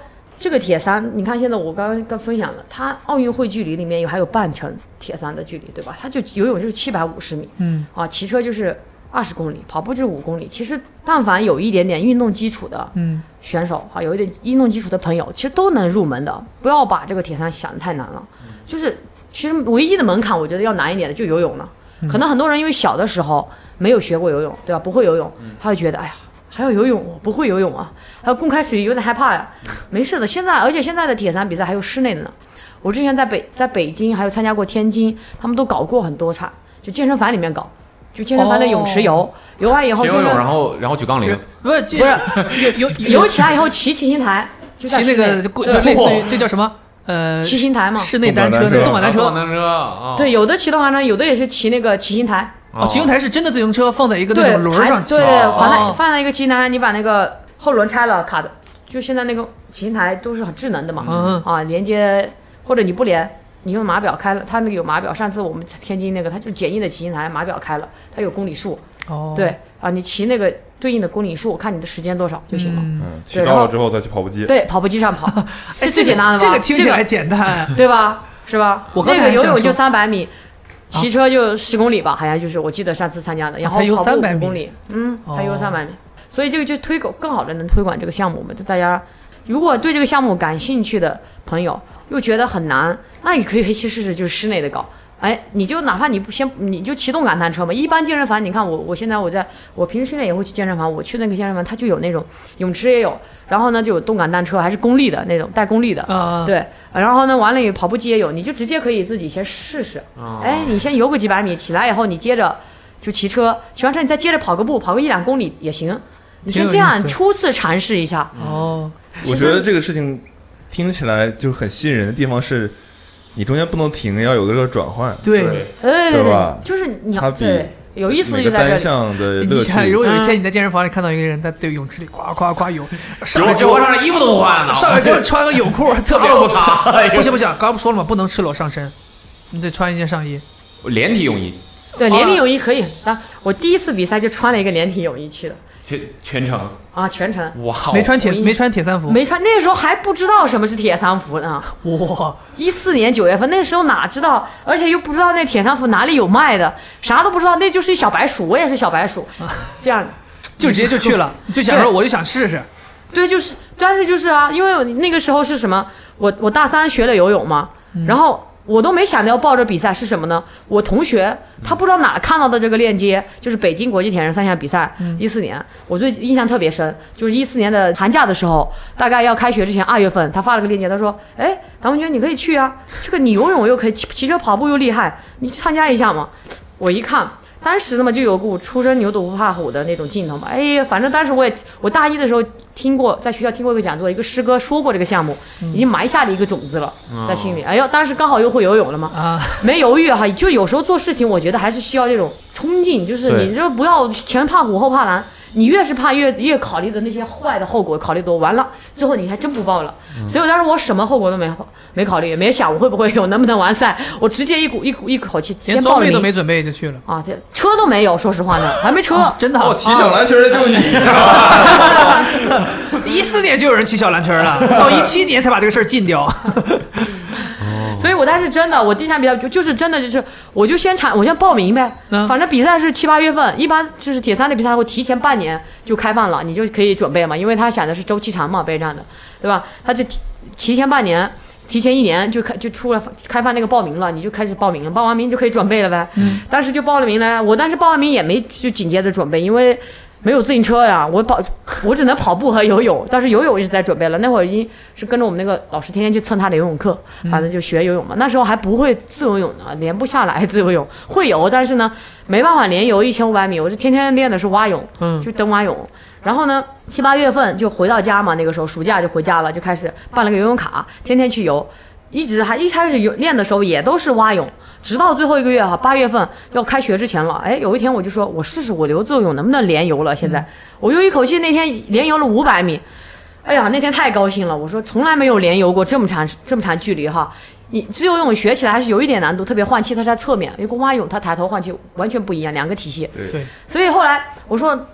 这个铁三，你看现在我刚刚刚分享了，它奥运会距离里面有还有半程铁三的距离，对吧？它就游泳就是七百五十米， 嗯啊，骑车就是二十公里，跑步就是五公里。其实但凡有一点点运动基础的嗯选手啊，有一点运动基础的朋友，其实都能入门的。不要把这个铁三想得太难了，就是其实唯一的门槛，我觉得要难一点的就游泳了。可能很多人因为小的时候没有学过游泳，对吧？不会游泳，他会觉得哎呀。还要游泳，我不会游泳啊！还有公开水域有点害怕呀。没事的，现在而且现在的铁三比赛还有室内的呢。我之前在北在北京还有参加过天津，他们都搞过很多场，就健身房里面搞，就健身房的泳池游，哦、游完以后先游泳，然后然后举杠铃， 不是不是游游起来以后骑骑行台，就骑那个就就类似于这叫什么？呃， 骑行台嘛， 室内单车，动感单车， 动感单车啊。 对，有的骑动感单车，有的也是骑那个骑行台。 哦，骑行台是真的自行车放在一个那种轮上骑， 对对，放在哦、 放在一个骑行台，你把那个后轮拆了卡的，就现在那个骑行台都是很智能的嘛， 嗯啊，连接或者你不连，你用码表开了，它那个有码表。上次我们天津那个，它就简易的骑行台，码表开了，它有公里数， 哦， 对啊，你骑那个对应的公里数，看你的时间多少就行了。 嗯，骑到了之后再去跑步机， 对，跑步机上跑，这最简单的吧？ 这个听起来简单， 对吧？是吧？ 我刚才那个游泳就三百米。骑车就十公里吧，好像就是我记得上次参加的，然后跑步五公里，嗯，才游三百米，所以这个就推广更好的能推广这个项目嘛。大家如果对这个项目感兴趣的朋友，又觉得很难，那你可以去试试，就是室内的搞。哎，你就哪怕你不先，你就骑动感单车嘛。一般健身房，你看我，我现在我在我平时训练也会去健身房，我去那个健身房，它就有那种泳池也有，然后呢就有动感单车，还是公力的那种带公力的， 啊， 对。然后呢，完了有跑步机也有，你就直接可以自己先试试。 哦、 哎，你先游个几百米，起来以后你接着就骑车，骑完车你再接着跑个步，跑个一两公里也行。你先这样初次尝试一下。 哦， 我觉得这个事情听起来就很吸引人的地方是，你中间不能停，要有这个转换。 对， 对对吧？ 就是你要对有意思就在这里。 单项的乐趣。 如果有一天你在健身房里看到一个人在对泳池里夸夸夸游， 上来之后上衣服都不换呢， 上来就穿个泳裤，特别不擦。 不行不行，刚刚不说了吗？不能赤裸上身，你得穿一件上衣， 连体泳衣。 对，连体泳衣可以。啊，我第一次比赛就穿了一个连体泳衣去的。 全全程啊，全程哇， 没穿铁没穿铁三服， 没穿。那个时候还不知道什么是铁三服呢。 哇， 一四年九月份，那个时候哪知道，而且又不知道那铁三服哪里有卖的，啥都不知道，那就是一小白鼠，我也是小白鼠，这样就直接就去了，就想说我就想试试。 对，就是，但是就是啊，因为那个时候是什么，我我大三学了游泳嘛，嗯、然后。我都没想到要报这比赛是什么呢？我同学他不知道哪看到的这个链接，就是北京国际铁人三项比赛，一四年，我最印象特别深，就是一四年的寒假的时候，大概要开学之前二月份，他发了个链接，他说：“哎，唐文娟你可以去啊，这个你游泳又可以，骑骑车跑步又厉害，你参加一下嘛。”我一看。当时呢嘛就有股初生牛犊不怕虎的那种劲头嘛，哎，反正当时我也我大一的时候听过，在学校听过一个讲座，一个师哥说过这个项目，已经埋下了一个种子了、嗯、在心里。哎呦，当时刚好又会游泳了嘛，啊，没犹豫哈，就有时候做事情，我觉得还是需要这种冲劲，就是你就不要前怕虎后怕狼。你越是怕越越考虑的那些坏的后果考虑多，完了最后你还真不报了、嗯、所以当时我什么后果都没没考虑，也没想我会不会有能不能完赛，我直接一股一股一口气先报了名， 连装备都没准备就去了啊，这车都没有，说实话呢还没车、 啊、真的哦，骑小蓝圈的就是你啊一四年就有人骑小蓝圈了，到一七年才把这个事儿禁掉所以我当时真的，我第一场比赛就就是真的就是，我就先尝，我先报名呗。嗯、反正比赛是七八月份，一般就是铁三的比赛会提前半年就开放了，你就可以准备嘛，因为他想的是周期长嘛，备战的，对吧？他就提提前半年，提前一年就开就出了开放那个报名了，你就开始报名了，报完名就可以准备了呗。嗯，当时就报了名了，我当时报完名也没就紧接着准备，因为。没有自行车呀，我跑，我只能跑步和游泳。但是游泳一直在准备了，那会儿已经是跟着我们那个老师天天去蹭他的游泳课，反正就学游泳嘛。那时候还不会自由泳呢，连不下来自由泳，会游，但是呢没办法连游一千五百米，我就天天练的是蛙泳，嗯，就蹬蛙泳。然后呢，七八月份就回到家嘛，那个时候暑假就回家了，就开始办了个游泳卡，天天去游。一直还一开始游练的时候也都是蛙泳。直到最后一个月哈，八月份要开学之前了，哎，有一天我就说，我试试我游自由泳能不能连游了。现在、嗯、我就一口气那天连游了五百米，哎呀，那天太高兴了。我说从来没有连游过这么长这么长距离哈。你自由泳学起来还是有一点难度，特别换气它在侧面，因为蛙泳它抬头换气完全不一样，两个体系。 对对。 所以后来我说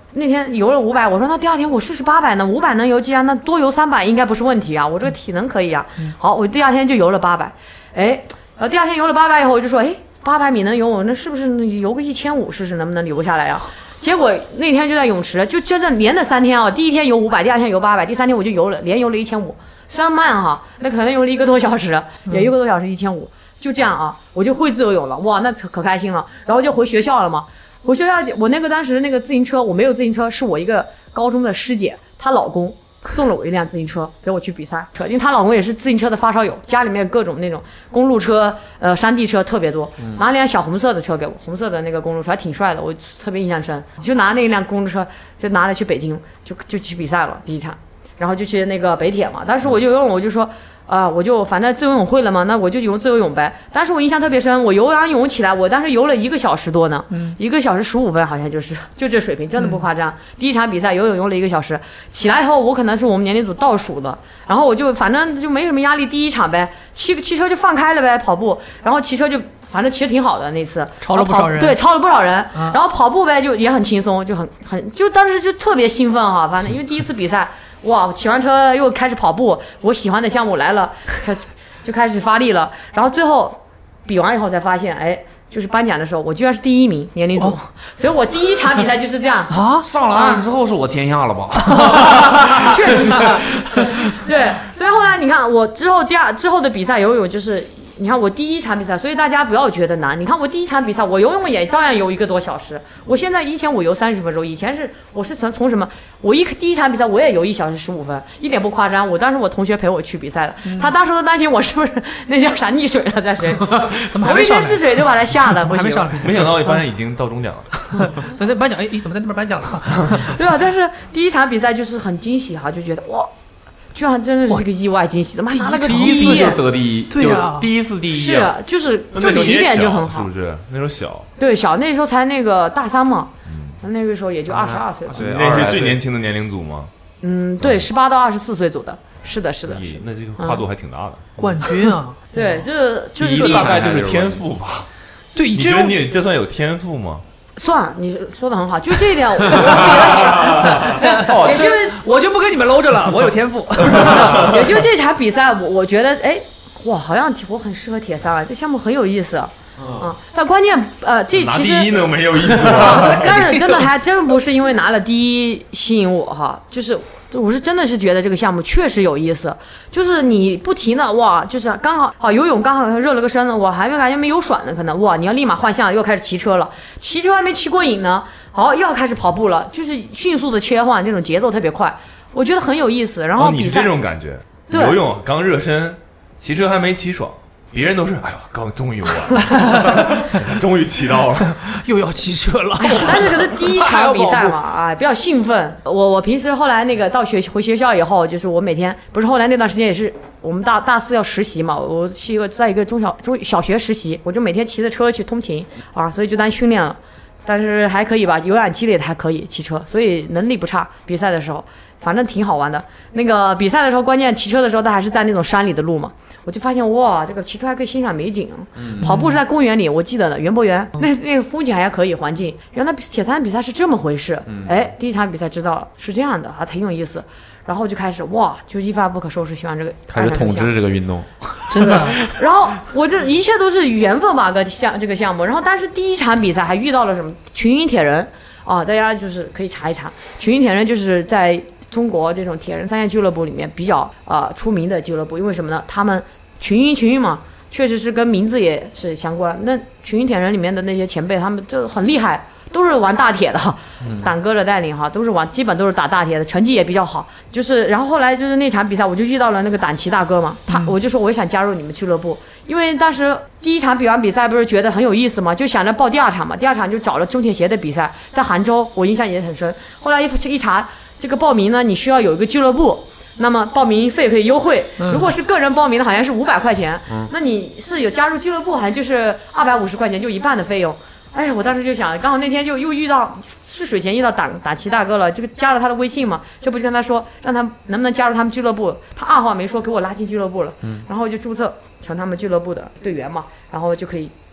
那天游了五百，我说那第二天我试试八百呢，五百能游，既然那多游三百应该不是问题啊，我这个体能可以啊。好，我第二天就游了八百，哎，然后第二天游了八百以后，我就说，哎，八百米能游，我那是不是游个一千五试试能不能游下来啊？结果那天就在泳池，就真的连着三天啊，第一天游五百，第二天游八百，第三天我就游了，连游了一千五，虽然慢哈，那可能游了一个多小时，也一个多小时一千五，就这样啊，我就会自由泳了，哇，那可开心了，然后就回学校了嘛。我学校我那个当时那个自行车我没有自行车，是我一个高中的师姐，她老公送了我一辆自行车给我去比赛，因为她老公也是自行车的发烧友，家里面各种那种公路车呃山地车特别多，拿了辆小红色的车给我，红色的那个公路车还挺帅的，我特别印象深，就拿那辆公路车就拿了去北京，就就去比赛了第一场，然后就去那个北铁嘛，当时我就游泳我就说啊、呃，我就反正自由泳会了嘛，那我就游自由泳呗。当时我印象特别深，我游完泳起来，我当时游了一个小时多呢，嗯、一个小时十五分，好像就是就这水平，真的不夸张。嗯、第一场比赛游泳游了一个小时，起来以后我可能是我们年龄组倒数的，然后我就反正就没什么压力，第一场呗，骑骑车就放开了呗，跑步，然后骑车就反正骑得挺好的那次， 超了不少人， 对，超了不少人， 啊、 然后跑步呗就也很轻松，就很很就当时就特别兴奋哈，反正因为第一次比赛。哇！骑完车又开始跑步，我喜欢的项目来了，开始就开始发力了。然后最后比完以后才发现，哎，就是颁奖的时候，我居然是第一名年龄组，哦、所以我第一场比赛就是这样啊。上了岸之后是我天下了吧？ 确实是。对，所以后来你看我之后第二之后的比赛游泳就是。你看我第一场比赛，所以大家不要觉得难。你看我第一场比赛，我游泳也照样游一个多小时。我现在以前我游三十分钟，以前是我是从从什么？我一第一场比赛我也游一小时十五分，一点不夸张。我当时我同学陪我去比赛的，嗯、他当时都担心我是不是那叫啥溺水了在水里。 怎么还没上来？ 我一边试水就把他吓得不行。 还没上来， 没想到我发现已经到终奖了。 咱在颁奖，哎，怎么在那边颁奖了？ 对啊，但是第一场比赛就是很惊喜哈，就觉得哇。居然真的是一个意外惊喜，怎么还拿了个第一次就得第一？ 对呀， 第一次第一是就是就起点就很好， 是不是？那时候小， 对小那时候才那个大三嘛，嗯，那个时候也就二十二岁， 对，那是最年轻的年龄组吗？ 嗯，对，十八到二十四岁组的，是的，是的， 那这个跨度还挺大的。 冠军啊， 对，这就是大概就是天赋吧。 对， 你觉得你这算有天赋吗？ 算，你说的很好，就这一点，我我也就是我就不跟你们搂着了，我有天赋。 也就这场比赛，我我觉得，哎，哇，好像我很适合铁三啊，这项目很有意思啊。嗯，但关键呃，这其实拿第一能没有意思吗？ 但是真的还真不是因为拿了第一吸引我哈，就是我是真的是觉得这个项目确实有意思，就是你不停的哇，就是刚好好游泳刚好热了个身子，我还没感觉没游爽呢，可能哇你要立马换向又开始骑车了，骑车还没骑过瘾呢，好又要开始跑步了，就是迅速的切换，这种节奏特别快，我觉得很有意思。然后比赛、哦、 你是这种感觉，游泳刚热身，骑车还没骑爽。别人都是，哎呦，刚终于游完了，终于骑到了， 又要骑车了。 但是可能第一场比赛嘛，哎，比较兴奋。我我平时后来那个到学回学校以后，就是我每天不是后来那段时间也是我们大大四要实习嘛，我是一个在一个中小中小学实习，我就每天骑着车去通勤啊，所以就当训练了。但是还可以吧，有氧积累的还可以骑车，所以能力不差。比赛的时候，反正挺好玩的。那个比赛的时候，关键骑车的时候，它还是在那种山里的路嘛，我就发现哇，这个骑车还可以欣赏美景。嗯、跑步是在公园里，我记得了，园博园、嗯、那那个风景还可以，环境。原来铁三比赛是这么回事。嗯、哎，第一场比赛知道了，是这样的，还挺有意思。然后就开始哇，就一发不可收拾，喜欢这个， 开始统治这个运动， 真的。然后我这一切都是缘分吧，个项这个项目。然后但是第一场比赛还遇到了什么群英铁人啊，大家就是可以查一查，群英铁人就是在中国这种铁人三项俱乐部里面比较啊、呃、出名的俱乐部，因为什么呢？他们群英群英嘛，确实是跟名字也是相关。那群英铁人里面的那些前辈，他们就很厉害。都是玩大铁的，胆哥的带领哈，都是玩，基本都是打大铁的，成绩也比较好。就是，然后后来就是那场比赛，我就遇到了那个胆骑大哥嘛，他，我就说我也想加入你们俱乐部，因为当时第一场比完比赛不是觉得很有意思嘛，就想着报第二场嘛，第二场就找了中铁协的比赛，在杭州，我印象也很深。后来一一查这个报名呢，你需要有一个俱乐部。那么报名费可以优惠，如果是个人报名的，好像是五百块钱，嗯、那你是有加入俱乐部，好像就是二百五十块钱，就一半的费用。哎，我当时就想，刚好那天就又遇到试水前遇到胆胆骑大哥了，这个加了他的微信嘛，这不就跟他说让他能不能加入他们俱乐部，他二话没说给我拉进俱乐部了，嗯，然后就注册成他们俱乐部的队员嘛，然后就可以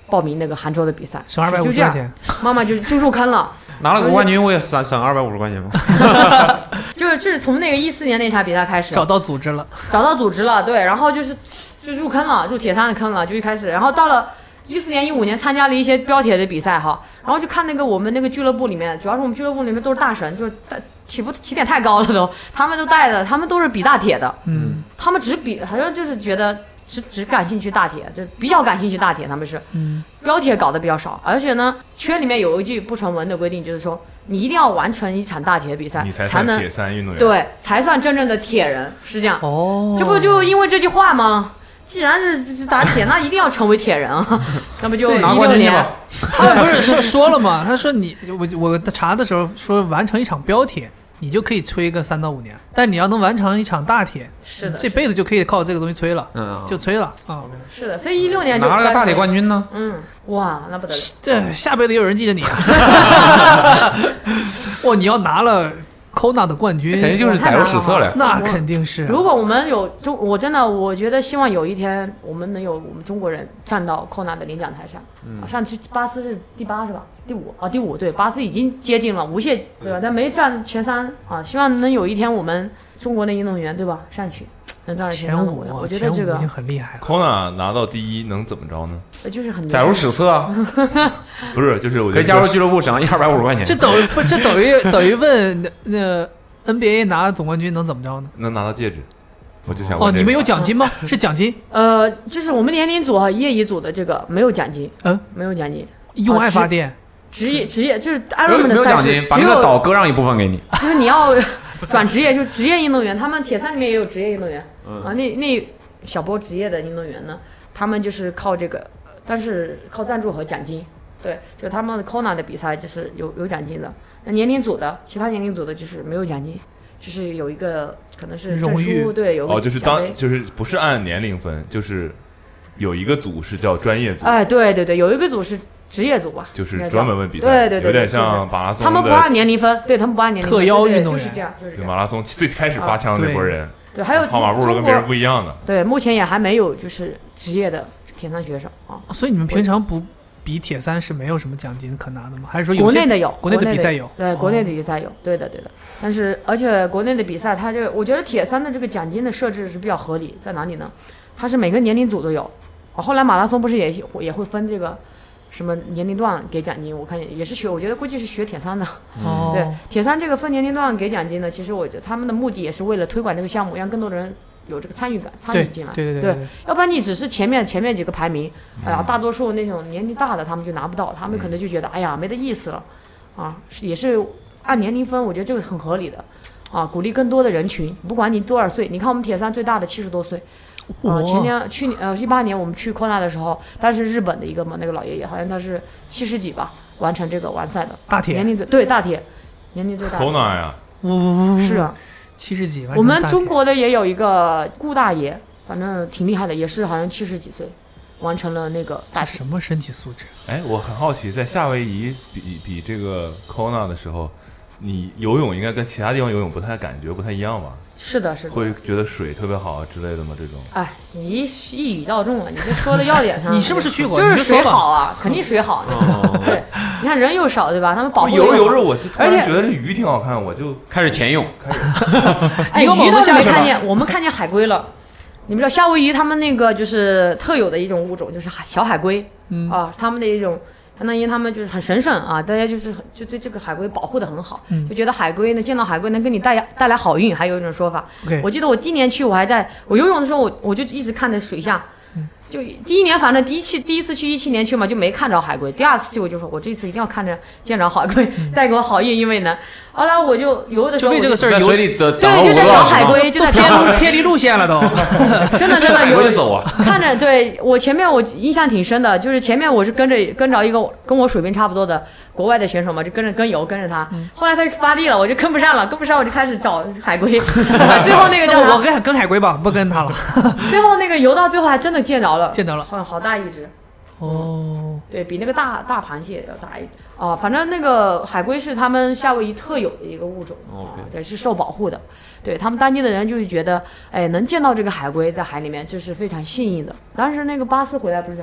报名那个杭州的比赛， 省二百五就这样十块钱， 妈妈就就入坑了。 拿了个冠军，我也省省二百五十块钱吗？ 就是就是从那个一四年那场比赛开始， 找到组织了， 找到组织了，对，然后就是就入坑了，入铁三的坑了，就一开始，然后到了一四年、一五年参加了一些标铁的比赛哈，然后就看那个我们那个俱乐部里面，主要是我们俱乐部里面都是大神，就是大起步起点太高了都，他们都带的，他们都是比大铁的， 嗯， 他们只比好像就是觉得只只感兴趣大铁，就比较感兴趣大铁，他们是， 嗯， 标铁搞得比较少，而且呢，圈里面有一句不成文的规定，就是说你一定要完成一场大铁比赛， 你才才能算铁三运动员， 对，才算真正的铁人，是这样。 哦， 这不就因为这句话吗？既然是是打铁，那一定要成为铁人啊！那不就对一六年拿冠军去吧？ 他们不是说说了吗？他说你我我查的时候说完成一场标铁，你就可以吹个三到五年，但你要能完成一场大铁， 是的， 这辈子就可以靠这个东西吹了， 嗯， 就吹了啊！ 是的，所以一六年就拿了个大铁冠军呢。 嗯，哇，那不得了！ 这下辈子有人记得你啊！哇，你要拿了 Kona 的冠军， 肯定就是载入史册了。 那肯定是啊。 如果我们有中，我真的我觉得希望有一天我们能有我们中国人站到 Kona 的领奖台上。嗯，上去巴斯是第八是吧？第五啊，第五对，巴斯已经接近了无懈对吧？但没站前三啊。希望能有一天我们中国的运动员对吧上去能站在前五， 三我觉得这个前五已经很厉害了。 Kona 拿到第一能怎么着呢？ 就是很载入史册啊， 不是，就是我觉得可以加入俱乐部，省一二百五十块钱。 这等于不这等于等于问那那 N B A 拿总冠军能怎么着呢？ 能拿到戒指，我就想哦， 问这个你们有奖金吗？是奖金？ 呃，就是我们年龄组和业余组的这个没有奖金， 嗯， 没有奖金。 用爱发电， 职业职业就是没 Ironman 有没的赛事有奖金，把只有那个岛割让一部分给你。 就是你要转职业，就是职业运动员，他们铁三里面也有职业运动员、 嗯、 啊。那那小波职业的运动员呢，他们就是靠这个，但是靠赞助和奖金。对，就他们 Kona 的比赛就是有有奖金的。那年龄组的，其他年龄组的就是没有奖金，就是有一个可能是证荣誉书，对，有个哦，就是奖杯当就是不是按年龄分，就是有一个组是叫专业组， 哎，对对对，有一个组是职业组吧， 就是应该叫专门问比赛， 对对对， 有点就是像马拉松的， 他们不按年龄分，对他们不按年龄分， 特邀对对运动员就是这样，就是这样。 对马拉松最开始发枪的那波人， 对，还有跑马步中国跟别人不一样的。 对，目前也还没有就是职业的铁三选手啊。 所以你们平常不比铁三是没有什么奖金可拿的吗？还是说有些国内的有， 国内的比赛有？ 对， 哦国内的比赛有，对的对的。但是而且国内的比赛，它这个我觉得铁三的这个奖金的设置是比较合理，在哪里呢？它是每个年龄组都有。啊，后来马拉松不是也也会分这个什么年龄段给奖金？我看也是学，我觉得估计是学铁三的。 哦， 对，铁三这个分年龄段给奖金呢，其实我觉得他们的目的也是为了推广这个项目，让更多的人有这个参与感，参与进来。 对对对对， 要不然你只是前面前面几个排名，哎呀，大多数那种年龄大的他们就拿不到，他们可能就觉得哎呀没得意思了，啊，是也是按年龄分，我觉得这个很合理的，啊，鼓励更多的人群，不管你多少岁，你看我们铁三最大的七十多岁。啊、呃，前年去年呃一八年我们去Kona的时候，当时日本的一个嘛那个老爷爷，好像他是七十几吧，完成这个完赛的大铁年龄最对大铁年龄最大的。 Kona 呀， 呜是啊， 七十几。 我们中国的也有一个顾大爷，反正挺厉害的，也是好像七十几岁完成了那个大铁。 什么身体素质？ 哎，我很好奇，在夏威夷比比这个 Kona 的时候，你游泳应该跟其他地方游泳不太感觉不太一样吧？ 是的，是的。 会觉得水特别好之类的吗？这种？ 哎，你一一语道中了，你这说的要点上。 你是不是去过？ 就是水好啊，肯定水好。 哦、 对，你看人又少，对吧？他们保护游着游着，我就突然觉得这鱼挺好看，我就开始潜泳。 开始。 哎，鱼倒是没看见，我们看见海龟了。你们知道夏威夷他们那个就是特有的一种物种，就是海小海龟、 嗯、 啊，他们的一种。相当于他们就是很神圣啊，大家就是就对这个海龟保护的很好， 嗯、 就觉得海龟呢，见到海龟能给你带带来好运，还有一种说法。 Okay. 我记得我第一年去，我还在我游泳的时候，我我就一直看着水下， 嗯、 就第一年反正第一期第一次去一七年去嘛，就没看着海龟。第二次去我就说，我这次一定要看着见着海龟，嗯、带给我好运，因为呢，后来我就游的时候， 就为这个事儿在水里等对，就在找海龟，就在偏路偏离路线了都， 真的真的有走啊！ 看着对我前面我印象挺深的，就是前面我是跟着跟着一个跟我水平差不多的国外的选手嘛，就跟着跟游跟着他。嗯、后来他发力了，我就跟不上了，跟不上我就开始找海龟。最后那个叫我跟跟海龟吧，不跟他了。 最后那个游到最后还真的见着了， 见着了， 好好大一只。 哦， 对比那个大大螃蟹要大一点啊、呃，反正那个海龟是他们夏威夷特有的一个物种啊，也、呃、是受保护的。对他们当地的人就是觉得，哎，能见到这个海龟在海里面，就是非常幸运的。当时那个巴斯回来不是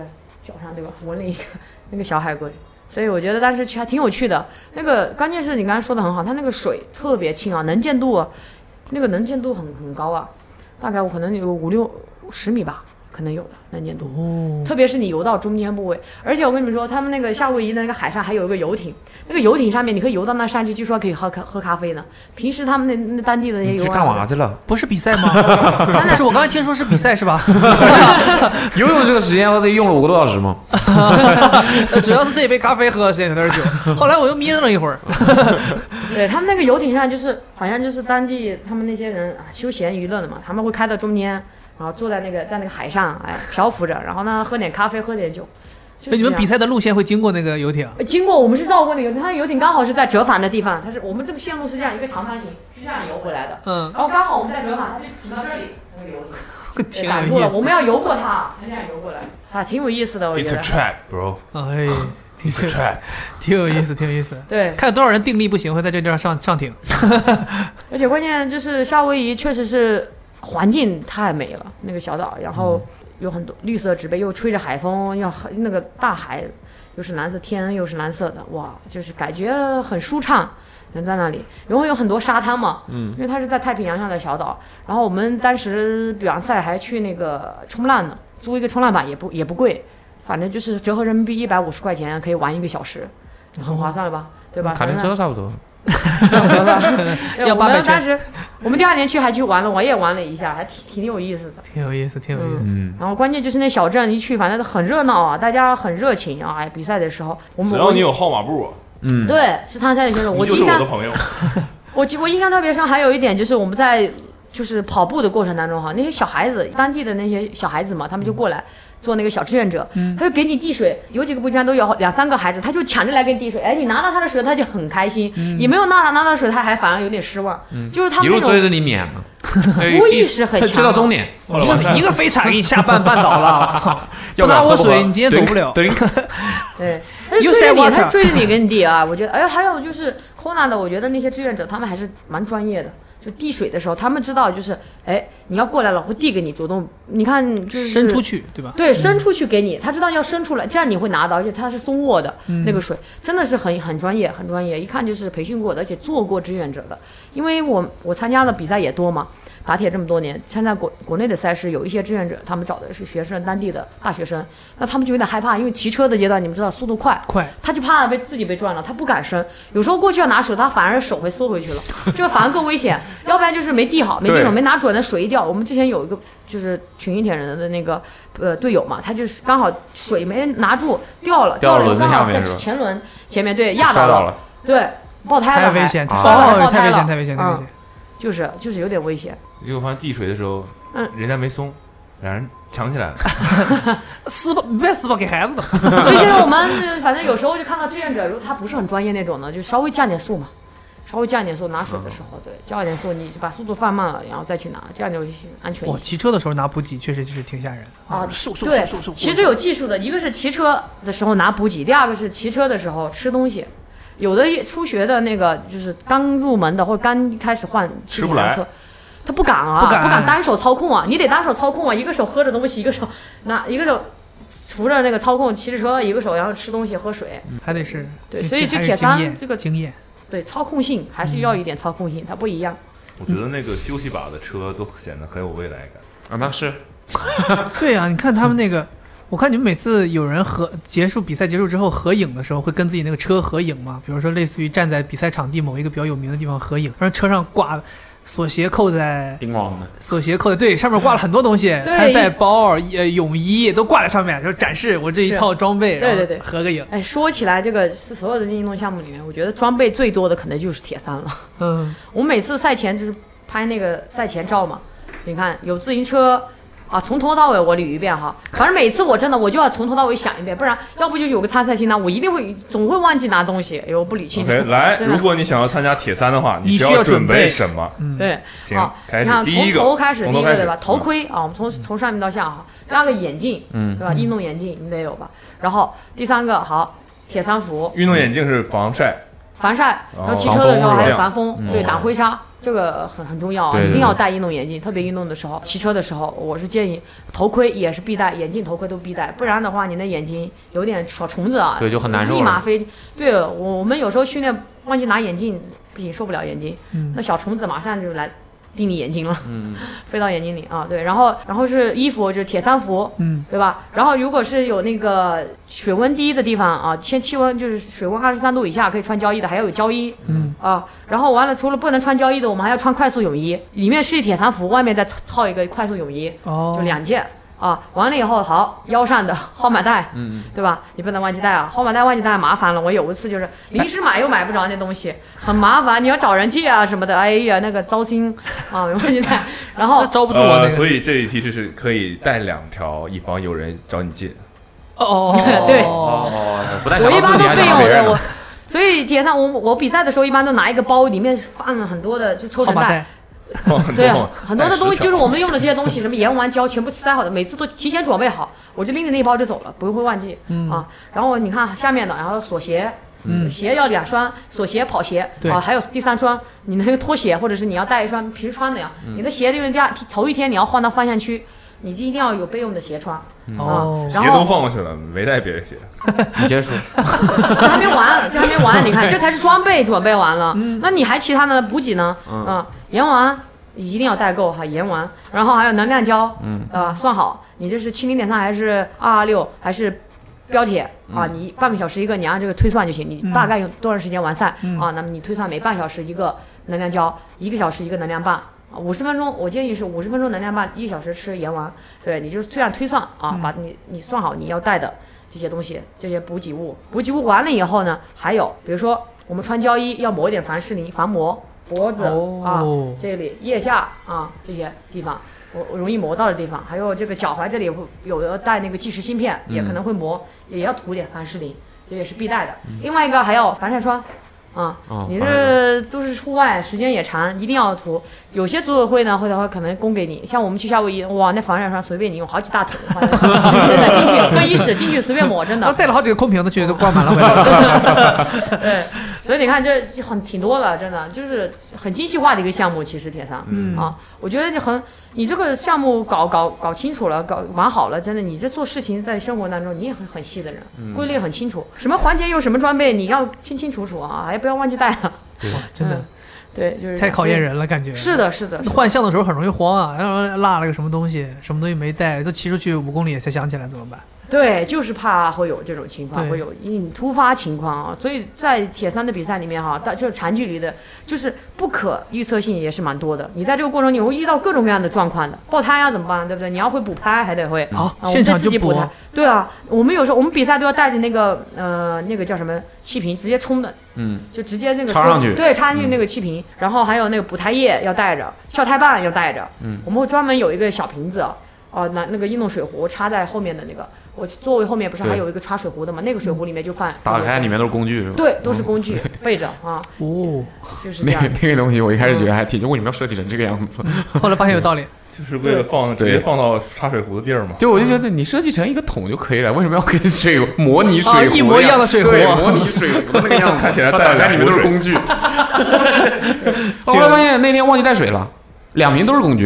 脚上，对吧？纹了一个那个小海龟。所以我觉得当时去还挺有趣的。那个关键是你刚才说的很好，它那个水特别清啊，能见度、啊、那个能见度很很高啊，大概我可能有五六十米吧，可能有的能见度。哦，特别是你游到中间部位，而且我跟你们说，他们那个夏威夷的那个海上还有一个游艇，那个游艇上面你可以游到那上去，据说可以喝喝咖啡呢。平时他们那那当地的那些游去干嘛去了？ 不是比赛吗？但是我刚才听说是比赛是吧？ 游泳这个时间我得用了五个多小时吗？ 主要是这一杯咖啡喝的时间有点久，后来我又眯了一会儿。 对，他们那个游艇上就是好像就是当地他们那些人啊休闲娱乐的嘛，他们会开到中间，然后坐在那个在那个海上，哎，漂浮着，然后呢喝点咖啡，喝点酒。 那你们比赛的路线会经过那个游艇？ 经过，我们是绕过那个游艇，它的游艇刚好是在折返的地方，它是我们这个线路是这样一个长方形，是这样游回来的。嗯，然后刚好我们在折返，它就停到这里，那个游艇挡住了，我们要游过它，它这样游过来，啊，挺有意思的，我觉得。 It's a trap, bro. 哎，挺有挺有意思，挺有意思。 对， 看有多少人定力不行，会在这地方上上艇。 而且关键就是夏威夷确实是环境太美了，那个小岛，然后。嗯有很多绿色植被，又吹着海风，要那个大海又是蓝色，天又是蓝色的，哇，就是感觉很舒畅。人在那里，然后有很多沙滩嘛，嗯，因为它是在太平洋上的小岛。然后我们当时比完赛还去那个冲浪呢，租一个冲浪板也不也不贵，反正就是折合人民币一百五十块钱可以玩一个小时，很划算了吧？对吧？ 卡丁车差不多。 要八百圈。当时我们第二年去还去玩了，我也玩了一下，还挺挺有意思的， 挺有意思，挺有意思。 嗯。然后关键就是那小镇一去，反正很热闹啊，大家很热情啊。哎，比赛的时候，我们只要你有号码布， 嗯，对，是参赛的选手，我就是我的朋友。 我我印象特别深，还有一点就是我们在就是跑步的过程当中哈，那些小孩子，当地的那些小孩子嘛，他们就过来。做那个小志愿者，嗯、他就给你递水，有几个步枪都有两三个孩子，他就抢着来给你递水。哎，你拿到他的水，他就很开心；嗯、你没有拿到拿到水，他还反而有点失望。嗯、就是他们那种一路追着你�撵嘛， 服务意识很强， 追到终点， 一个一个飞铲给你下绊绊倒了，不拿我水，你今天走不了。 对，对，他追着你，他追着你给你递啊。我觉得，哎，还有就是 Kona 的，我觉得那些志愿者他们还是蛮专业的。就递水的时候，他们知道就是，哎，你要过来了，会递给你，主动，你看就是伸出去，对吧？ 对，伸出去给你，他知道要伸出来，这样你会拿到，而且他是松握的、嗯、那个水，真的是很很专业，很专业，一看就是培训过的，而且做过志愿者的。因为我我参加的比赛也多嘛，打铁这么多年，参加国国内的赛事，有一些志愿者，他们找的是学生，当地的大学生，那他们就有点害怕，因为骑车的阶段，你们知道速度快， 快， 他就怕被自己被撞了，他不敢伸，有时候过去要拿水，他反而手会缩回去了，这个反而更危险。要不然就是没递好，没递好，没拿准的水一掉。我们之前有一个就是群英铁人的那个呃队友嘛，他就是刚好水没拿住掉了， 掉了，刚好在前轮前面对压到了，了对，爆胎了， 太危险， 爆哦，太危险，太危险，太危险。 就是就是有点危险。 结果发现递水的时候，嗯，人家没松，两人抢起来了， 撕吧，别撕吧，给孩子的。 所以现在我们反正有时候就看到志愿者，如果他不是很专业那种的，就稍微降点速嘛，稍微降点速，拿水的时候，对，降点速，你把速度放慢了，然后再去拿，这样就安全一些。 我骑车的时候拿补给确实就是挺吓人啊， 嗖嗖对， 嗖嗖。 其实有技术的，一个是骑车的时候拿补给，第二个是骑车的时候吃东西。有的初学的那个就是刚入门的或者刚开始换骑自行车，他不敢啊， 不敢不敢单手操控啊，你得单手操控啊，一个手喝着东西，一个手拿，一个手扶着那个操控骑着车，一个手然后吃东西喝水， 还得是对，所以就铁三这个经验， 对操控性还是要一点操控性，它不一样。 我觉得那个休息把的车都显得很有未来感啊，那是， 对啊，你看他们那个。我看你们每次有人合结束比赛结束之后合影的时候，会跟自己那个车合影吗？比如说类似于站在比赛场地某一个比较有名的地方合影，然后车上挂锁鞋扣在钉王的， 锁鞋扣在对上面挂了很多东西，参赛包、呃泳衣都挂在上面，就展示我这一套装备， 对对对， 合个影。 哎，说起来这个是所有的运动项目里面，我觉得装备最多的可能就是铁三了。嗯，我每次赛前就是拍那个赛前照嘛，你看有自行车。啊，从头到尾我捋一遍哈，反正每次我真的我就要从头到尾想一遍，不然要不就有个参赛清单，我一定会总会忘记拿东西，哎，我不捋清楚。 Okay, 来，如果你想要参加铁三的话， 你需要准备什么？ 嗯、对， 行， 好， 开始。 第一个，从头开始，第一个对吧？头盔、 嗯、 啊，我们从从上面到下哈。第二个眼镜，嗯，对吧？运动眼镜你得有吧？然后第三个好，铁三服。 运动眼镜是防晒。 防晒，然后骑车的时候还有防风，对，挡灰沙。 这个很很重要啊， 对对对一定要戴运动眼镜，特别运动的时候，骑车的时候，我是建议头盔也是必戴，眼镜、头盔都必戴，不然的话，你的眼睛有点小虫子啊， 对就很难受了立马飞。对我我们有时候训练忘记拿眼镜，不行，受不了眼睛， 嗯那小虫子马上就来。滴你眼睛了，嗯，飞到眼睛里啊，对，然后然后是衣服，就是铁三服， 嗯， 对吧？然后如果是有那个水温低的地方啊，先气温就是水温二十三度以下可以穿胶衣的，还要有胶衣，嗯啊，然后完了除了不能穿胶衣的，我们还要穿快速泳衣，里面是铁三服，外面再套一个快速泳衣， 哦， 就两件。啊，完了以后好，腰上的号码带，嗯，对吧？你不能忘记带啊，号码带忘记带麻烦了。我有一次就是临时买又买不着那东西，很麻烦，你要找人借啊什么的，哎呀，那个糟心啊，忘记带。然后招不住我那呃， 个， 所以这一提示是可以带两条，以防有人找你借。 哦哦对哦，不但想我一般都到自己还备用的， 想到别人呢我。所以铁上我我比赛的时候一般都拿一个包，里面放了很多的就抽绳带号码带。 对啊，很多的东西就是我们们用的这些东西，什么盐丸胶全部塞好的，每次都提前准备好，我就拎着那一包就走了，不会忘记、 嗯、 啊。然后你看下面的，然后锁鞋，嗯，鞋要两双，锁鞋、跑鞋啊，还有第三双，你那个拖鞋，或者是你要带一双平时穿的呀。嗯、你的鞋就是第二头一天你要换到方向区，你一定要有备用的鞋穿。 嗯、 啊， 哦， 鞋都放过去了，没带别的鞋。 你接着说， 这还没完，这还没完，你看这才是装备准备完了，嗯、那你还其他的补给呢？嗯，啊、盐丸。一定要带够哈，盐丸，然后还有能量胶，嗯，啊，算好，你这是七零点三还是二二六还是标铁、嗯、啊？你半个小时一个，你按这个推算就行，你大概用多长时间完赛、嗯、啊？那么你推算每半小时一个能量胶，一个小时一个能量棒，五十分钟，我建议是五十分钟能量棒，一小时吃盐丸，对，你就这样推算啊，嗯、把你你算好你要带的这些东西，这些补给物，补给物完了以后呢，还有比如说我们穿胶衣要抹一点凡士林防磨。脖子、哦、啊，这里腋下啊这些地方，我容易磨到的地方，还有这个脚踝这里有的带那个计时芯片，嗯、也可能会磨，也要涂点凡士林，这也是必带的。嗯、另外一个还有防晒霜。啊，哦、你这都是户外，时间也长，一定要涂。有些组委会呢，会的话可能供给你，像我们去夏威夷，哇，那防晒霜随便你用，好几大桶，真的进去更衣室进去随便抹，真的。 带了好几个空瓶子去，都灌满了回来。 对，所以你看这很挺多了，真的就是很精细化的一个项目，其实铁三，嗯啊，我觉得你很，你这个项目搞搞搞清楚了，搞玩好了，真的，你这做事情在生活当中你也很很细的人，嗯、规律很清楚，什么环节用什么装备，你要清清楚楚啊，还不要忘记带了。 哇，真的。 嗯对，就是太考验人了，感觉是的，是的。 换项的时候很容易慌啊，然后落了个什么东西，什么东西没带，都骑出去五公里才想起来怎么办？ 对，就是怕会有这种情况，会有突发情况啊。所以在铁三的比赛里面哈，就是长距离的，就是不可预测性也是蛮多的。你在这个过程你会遇到各种各样的状况的，爆胎啊怎么办？对不对？你要会补拍，还得会啊，现场就补。对啊，我们有时候我们比赛都要带着那个呃那个叫什么气瓶，直接冲的，嗯，就直接那个插上去， 对，插上去那个气瓶，嗯、然后还有那个补胎液要带着，跳胎棒要带着，嗯，我们会专门有一个小瓶子，哦、呃，拿那个运动水壶插在后面的那个，我座位后面不是还有一个插水壶的吗？那个水壶里面就放， 打开里面都是工具是吧？ 对，都是工具，嗯、备着啊。 哦， 就是这样。 那个那个东西，我一开始觉得还挺，为什么要设计成这个样子？ 后来发现有道理。 就是为了放直接放到插水壶的地儿嘛。 对，我就觉得你设计成一个桶就可以了，为什么要跟水模拟水壶、 啊、一模一样的水壶？ 对，模拟水壶那个样子， 看起来带来里面都是工具。后来发现那天忘记带水了，两瓶都是工具。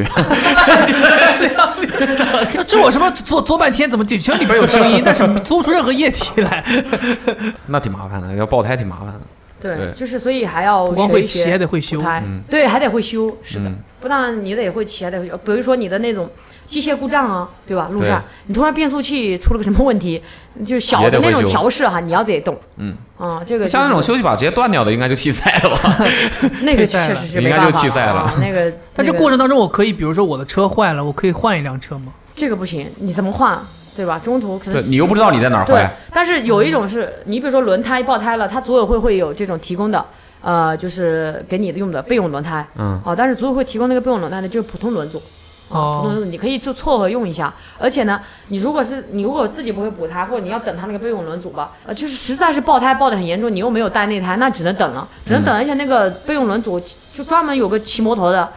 这我什么做做半天，怎么引擎里边有声音，但是做不出任何液体来？ 那挺麻烦的，要爆胎挺麻烦的。 对，对就是所以还要不光会骑还得会修， 嗯、对，还得会修，是的，嗯、不但你得会骑，还得会修。比如说你的那种机械故障啊，对吧？路上你突然变速器出了个什么问题，就是小的那种调试哈，你要得懂。嗯啊，这个、就是、 像那种休息把直接断掉的，应该就弃赛了吧？ 那个确实是没办法， 应该就弃赛了。 啊、那个， 但这过程当中，我可以，比如说我的车坏了，我可以换一辆车吗？ 这个不行，你怎么换？对吧？中途可能你又不知道你在哪儿坏。 但是有一种是你比如说轮胎爆胎了，它组委会会有这种提供的。呃，就是给你用的备用轮胎，嗯，啊，但是组委会提供那个备用轮胎呢，就是普通轮组，啊，普通轮组你可以就凑合用一下。而且呢，你如果是你如果自己不会补胎，或者你要等他那个备用轮组吧，呃，就是实在是爆胎爆得很严重，你又没有带内胎，那只能等了，只能等。嗯、而且那个备用轮组就专门有个骑摩托的，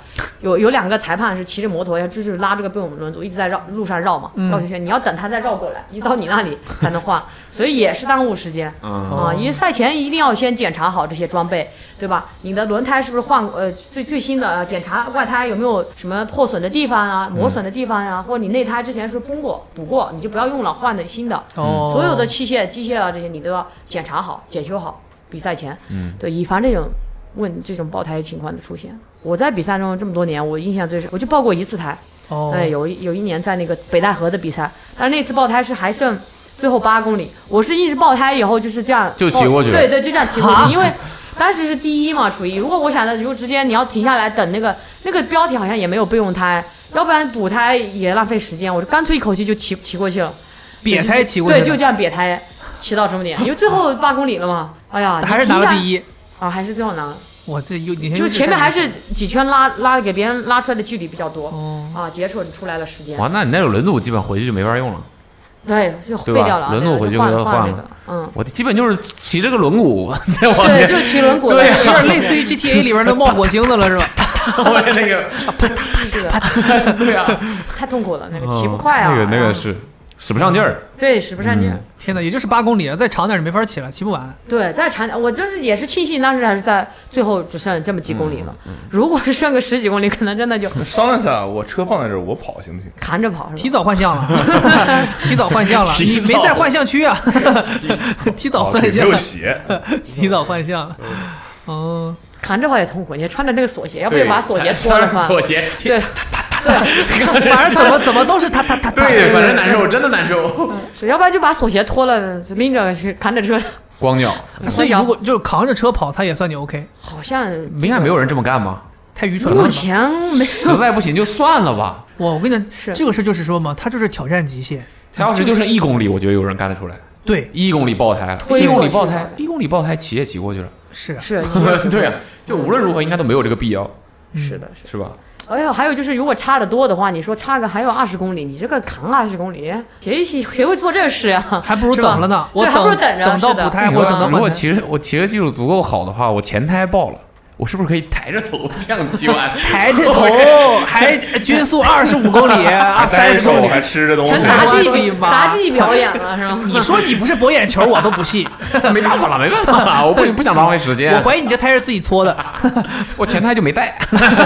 有有两个裁判是骑着摩托，就是拉这个贝尔轮组一直在绕路上绕嘛， 嗯、 绕圈圈，你要等他再绕过来，一到你那里才能换，所以也是耽误时间、 嗯、 啊。因为赛前一定要先检查好这些装备，对吧？你的轮胎是不是换呃最最新的？检查外胎有没有什么破损的地方啊、磨损的地方呀、啊，或者你内胎之前是崩过补过，你就不要用了，换的新的。 哦， 所有的器械、机械啊这些你都要检查好、检修好，比赛前， 嗯， 对，以防这种问这种爆胎情况的出现。我在比赛中这么多年，我印象最深，我就爆过一次胎。 哦， 对，有有一年在那个北戴河的比赛，但是那次爆胎是还剩最后八公里，我是一直爆胎以后就是这样就骑过去， 对对，就这样骑过去，因为当时是第一嘛，处于如果我想着如果直接你要停下来等那个那个标题好像也没有备用胎，要不然补胎也浪费时间，我就干脆一口气就骑骑过去了， 瘪胎骑过去， 对，就这样瘪胎骑到终点，因为最后八公里了嘛，哎呀， 还是拿了第一啊，还是最后拿了。 我这有就前面还是几圈拉拉给别人拉出来的距离比较多， 哦、 啊，节省出来了时间。 哇，那你那种轮组基本回去就没法用了。 对，就废掉了。 轮毂回去就要换了。 那个，嗯， 我基本就是骑这个轮毂在往对， 前， 就是骑轮毂， 对，有点类似于 G T A 里边的冒火星子了，是吧？ 后面那个， 是的， 对啊， 太痛苦了，那个骑不快啊， 那个那个是使不上劲儿， 对，使不上劲儿。 天哪，也就是八公里，再长点就没法骑了，骑不完。 对，再长，我就是也是庆幸当时还是在最后只剩这么几公里了。如果是剩个十几公里，可能真的就商量一下，我车放在这儿，我跑行不行？ 扛着跑是吧？ 提早换向了，提早换向了，你没在换向区啊？提早换向， 没有鞋， 提早换向。哦， 扛着跑也痛苦，你穿着那个锁鞋，要不就把锁鞋脱了算了。 锁鞋， 对。对， 反正怎么怎么都是他他他。 对，反正难受，真的难受。 是，要不然就把锁鞋脱了，拎着去扛着车。 光脚。 所以如果就扛着车跑，他也算你 OK。 好像应该没有人这么干吗？ 太愚蠢了。 目前没有。 实在不行就算了吧。 我我跟你讲，这个事就是说嘛，他就是挑战极限。 他要是就剩一公里，我觉得有人干得出来。 对， 一公里爆胎，一公里爆胎，一公里爆胎，骑也骑过去了。 是是， 对啊，就无论如何应该都没有这个必要。 是的， 是吧？ 哎呀，还有就是，如果差得多的话，你说差个还有二十公里，你这个扛二十公里，谁谁谁会做这事啊？ 还不如等了呢。我还不如等着， 等到补胎或者等到如果骑着我骑车技术足够好的话，我前胎爆了，我是不是可以抬着头这样骑完？ 抬着头还均速二十五公里，三十公里还吃着东西， 成杂技杂技表演了是吗？ 你说你不是博眼球，我都不信。 没办法了，没办法了，我不不想浪费时间。 我怀疑你这胎是自己搓的， 我前胎就没带。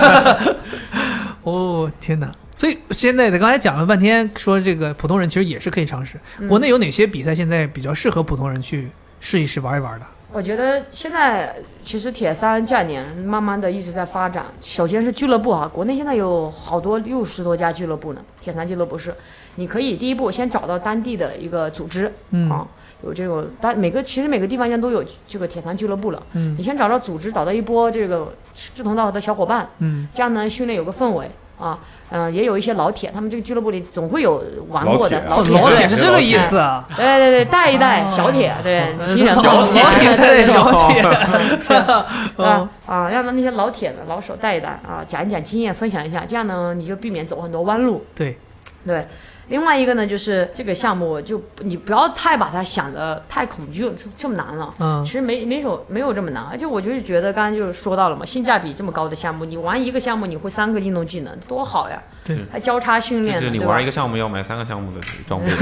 哦天哪！所以现在的刚才讲了半天，说这个普通人其实也是可以尝试。嗯、国内有哪些比赛现在比较适合普通人去试一试、玩一玩的？ 我觉得现在其实铁三这两年慢慢的一直在发展。首先是俱乐部哈，国内现在有好多六十多家俱乐部呢，铁三俱乐部是，你可以第一步先找到当地的一个组织，嗯啊。有这种，但每个其实每个地方现在都有这个铁三俱乐部了。嗯，你先找到组织，找到一波这个志同道合的小伙伴。嗯，这样呢训练有个氛围啊。嗯、呃，也有一些老铁，他们这个俱乐部里总会有玩过的老铁。老铁是这个意思啊？ 对对对，带一带小铁，对，新人小铁对小铁。 啊啊，让那些老铁的老手带一带啊，讲一讲经验，分享一下，这样呢你就避免走很多弯路。 对， 对。另外一个呢，就是这个项目就你不要太把它想的太恐惧，这么难了。嗯，其实没没有没有这么难，而且我就是觉得刚刚就说到了嘛，性价比这么高的项目，你玩一个项目你会三个运动技能，多好呀！ 对， 还交叉训练。 就是你玩一个项目要买三个项目的装备，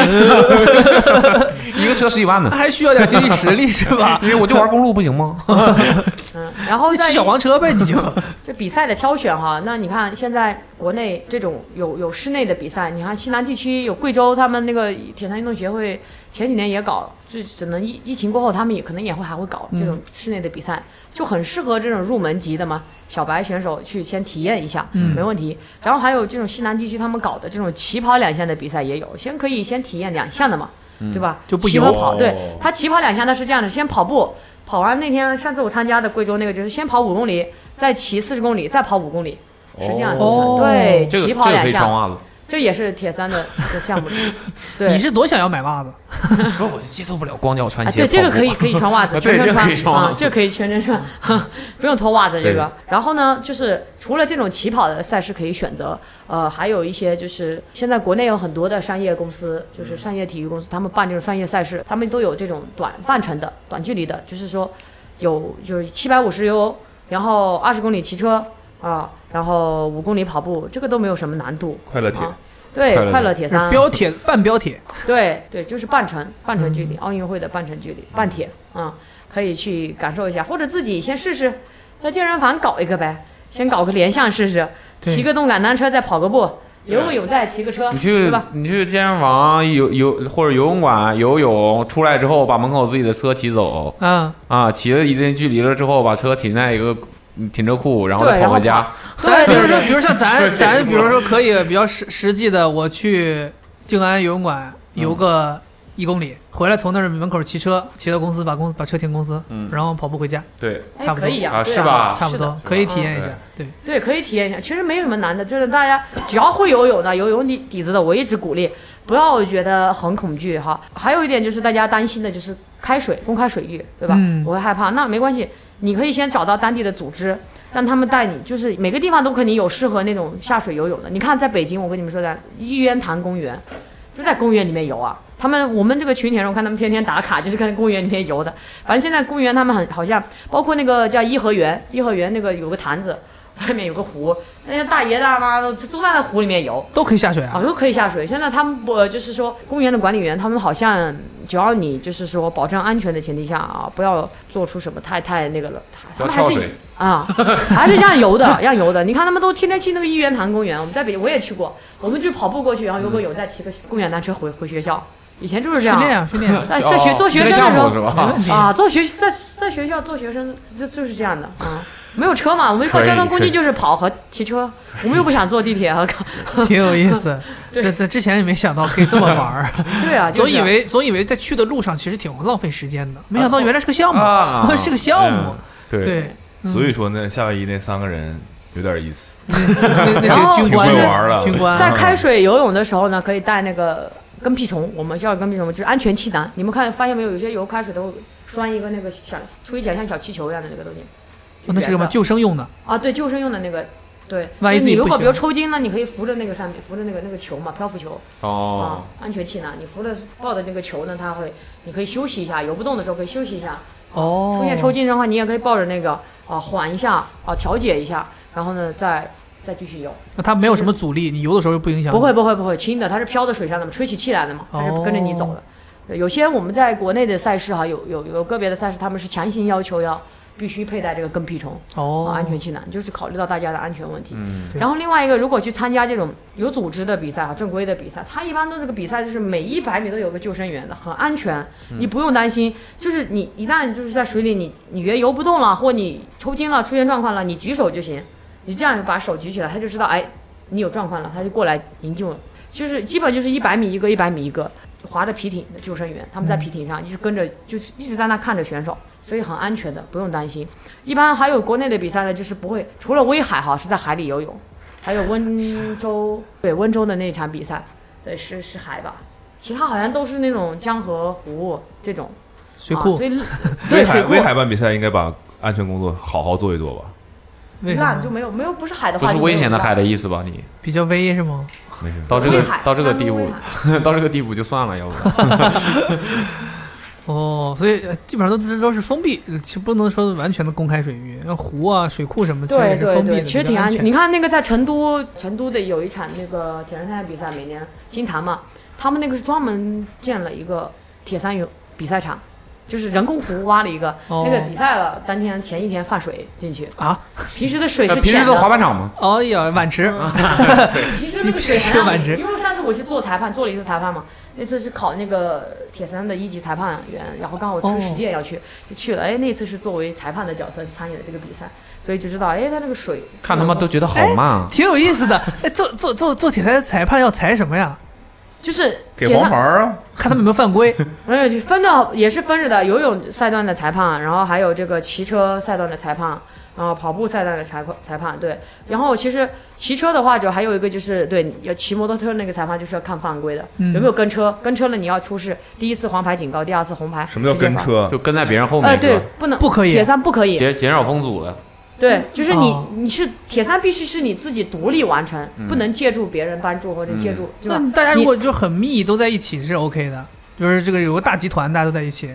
一个车十几万呢， 还需要点经济实力是吧？ 因为我就玩公路不行吗？ 嗯，然后骑小黄车呗，你就这比赛的挑选哈，那你看现在国内这种有有室内的比赛，你看西南地区有贵州，他们那个铁三运动协会前几年也搞，就只能疫疫情过后，他们也可能也会还会搞这种室内的比赛，嗯、就很适合这种入门级的嘛，小白选手去先体验一下，嗯，没问题。然后还有这种西南地区他们搞的这种起跑两项的比赛也有，先可以先体验两项的嘛，嗯、对吧？ 就不起跑，对，他起跑两项的是这样的，先跑步。跑完那天上次我参加的贵州那个，就是先跑五公里，再骑四十公里，再跑五公里，是这样子的。哦、对， 这个、 起跑两项。 这个可以穿袜子。 这也是铁三的一个项目。对， 你是多想要买袜子？ 不，我接受不了光脚穿鞋、 啊。对，这个可以可以穿袜子，全身穿。 对，这个可以穿袜子， 啊、这个可以全身穿，不用脱袜子这个。然后呢，就是除了这种起跑的赛事可以选择，呃，还有一些就是现在国内有很多的商业公司，就是商业体育公司，他们办这种商业赛事，他们都有这种短半程的、短距离的，就是说有就是七百五十 U， 然后二十公里骑车。 啊，然后五公里跑步，这个都没有什么难度。 快乐铁， 啊、对， 快乐快乐铁三， 标铁半标铁， 对对，就是半程半程距离， 嗯、 奥运会的半程距离，半铁啊、嗯，可以去感受一下，或者自己先试试，在健身房搞一个呗，先搞个连项试试，骑个动感单车，再跑个步。游个泳再骑个车， 你去对吧？ 你去健身房游游或者游泳馆游泳，出来之后把门口自己的车骑走， 嗯啊，骑了一定距离了之后，把车停在一个停车库，然后再跑回家。 咱比如说，比如像咱咱，比如说可以比较实实际的，我去静安游泳馆游个一公里，回来从那儿门口骑车骑到公司，把公把车停公司，嗯，然后跑步回家。 对， 差不多可以啊， 是吧？ 差不多可以体验一下，对对，可以体验一下。其实没什么难的，就是大家只要会游泳的、游泳底底子的，我一直鼓励，不要觉得很恐惧哈。还有一点就是大家担心的就是开水，公开水域，对吧？ 嗯， 我会害怕，那没关系，你可以先找到当地的组织，让他们带你，就是每个地方都可以有适合那种下水游泳的。你看，在北京，我跟你们说的玉渊潭公园，就在公园里面游啊。他们我们这个群里人，我看他们天天打卡，就是跟公园里面游的。反正现在公园他们很好像，包括那个叫颐和园，颐和园那个有个坛子，外面有个湖，那些大爷大妈都都在那湖里面游， 都可以下水啊， 啊都可以下水。现在他们不就是说公园的管理员，他们好像只要你就是说保证安全的前提下啊，不要做出什么太太那个了，他们还是啊还是这样游的，这样游的。你看他们都天天去那个玉渊潭公园，我们在北京我也去过，我们就跑步过去，然后游个泳，再骑个共享单车回回学校。以前就是这样， 训练啊训练。 在在学做学生的时候是吧？ 啊，做学在在学校做学生就就是这样的啊。没有车嘛，我们靠交通工具就是跑和骑车，我们又不想坐地铁和。 挺有意思，在在之前也没想到可以这么玩儿。 对啊， 总以为总以为在去的路上其实挺浪费时间的，没想到原来是个项目， 啊、 是个项目。 对对， 所以说呢，夏威夷那三个人有点意思。 那那些军官玩了， 军官在开水游泳的时候呢，可以带那个跟屁虫，我们叫跟屁虫，就是安全气囊。你们看发现没有？有些游开水都拴一个那个小吹起来像小气球一样的那个东西。 哦，那是什么救生用的啊？对，救生用的那个。对， 万一你如果比如抽筋了，你可以扶着那个上面，扶着那个那个球嘛，漂浮球。 哦。 啊，安全气囊，你扶着抱着那个球呢，它会，你可以休息一下，游不动的时候可以休息一下。 哦。 出现抽筋的话，你也可以抱着那个啊缓一下啊调节一下，然后呢再再继续游。 那它没有什么阻力，你游的时候不影响。 不会不会不会，轻的，它是飘在水上的嘛，吹起气来的嘛，它是跟着你走的。哦、有些我们在国内的赛事哈，有有有个别的赛事，他们是强行要求要必须佩戴这个跟屁虫哦、 啊、安全气囊，就是考虑到大家的安全问题。 嗯。 然后另外一个，如果去参加这种有组织的比赛哈，正规的比赛，它一般都这个比赛就是每一百米都有个救生员的，很安全，嗯、你不用担心。就是你一旦就是在水里，你你觉得游不动了，或你抽筋了，出现状况了，你举手就行。你这样把手举起来，他就知道哎你有状况了，他就过来营救。就是基本就是一百米一个，一百米一个。划着皮艇的救生员，他们在皮艇上一直跟着，就是一直在那看着选手，所以很安全的，不用担心。一般还有国内的比赛呢，就是不会，除了威海哈是在海里游泳，还有温州，对温州的那场比赛，对是是海吧，其他好像都是那种江河湖这种水库。 啊、所以威海威海办比赛应该把安全工作好好做一做吧。 那就没有没有不是海的话， 不是危险的海的意思吧？你比较危是吗？ 没事， 到这个到这个地步，到这个地步就算了，要不然。 哦，所以基本上都都是封闭，其实不能说完全的公开水域，像湖啊、水库什么，其实是封闭的， 对对对，其实挺安全。你看那个在成都，成都的有一场那个铁人三项比赛，每年金坛嘛，他们那个是专门建了一个铁三游比赛场。就是人工湖挖了一个，哦、那个比赛了，当天前一天放水进去啊。 平时的水是浅的， 平时的滑板场吗？ 哦呀，碗池。 嗯、平时那个水是碗池。 因为上次我去做裁判，做了一次裁判嘛，那次是考那个铁三的一级裁判员，然后刚好春实践要去，哦、就去了。哎，那次是作为裁判的角色去参与了这个比赛，所以就知道，哎，他那个水看他们都觉得好慢， 挺有意思的。哎，做做做做铁三裁判要裁什么呀？ 就是给黄牌啊， 看他们有没有犯规。 没有分的也是分着的，游泳赛段的裁判，然后还有这个骑车赛段的裁判，然后跑步赛段的裁裁判，对。然后其实骑车的话，就还有一个就是对，要骑摩托车那个裁判就是要看犯规的，嗯、有没有跟车，跟车了你要出示第一次黄牌警告，第二次红牌。 什么叫跟车？ 就跟在别人后面。 呃，对，不能不可以， 铁三不可以， 减减少风阻的。 对，就是你， 哦、 你是铁三必须是你自己独立完成，嗯、不能借助别人帮助或者借助。 那、嗯、大家如果就很密都在一起是 OK 的，就是这个有个大集团大家都在一起，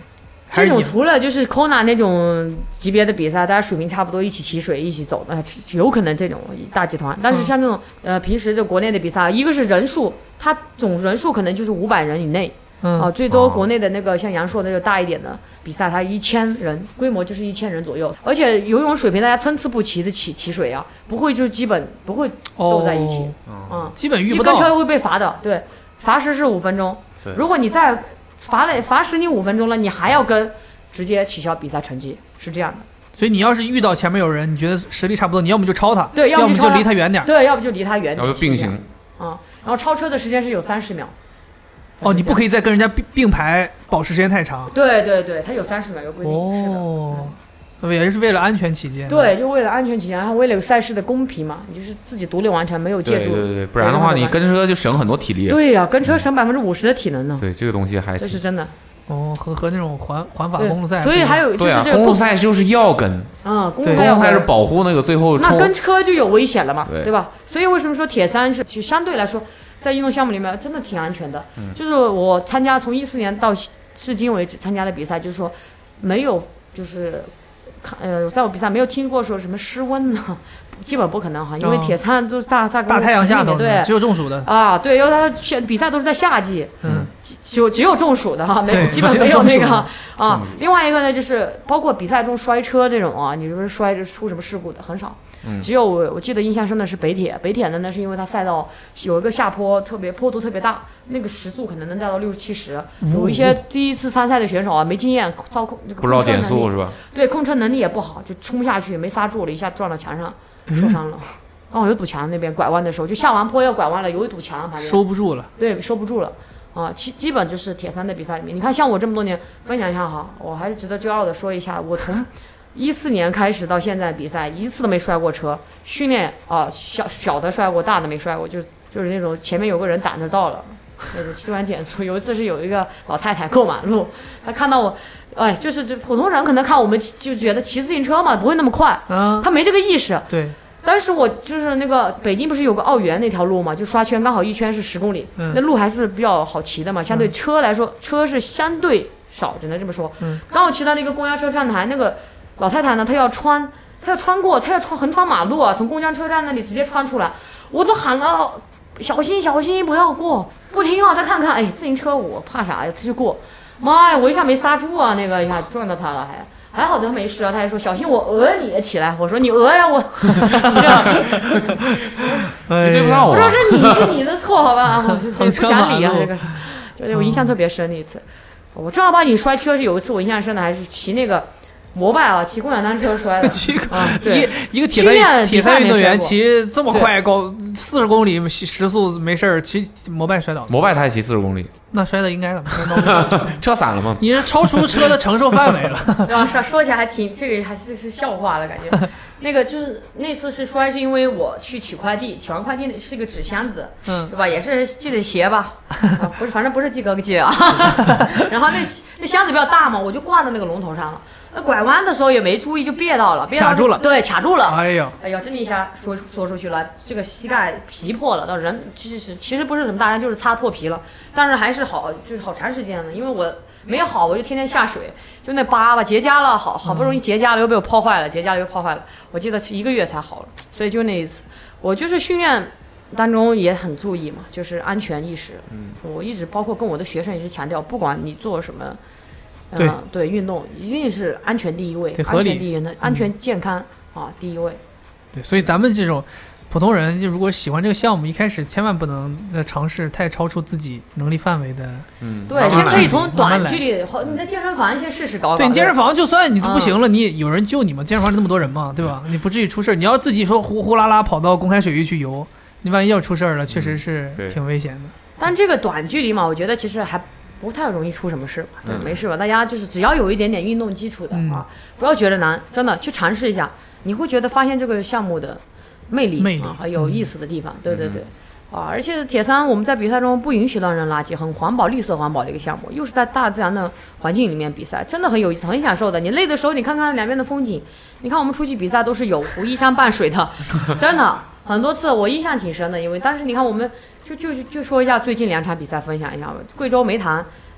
这种除了就是 Kona 那种级别的比赛，大家水平差不多，一起起水，一起走的，有可能这种大集团。但是像这种、嗯、呃平时就国内的比赛，一个是人数，它总人数可能就是五百人以内。嗯啊，最多国内的那个像杨硕那个大一点的比赛，它一千人规模就是一千人左右，而且游泳水平大家参差不齐的起起水啊，不会就基本不会都在一起， 哦、 嗯， 基本遇不到， 一跟车会被罚的，对，罚时是五分钟，如果你再罚了罚时你五分钟了，你还要跟，直接取消比赛成绩，是这样的。 所以你要是遇到前面有人，你觉得实力差不多，你要么就超他， 对， 要么就离他远点， 对，要不就离他远点， 要不并行， 啊、嗯，然后超车的时间是有三十秒。 哦，你不可以再跟人家并并排保持时间太长。 对对对，它有三十秒有规定。 哦，是的，也是为了安全起见。 对，就为了安全起见，然后为了赛事的公平嘛，你就是自己独立完成，没有借助。 对对对，不然的话你跟车就省很多体力。 对呀、啊，跟车省百分之五十的体能呢。 对，这个东西还这是真的。 哦，和和那种环环法公路赛， 所以还有就是这个、 啊、公路赛就是要跟， 嗯，公路赛是保护那个最后那跟车就有危险了嘛， 对, 对吧？所以为什么说铁三是就相对来说在运动项目里面真的挺安全的？ 嗯、 就是我参加从一四年到至今为止参加的比赛，就是说没有就是呃，在我比赛没有听过说什么失温呢。基本不可能哈，因为铁三都是大大大太阳下头， 对， 只有中暑的啊，对，因为它比赛都是在夏季， 嗯， 就只有中暑的哈，没有基本没有那个啊。另外一个呢，就是包括比赛中摔车这种啊，你说摔着出什么事故的很少， 嗯、 只有我我记得印象深的是北铁，北铁的呢是因为它赛道有一个下坡特别坡度特别大，那个时速可能能达到六十七十，有一些第一次参赛的选手啊没经验，操控不知道减速是吧？ 对，控车能力也不好，就冲下去没刹住了，一下撞到墙上。受伤了，刚好有堵墙，那边拐弯的时候就下完坡要拐弯了，有一堵墙，反正收不住了。 对，收不住了啊！基基本就是铁三的比赛里面，你看像我这么多年分享一下哈，我还是值得骄傲的说一下，我从一四年开始到现在比赛一次都没摔过车，训练啊小小的摔过，大的没摔过，就就是那种前面有个人挡着道了，那种突然减速。有一次是有一个老太太过马路，她看到我。哎，就是这普通人可能看我们就觉得骑自行车嘛不会那么快， 嗯， 他没这个意识。 对， 但是我就是那个北京不是有个奥园那条路嘛，就刷圈，刚好一圈是十公里， 嗯、 那路还是比较好骑的嘛，相对车来说，嗯、车是相对少，只能这么说。 嗯， 刚好骑到那个公交车站台，那个老太太呢，她要穿，她要穿过，她要穿横穿马路啊，从公交车站那里直接穿出来，我都喊了小心小心不要过，不听啊，再看看，哎，自行车我怕啥呀，他就过。妈呀！我一下没刹住啊，那个一下撞到他了，还还好他没事啊。他还说小心我讹你起来，我说你讹呀我，这样， 你追不上我。 我说是你是你的错好吧？我就不讲理啊，这个，就是我印象特别深的一次。我正儿八经摔车是有一次我印象深的，还是骑那个摩拜啊，骑共享单车摔的。 骑啊，对， 一一个铁三铁三运动员骑这么快，高四十公里时速没事儿，骑摩拜摔倒了。 摩拜他也骑四十公里。 那摔的应该的， 车散了吗？ 你是超出车的承受范围了。 对吧？说说起来还挺，这个还是是笑话了，感觉。那个就是那次是摔，是因为我去取快递，取完快递是个纸箱子，嗯，对吧？也是系的鞋吧，啊、不是，反正不是系哥哥系啊。然后那那箱子比较大嘛，我就挂在那个龙头上了。那拐弯的时候也没注意，就别到了，别到卡住了， 对，卡住了。 哎呀， 哎呀，真的一下缩缩出去了，这个膝盖皮破了，到人就是其实不是什么大伤，就是擦破皮了，但是还是好，就是好长时间了，因为我没有好，我就天天下水，就那疤吧结痂了，好好不容易结痂了，又被我泡坏了，结痂了又泡坏了，我记得一个月才好了，所以就那一次，我就是训练当中也很注意嘛，就是安全意识，嗯，我一直包括跟我的学生也是强调，不管你做什么。 对、 呃、对，运动一定是安全第一位，安全第一，安全健康、嗯、啊第一位。 对，所以咱们这种普通人，就如果喜欢这个项目，一开始千万不能尝试太超出自己能力范围的。 嗯，对，先可以从短距离，你在健身房先试试搞搞。 对，你健身房就算你都不行了，嗯、你有人救你吗？健身房里那么多人嘛，对吧？你不至于出事。你要自己说呼呼啦啦跑到公开水域去游，你万一要出事了，确实是挺危险的。嗯、 但这个短距离嘛，我觉得其实还。不太容易出什么事吧？对，没事吧？大家就是只要有一点点运动基础的、嗯、啊，不要觉得难，真的去尝试一下，你会觉得发现这个项目的魅力、 魅力啊，有意思的地方。嗯、对对对，啊，而且铁三我们在比赛中不允许乱扔垃圾，很环保、绿色环保的一个项目，又是在大自然的环境里面比赛，真的很有意思，很享受的。你累的时候，你看看两边的风景，你看我们出去比赛都是有湖依山傍水的，真的很多次我印象挺深的，因为当时你看我们。就就就说一下最近两场比赛，分享一下吧。贵州梅潭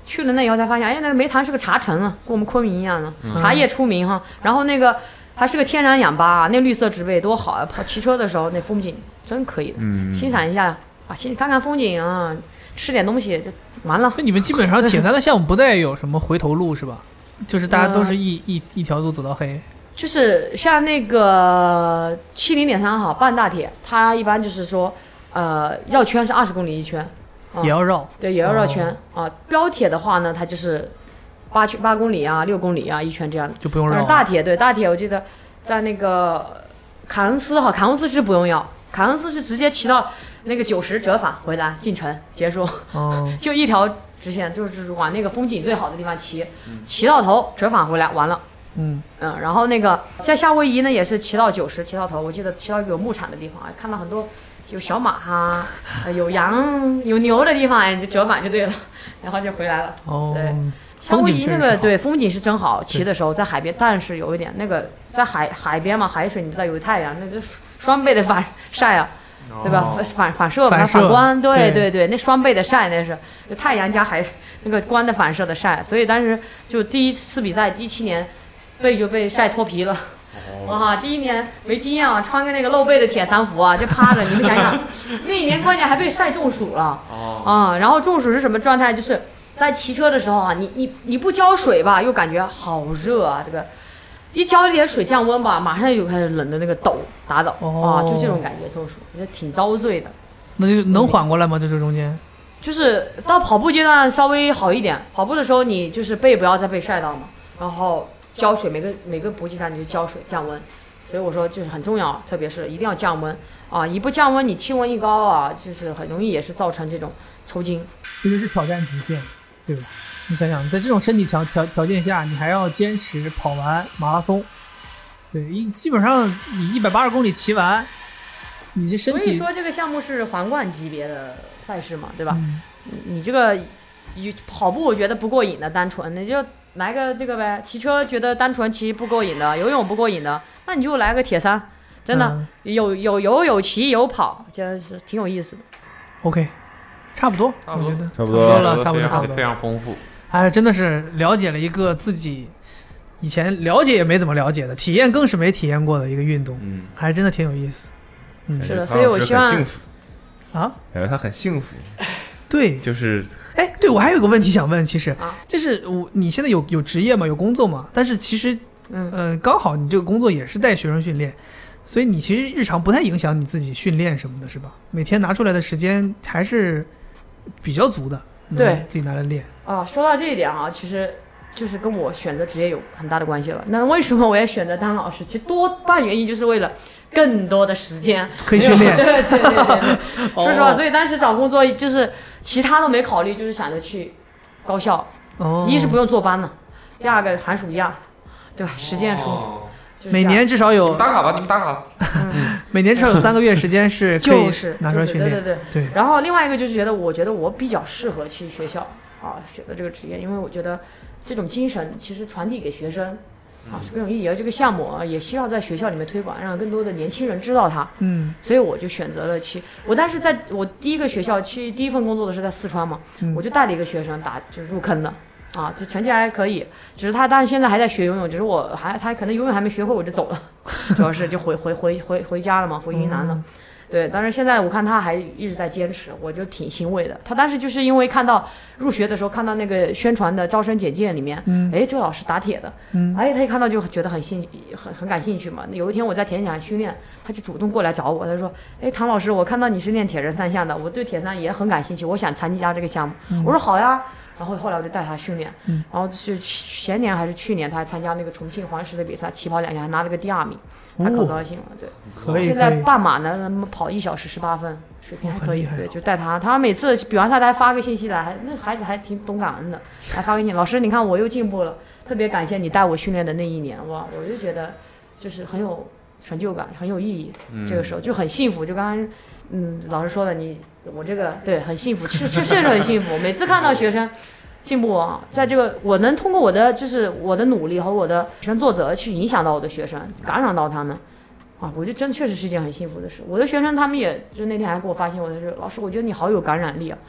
去了那以后才发现，哎，那个梅潭是个茶城啊，跟我们昆明一样的，茶叶出名哈。然后那个还是个天然氧吧，那绿色植被多好啊！跑骑车的时候那风景真可以的，嗯、欣赏一下啊，欣看看风景啊，吃点东西就完了。 那你们基本上铁三的项目不带有什么回头路是吧？就是大家都是一、呃、一一条路走到黑。 就是像那个七零点三号半大铁，它一般就是说，呃，绕圈是二十公里一圈。 也要绕， 对，也要绕圈、哦、啊。标铁的话呢，它就是八圈八公里啊，六公里啊，一圈这样的， 就不用绕。 但是大铁，对大铁，我记得在那个凯恩斯哈，凯恩斯是不用绕，凯恩斯是直接骑到那个九十折返回来进城结束，哦，就一条直线，就是往那个风景最好的地方骑，骑到头折返回来，完了。嗯嗯，然后那个在夏威夷呢，也是骑到九十，骑到头，我记得骑到有牧场的地方，看到很多。有小马哈，有羊有牛的地方，哎，你就折返就对了，然后就回来了。哦，对，夏威夷那个对风景是真好，骑的时候在海边，但是有一点那个在海海边嘛，海水你知道有太阳，那就双倍的反晒啊，对吧？哦、反反射反反光，对对对，那双倍的晒那是，就太阳加海那个光的反射的晒，所以当时就第一次比赛第七年背就被晒脱皮了。哇，第一年没经验啊，穿个那个露背的铁三服啊，就趴着。你们想想，那一年关键还被晒中暑了。哦。啊、嗯，然后中暑是什么状态？就是在骑车的时候啊，你你你不浇水吧，又感觉好热啊，这个一浇一点水降温吧，马上就开始冷的那个抖打倒。哦。啊，就这种感觉中暑，我觉得挺遭罪的。 那就能缓过来吗？就这中间？ 就是到跑步阶段稍微好一点，跑步的时候你就是背不要再被晒到嘛，然后。浇水，每个每个补给站你就浇水降温，所以我说就是很重要，特别是一定要降温啊！一不降温，你气温一高啊，就是很容易也是造成这种抽筋。 其实是挑战极限，对吧？你想想，在这种身体条条条件下，你还要坚持跑完马拉松，对，一基本上你一百八十公里骑完，你这身体。 所以说这个项目是皇冠级别的赛事嘛，对吧？嗯、你这个跑步我觉得不过瘾的，单纯你就。来个这个呗，骑车觉得单纯骑不过瘾的，游泳不过瘾的，那你就来个铁三，真的、嗯、有有游有骑有跑，觉得是挺有意思的。 OK， 差不多， 差不多， 我觉得差不多了，差不多，差不多， 非常丰富。 哎，真的是了解了一个自己以前了解也没怎么了解的，体验更是没体验过的一个运动，嗯，还真的挺有意思。 嗯，是的，所以我希望幸福啊， 感觉他很幸福。 对， 就是， 哎，对我还有一个问题想问，其实，啊、就是我你现在有有职业嘛，有工作嘛？但是其实，嗯、呃，刚好你这个工作也是带学生训练，所以你其实日常不太影响你自己训练什么的，是吧？每天拿出来的时间还是比较足的， 对， 自己拿来练。 啊，说到这一点啊，其实就是跟我选择职业有很大的关系了。那为什么我也选择当老师？其实多半原因就是为了。更多的时间可以训练， 对对对对对，说实话，所以当时找工作就是其他都没考虑，就是想着去高校，哦，一是不用坐班了，第二个寒暑假，对吧？实践充足，哦就是、 每年至少有打卡吧，你们打卡， 嗯、每年至少有三个月时间是可以拿出来训练， 就是、对对对对。然后另外一个就是觉得，我觉得我比较适合去学校啊，选择这个职业，因为我觉得这种精神其实传递给学生。啊，是更有意义。而这个项目啊，也希望在学校里面推广，让更多的年轻人知道它。嗯，所以我就选择了去。我当时在我第一个学校去第一份工作的是在四川嘛，嗯、我就带了一个学生打就入坑了。啊，这成绩还可以，只是他但是现在还在学游泳，只是我还他可能游泳还没学会我就走了，主要是就回回回回回家了嘛，回云南了。嗯对，但是现在我看他还一直在坚持，我就挺欣慰的。他当时就是因为看到入学的时候看到那个宣传的招生简介里面，嗯，哎，这个老师打铁的，嗯，哎，他一看到就觉得很兴很很感兴趣嘛。有一天我在田径场训练，他就主动过来找我，他说，哎，唐老师，我看到你是练铁人三项的，我对铁三也很感兴趣，我想参加这个项目。嗯、我说好呀。然后后来我就带他训练，嗯、然后就前年还是去年，他还参加那个重庆环石的比赛，起跑两项还拿了个第二名，他可高兴了。对， 可以。 现在半马呢，跑一小时十八分，水平还可以。对，就带他，他每次比完赛他还发个信息来，还那孩子还挺懂感恩的，还发个信息，老师你看我又进步了，特别感谢你带我训练的那一年，哇，我就觉得就是很有成就感，很有意义。嗯、这个时候就很幸福，就刚刚嗯老师说的，你我这个对很幸福，是是确实很幸福。每次看到学生进步啊，在这个我能通过我的就是我的努力和我的以身作则去影响到我的学生，感染到他们啊，我觉得真确实是一件很幸福的事。我的学生他们也就那天还给我发信，我就说老师，我觉得你好有感染力啊。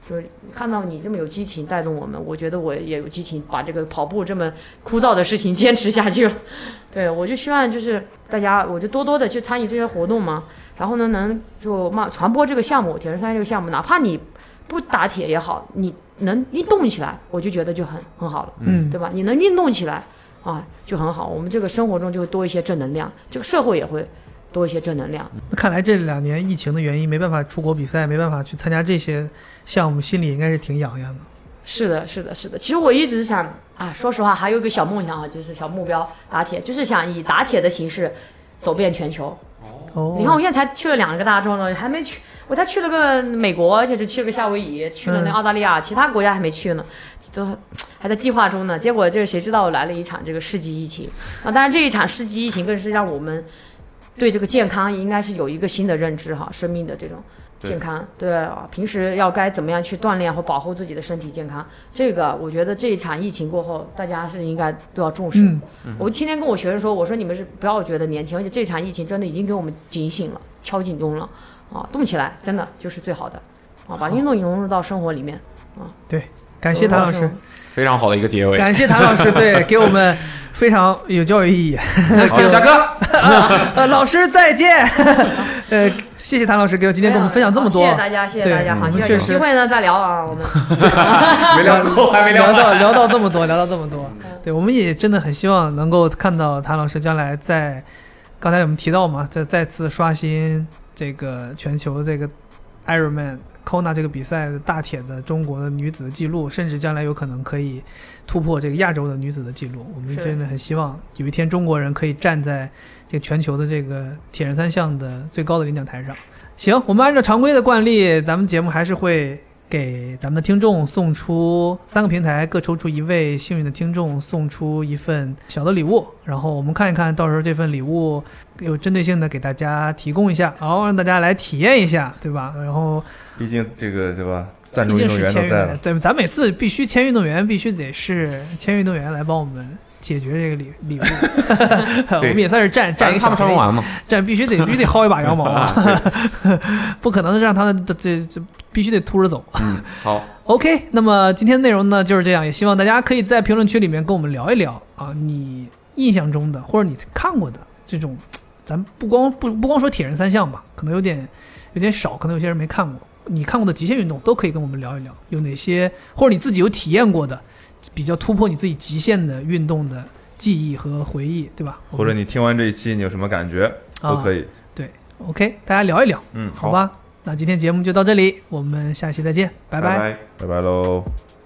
就是看到你这么有激情带动我们，我觉得我也有激情把这个跑步这么枯燥的事情坚持下去了。对，我就希望就是大家，我就多多的去参与这些活动嘛，然后呢，能就嘛传播这个项目，铁人三项这个项目，哪怕你不打铁也好，你能运动起来，我就觉得就很很好了， 嗯， 对吧？你能运动起来啊，就很好。我们这个生活中就会多一些正能量，这个社会也会多一些正能量。 看来这两年疫情的原因，没办法出国比赛，没办法去参加这些项目，心里应该是挺痒痒的。 是的，是的，是的。其实我一直想啊，说实话，还有一个小梦想啊，就是小目标，打铁，就是想以打铁的形式走遍全球。 哦， 你看我现在才去了两个大洲呢，还没去，我才去了个美国，而且是去了个夏威夷，去了那澳大利亚，嗯、其他国家还没去呢，都还在计划中呢。结果这谁知道来了一场这个世纪疫情啊！当然这一场世纪疫情更是让我们对这个健康应该是有一个新的认知哈，生命的这种健康，对啊，平时要该怎么样去锻炼和保护自己的身体健康，这个我觉得这一场疫情过后，大家是应该都要重视。嗯嗯、我天天跟我学生说，我说你们是不要觉得年轻，而且这场疫情真的已经给我们警醒了，敲警钟了啊，动起来真的就是最好的啊，把运动融入到生活里面啊。对， 感谢谭老师， 非常好的一个结尾。 感谢谭老师，对，给我们非常有教育意义。 好，下课。 呃，老师再见。呃。谢谢谭老师给我今天跟我们分享这么多， 谢谢大家，谢谢大家，好，有机会呢再聊啊，我们没聊够，还没聊到聊到这么多，聊到这么多，对，我们也真的很希望能够看到谭老师将来在，刚才我们提到嘛，再再次刷新这个全球这个 Ironman Kona 这个比赛的大铁的中国的女子的记录，甚至将来有可能可以突破这个亚洲的女子的记录。我们真的很希望有一天中国人可以站在这个全球的这个铁人三项的最高的领奖台上。行，我们按照常规的惯例，咱们节目还是会给咱们的听众送出三个平台，各抽出一位幸运的听众，送出一份小的礼物，然后我们看一看到时候这份礼物有针对性的给大家提供一下，然后让大家来体验一下，对吧？然后毕竟这个对吧，赞助运动员都在了， 咱咱每次必须签运动员，必须得是签运动员来帮我们解决这个礼礼物。我们也算是占占一个小便宜完嘛， 占必须得必须得薅一把羊毛啊，不可能让他这这这必须得秃着走。 嗯，好 ，OK， 那么今天内容呢就是这样，也希望大家可以在评论区里面跟我们聊一聊啊，你印象中的或者你看过的这种，咱不光不不光说铁人三项吧，可能有点有点少，可能有些人没看过。你看过的极限运动都可以跟我们聊一聊，有哪些或者你自己有体验过的比较突破你自己极限的运动的记忆和回忆，对吧？ 或者你听完这一期你有什么感觉、啊、都可以。 对 OK， 大家聊一聊， 嗯， 好吧，那今天节目就到这里，我们下期再见，拜拜拜拜喽。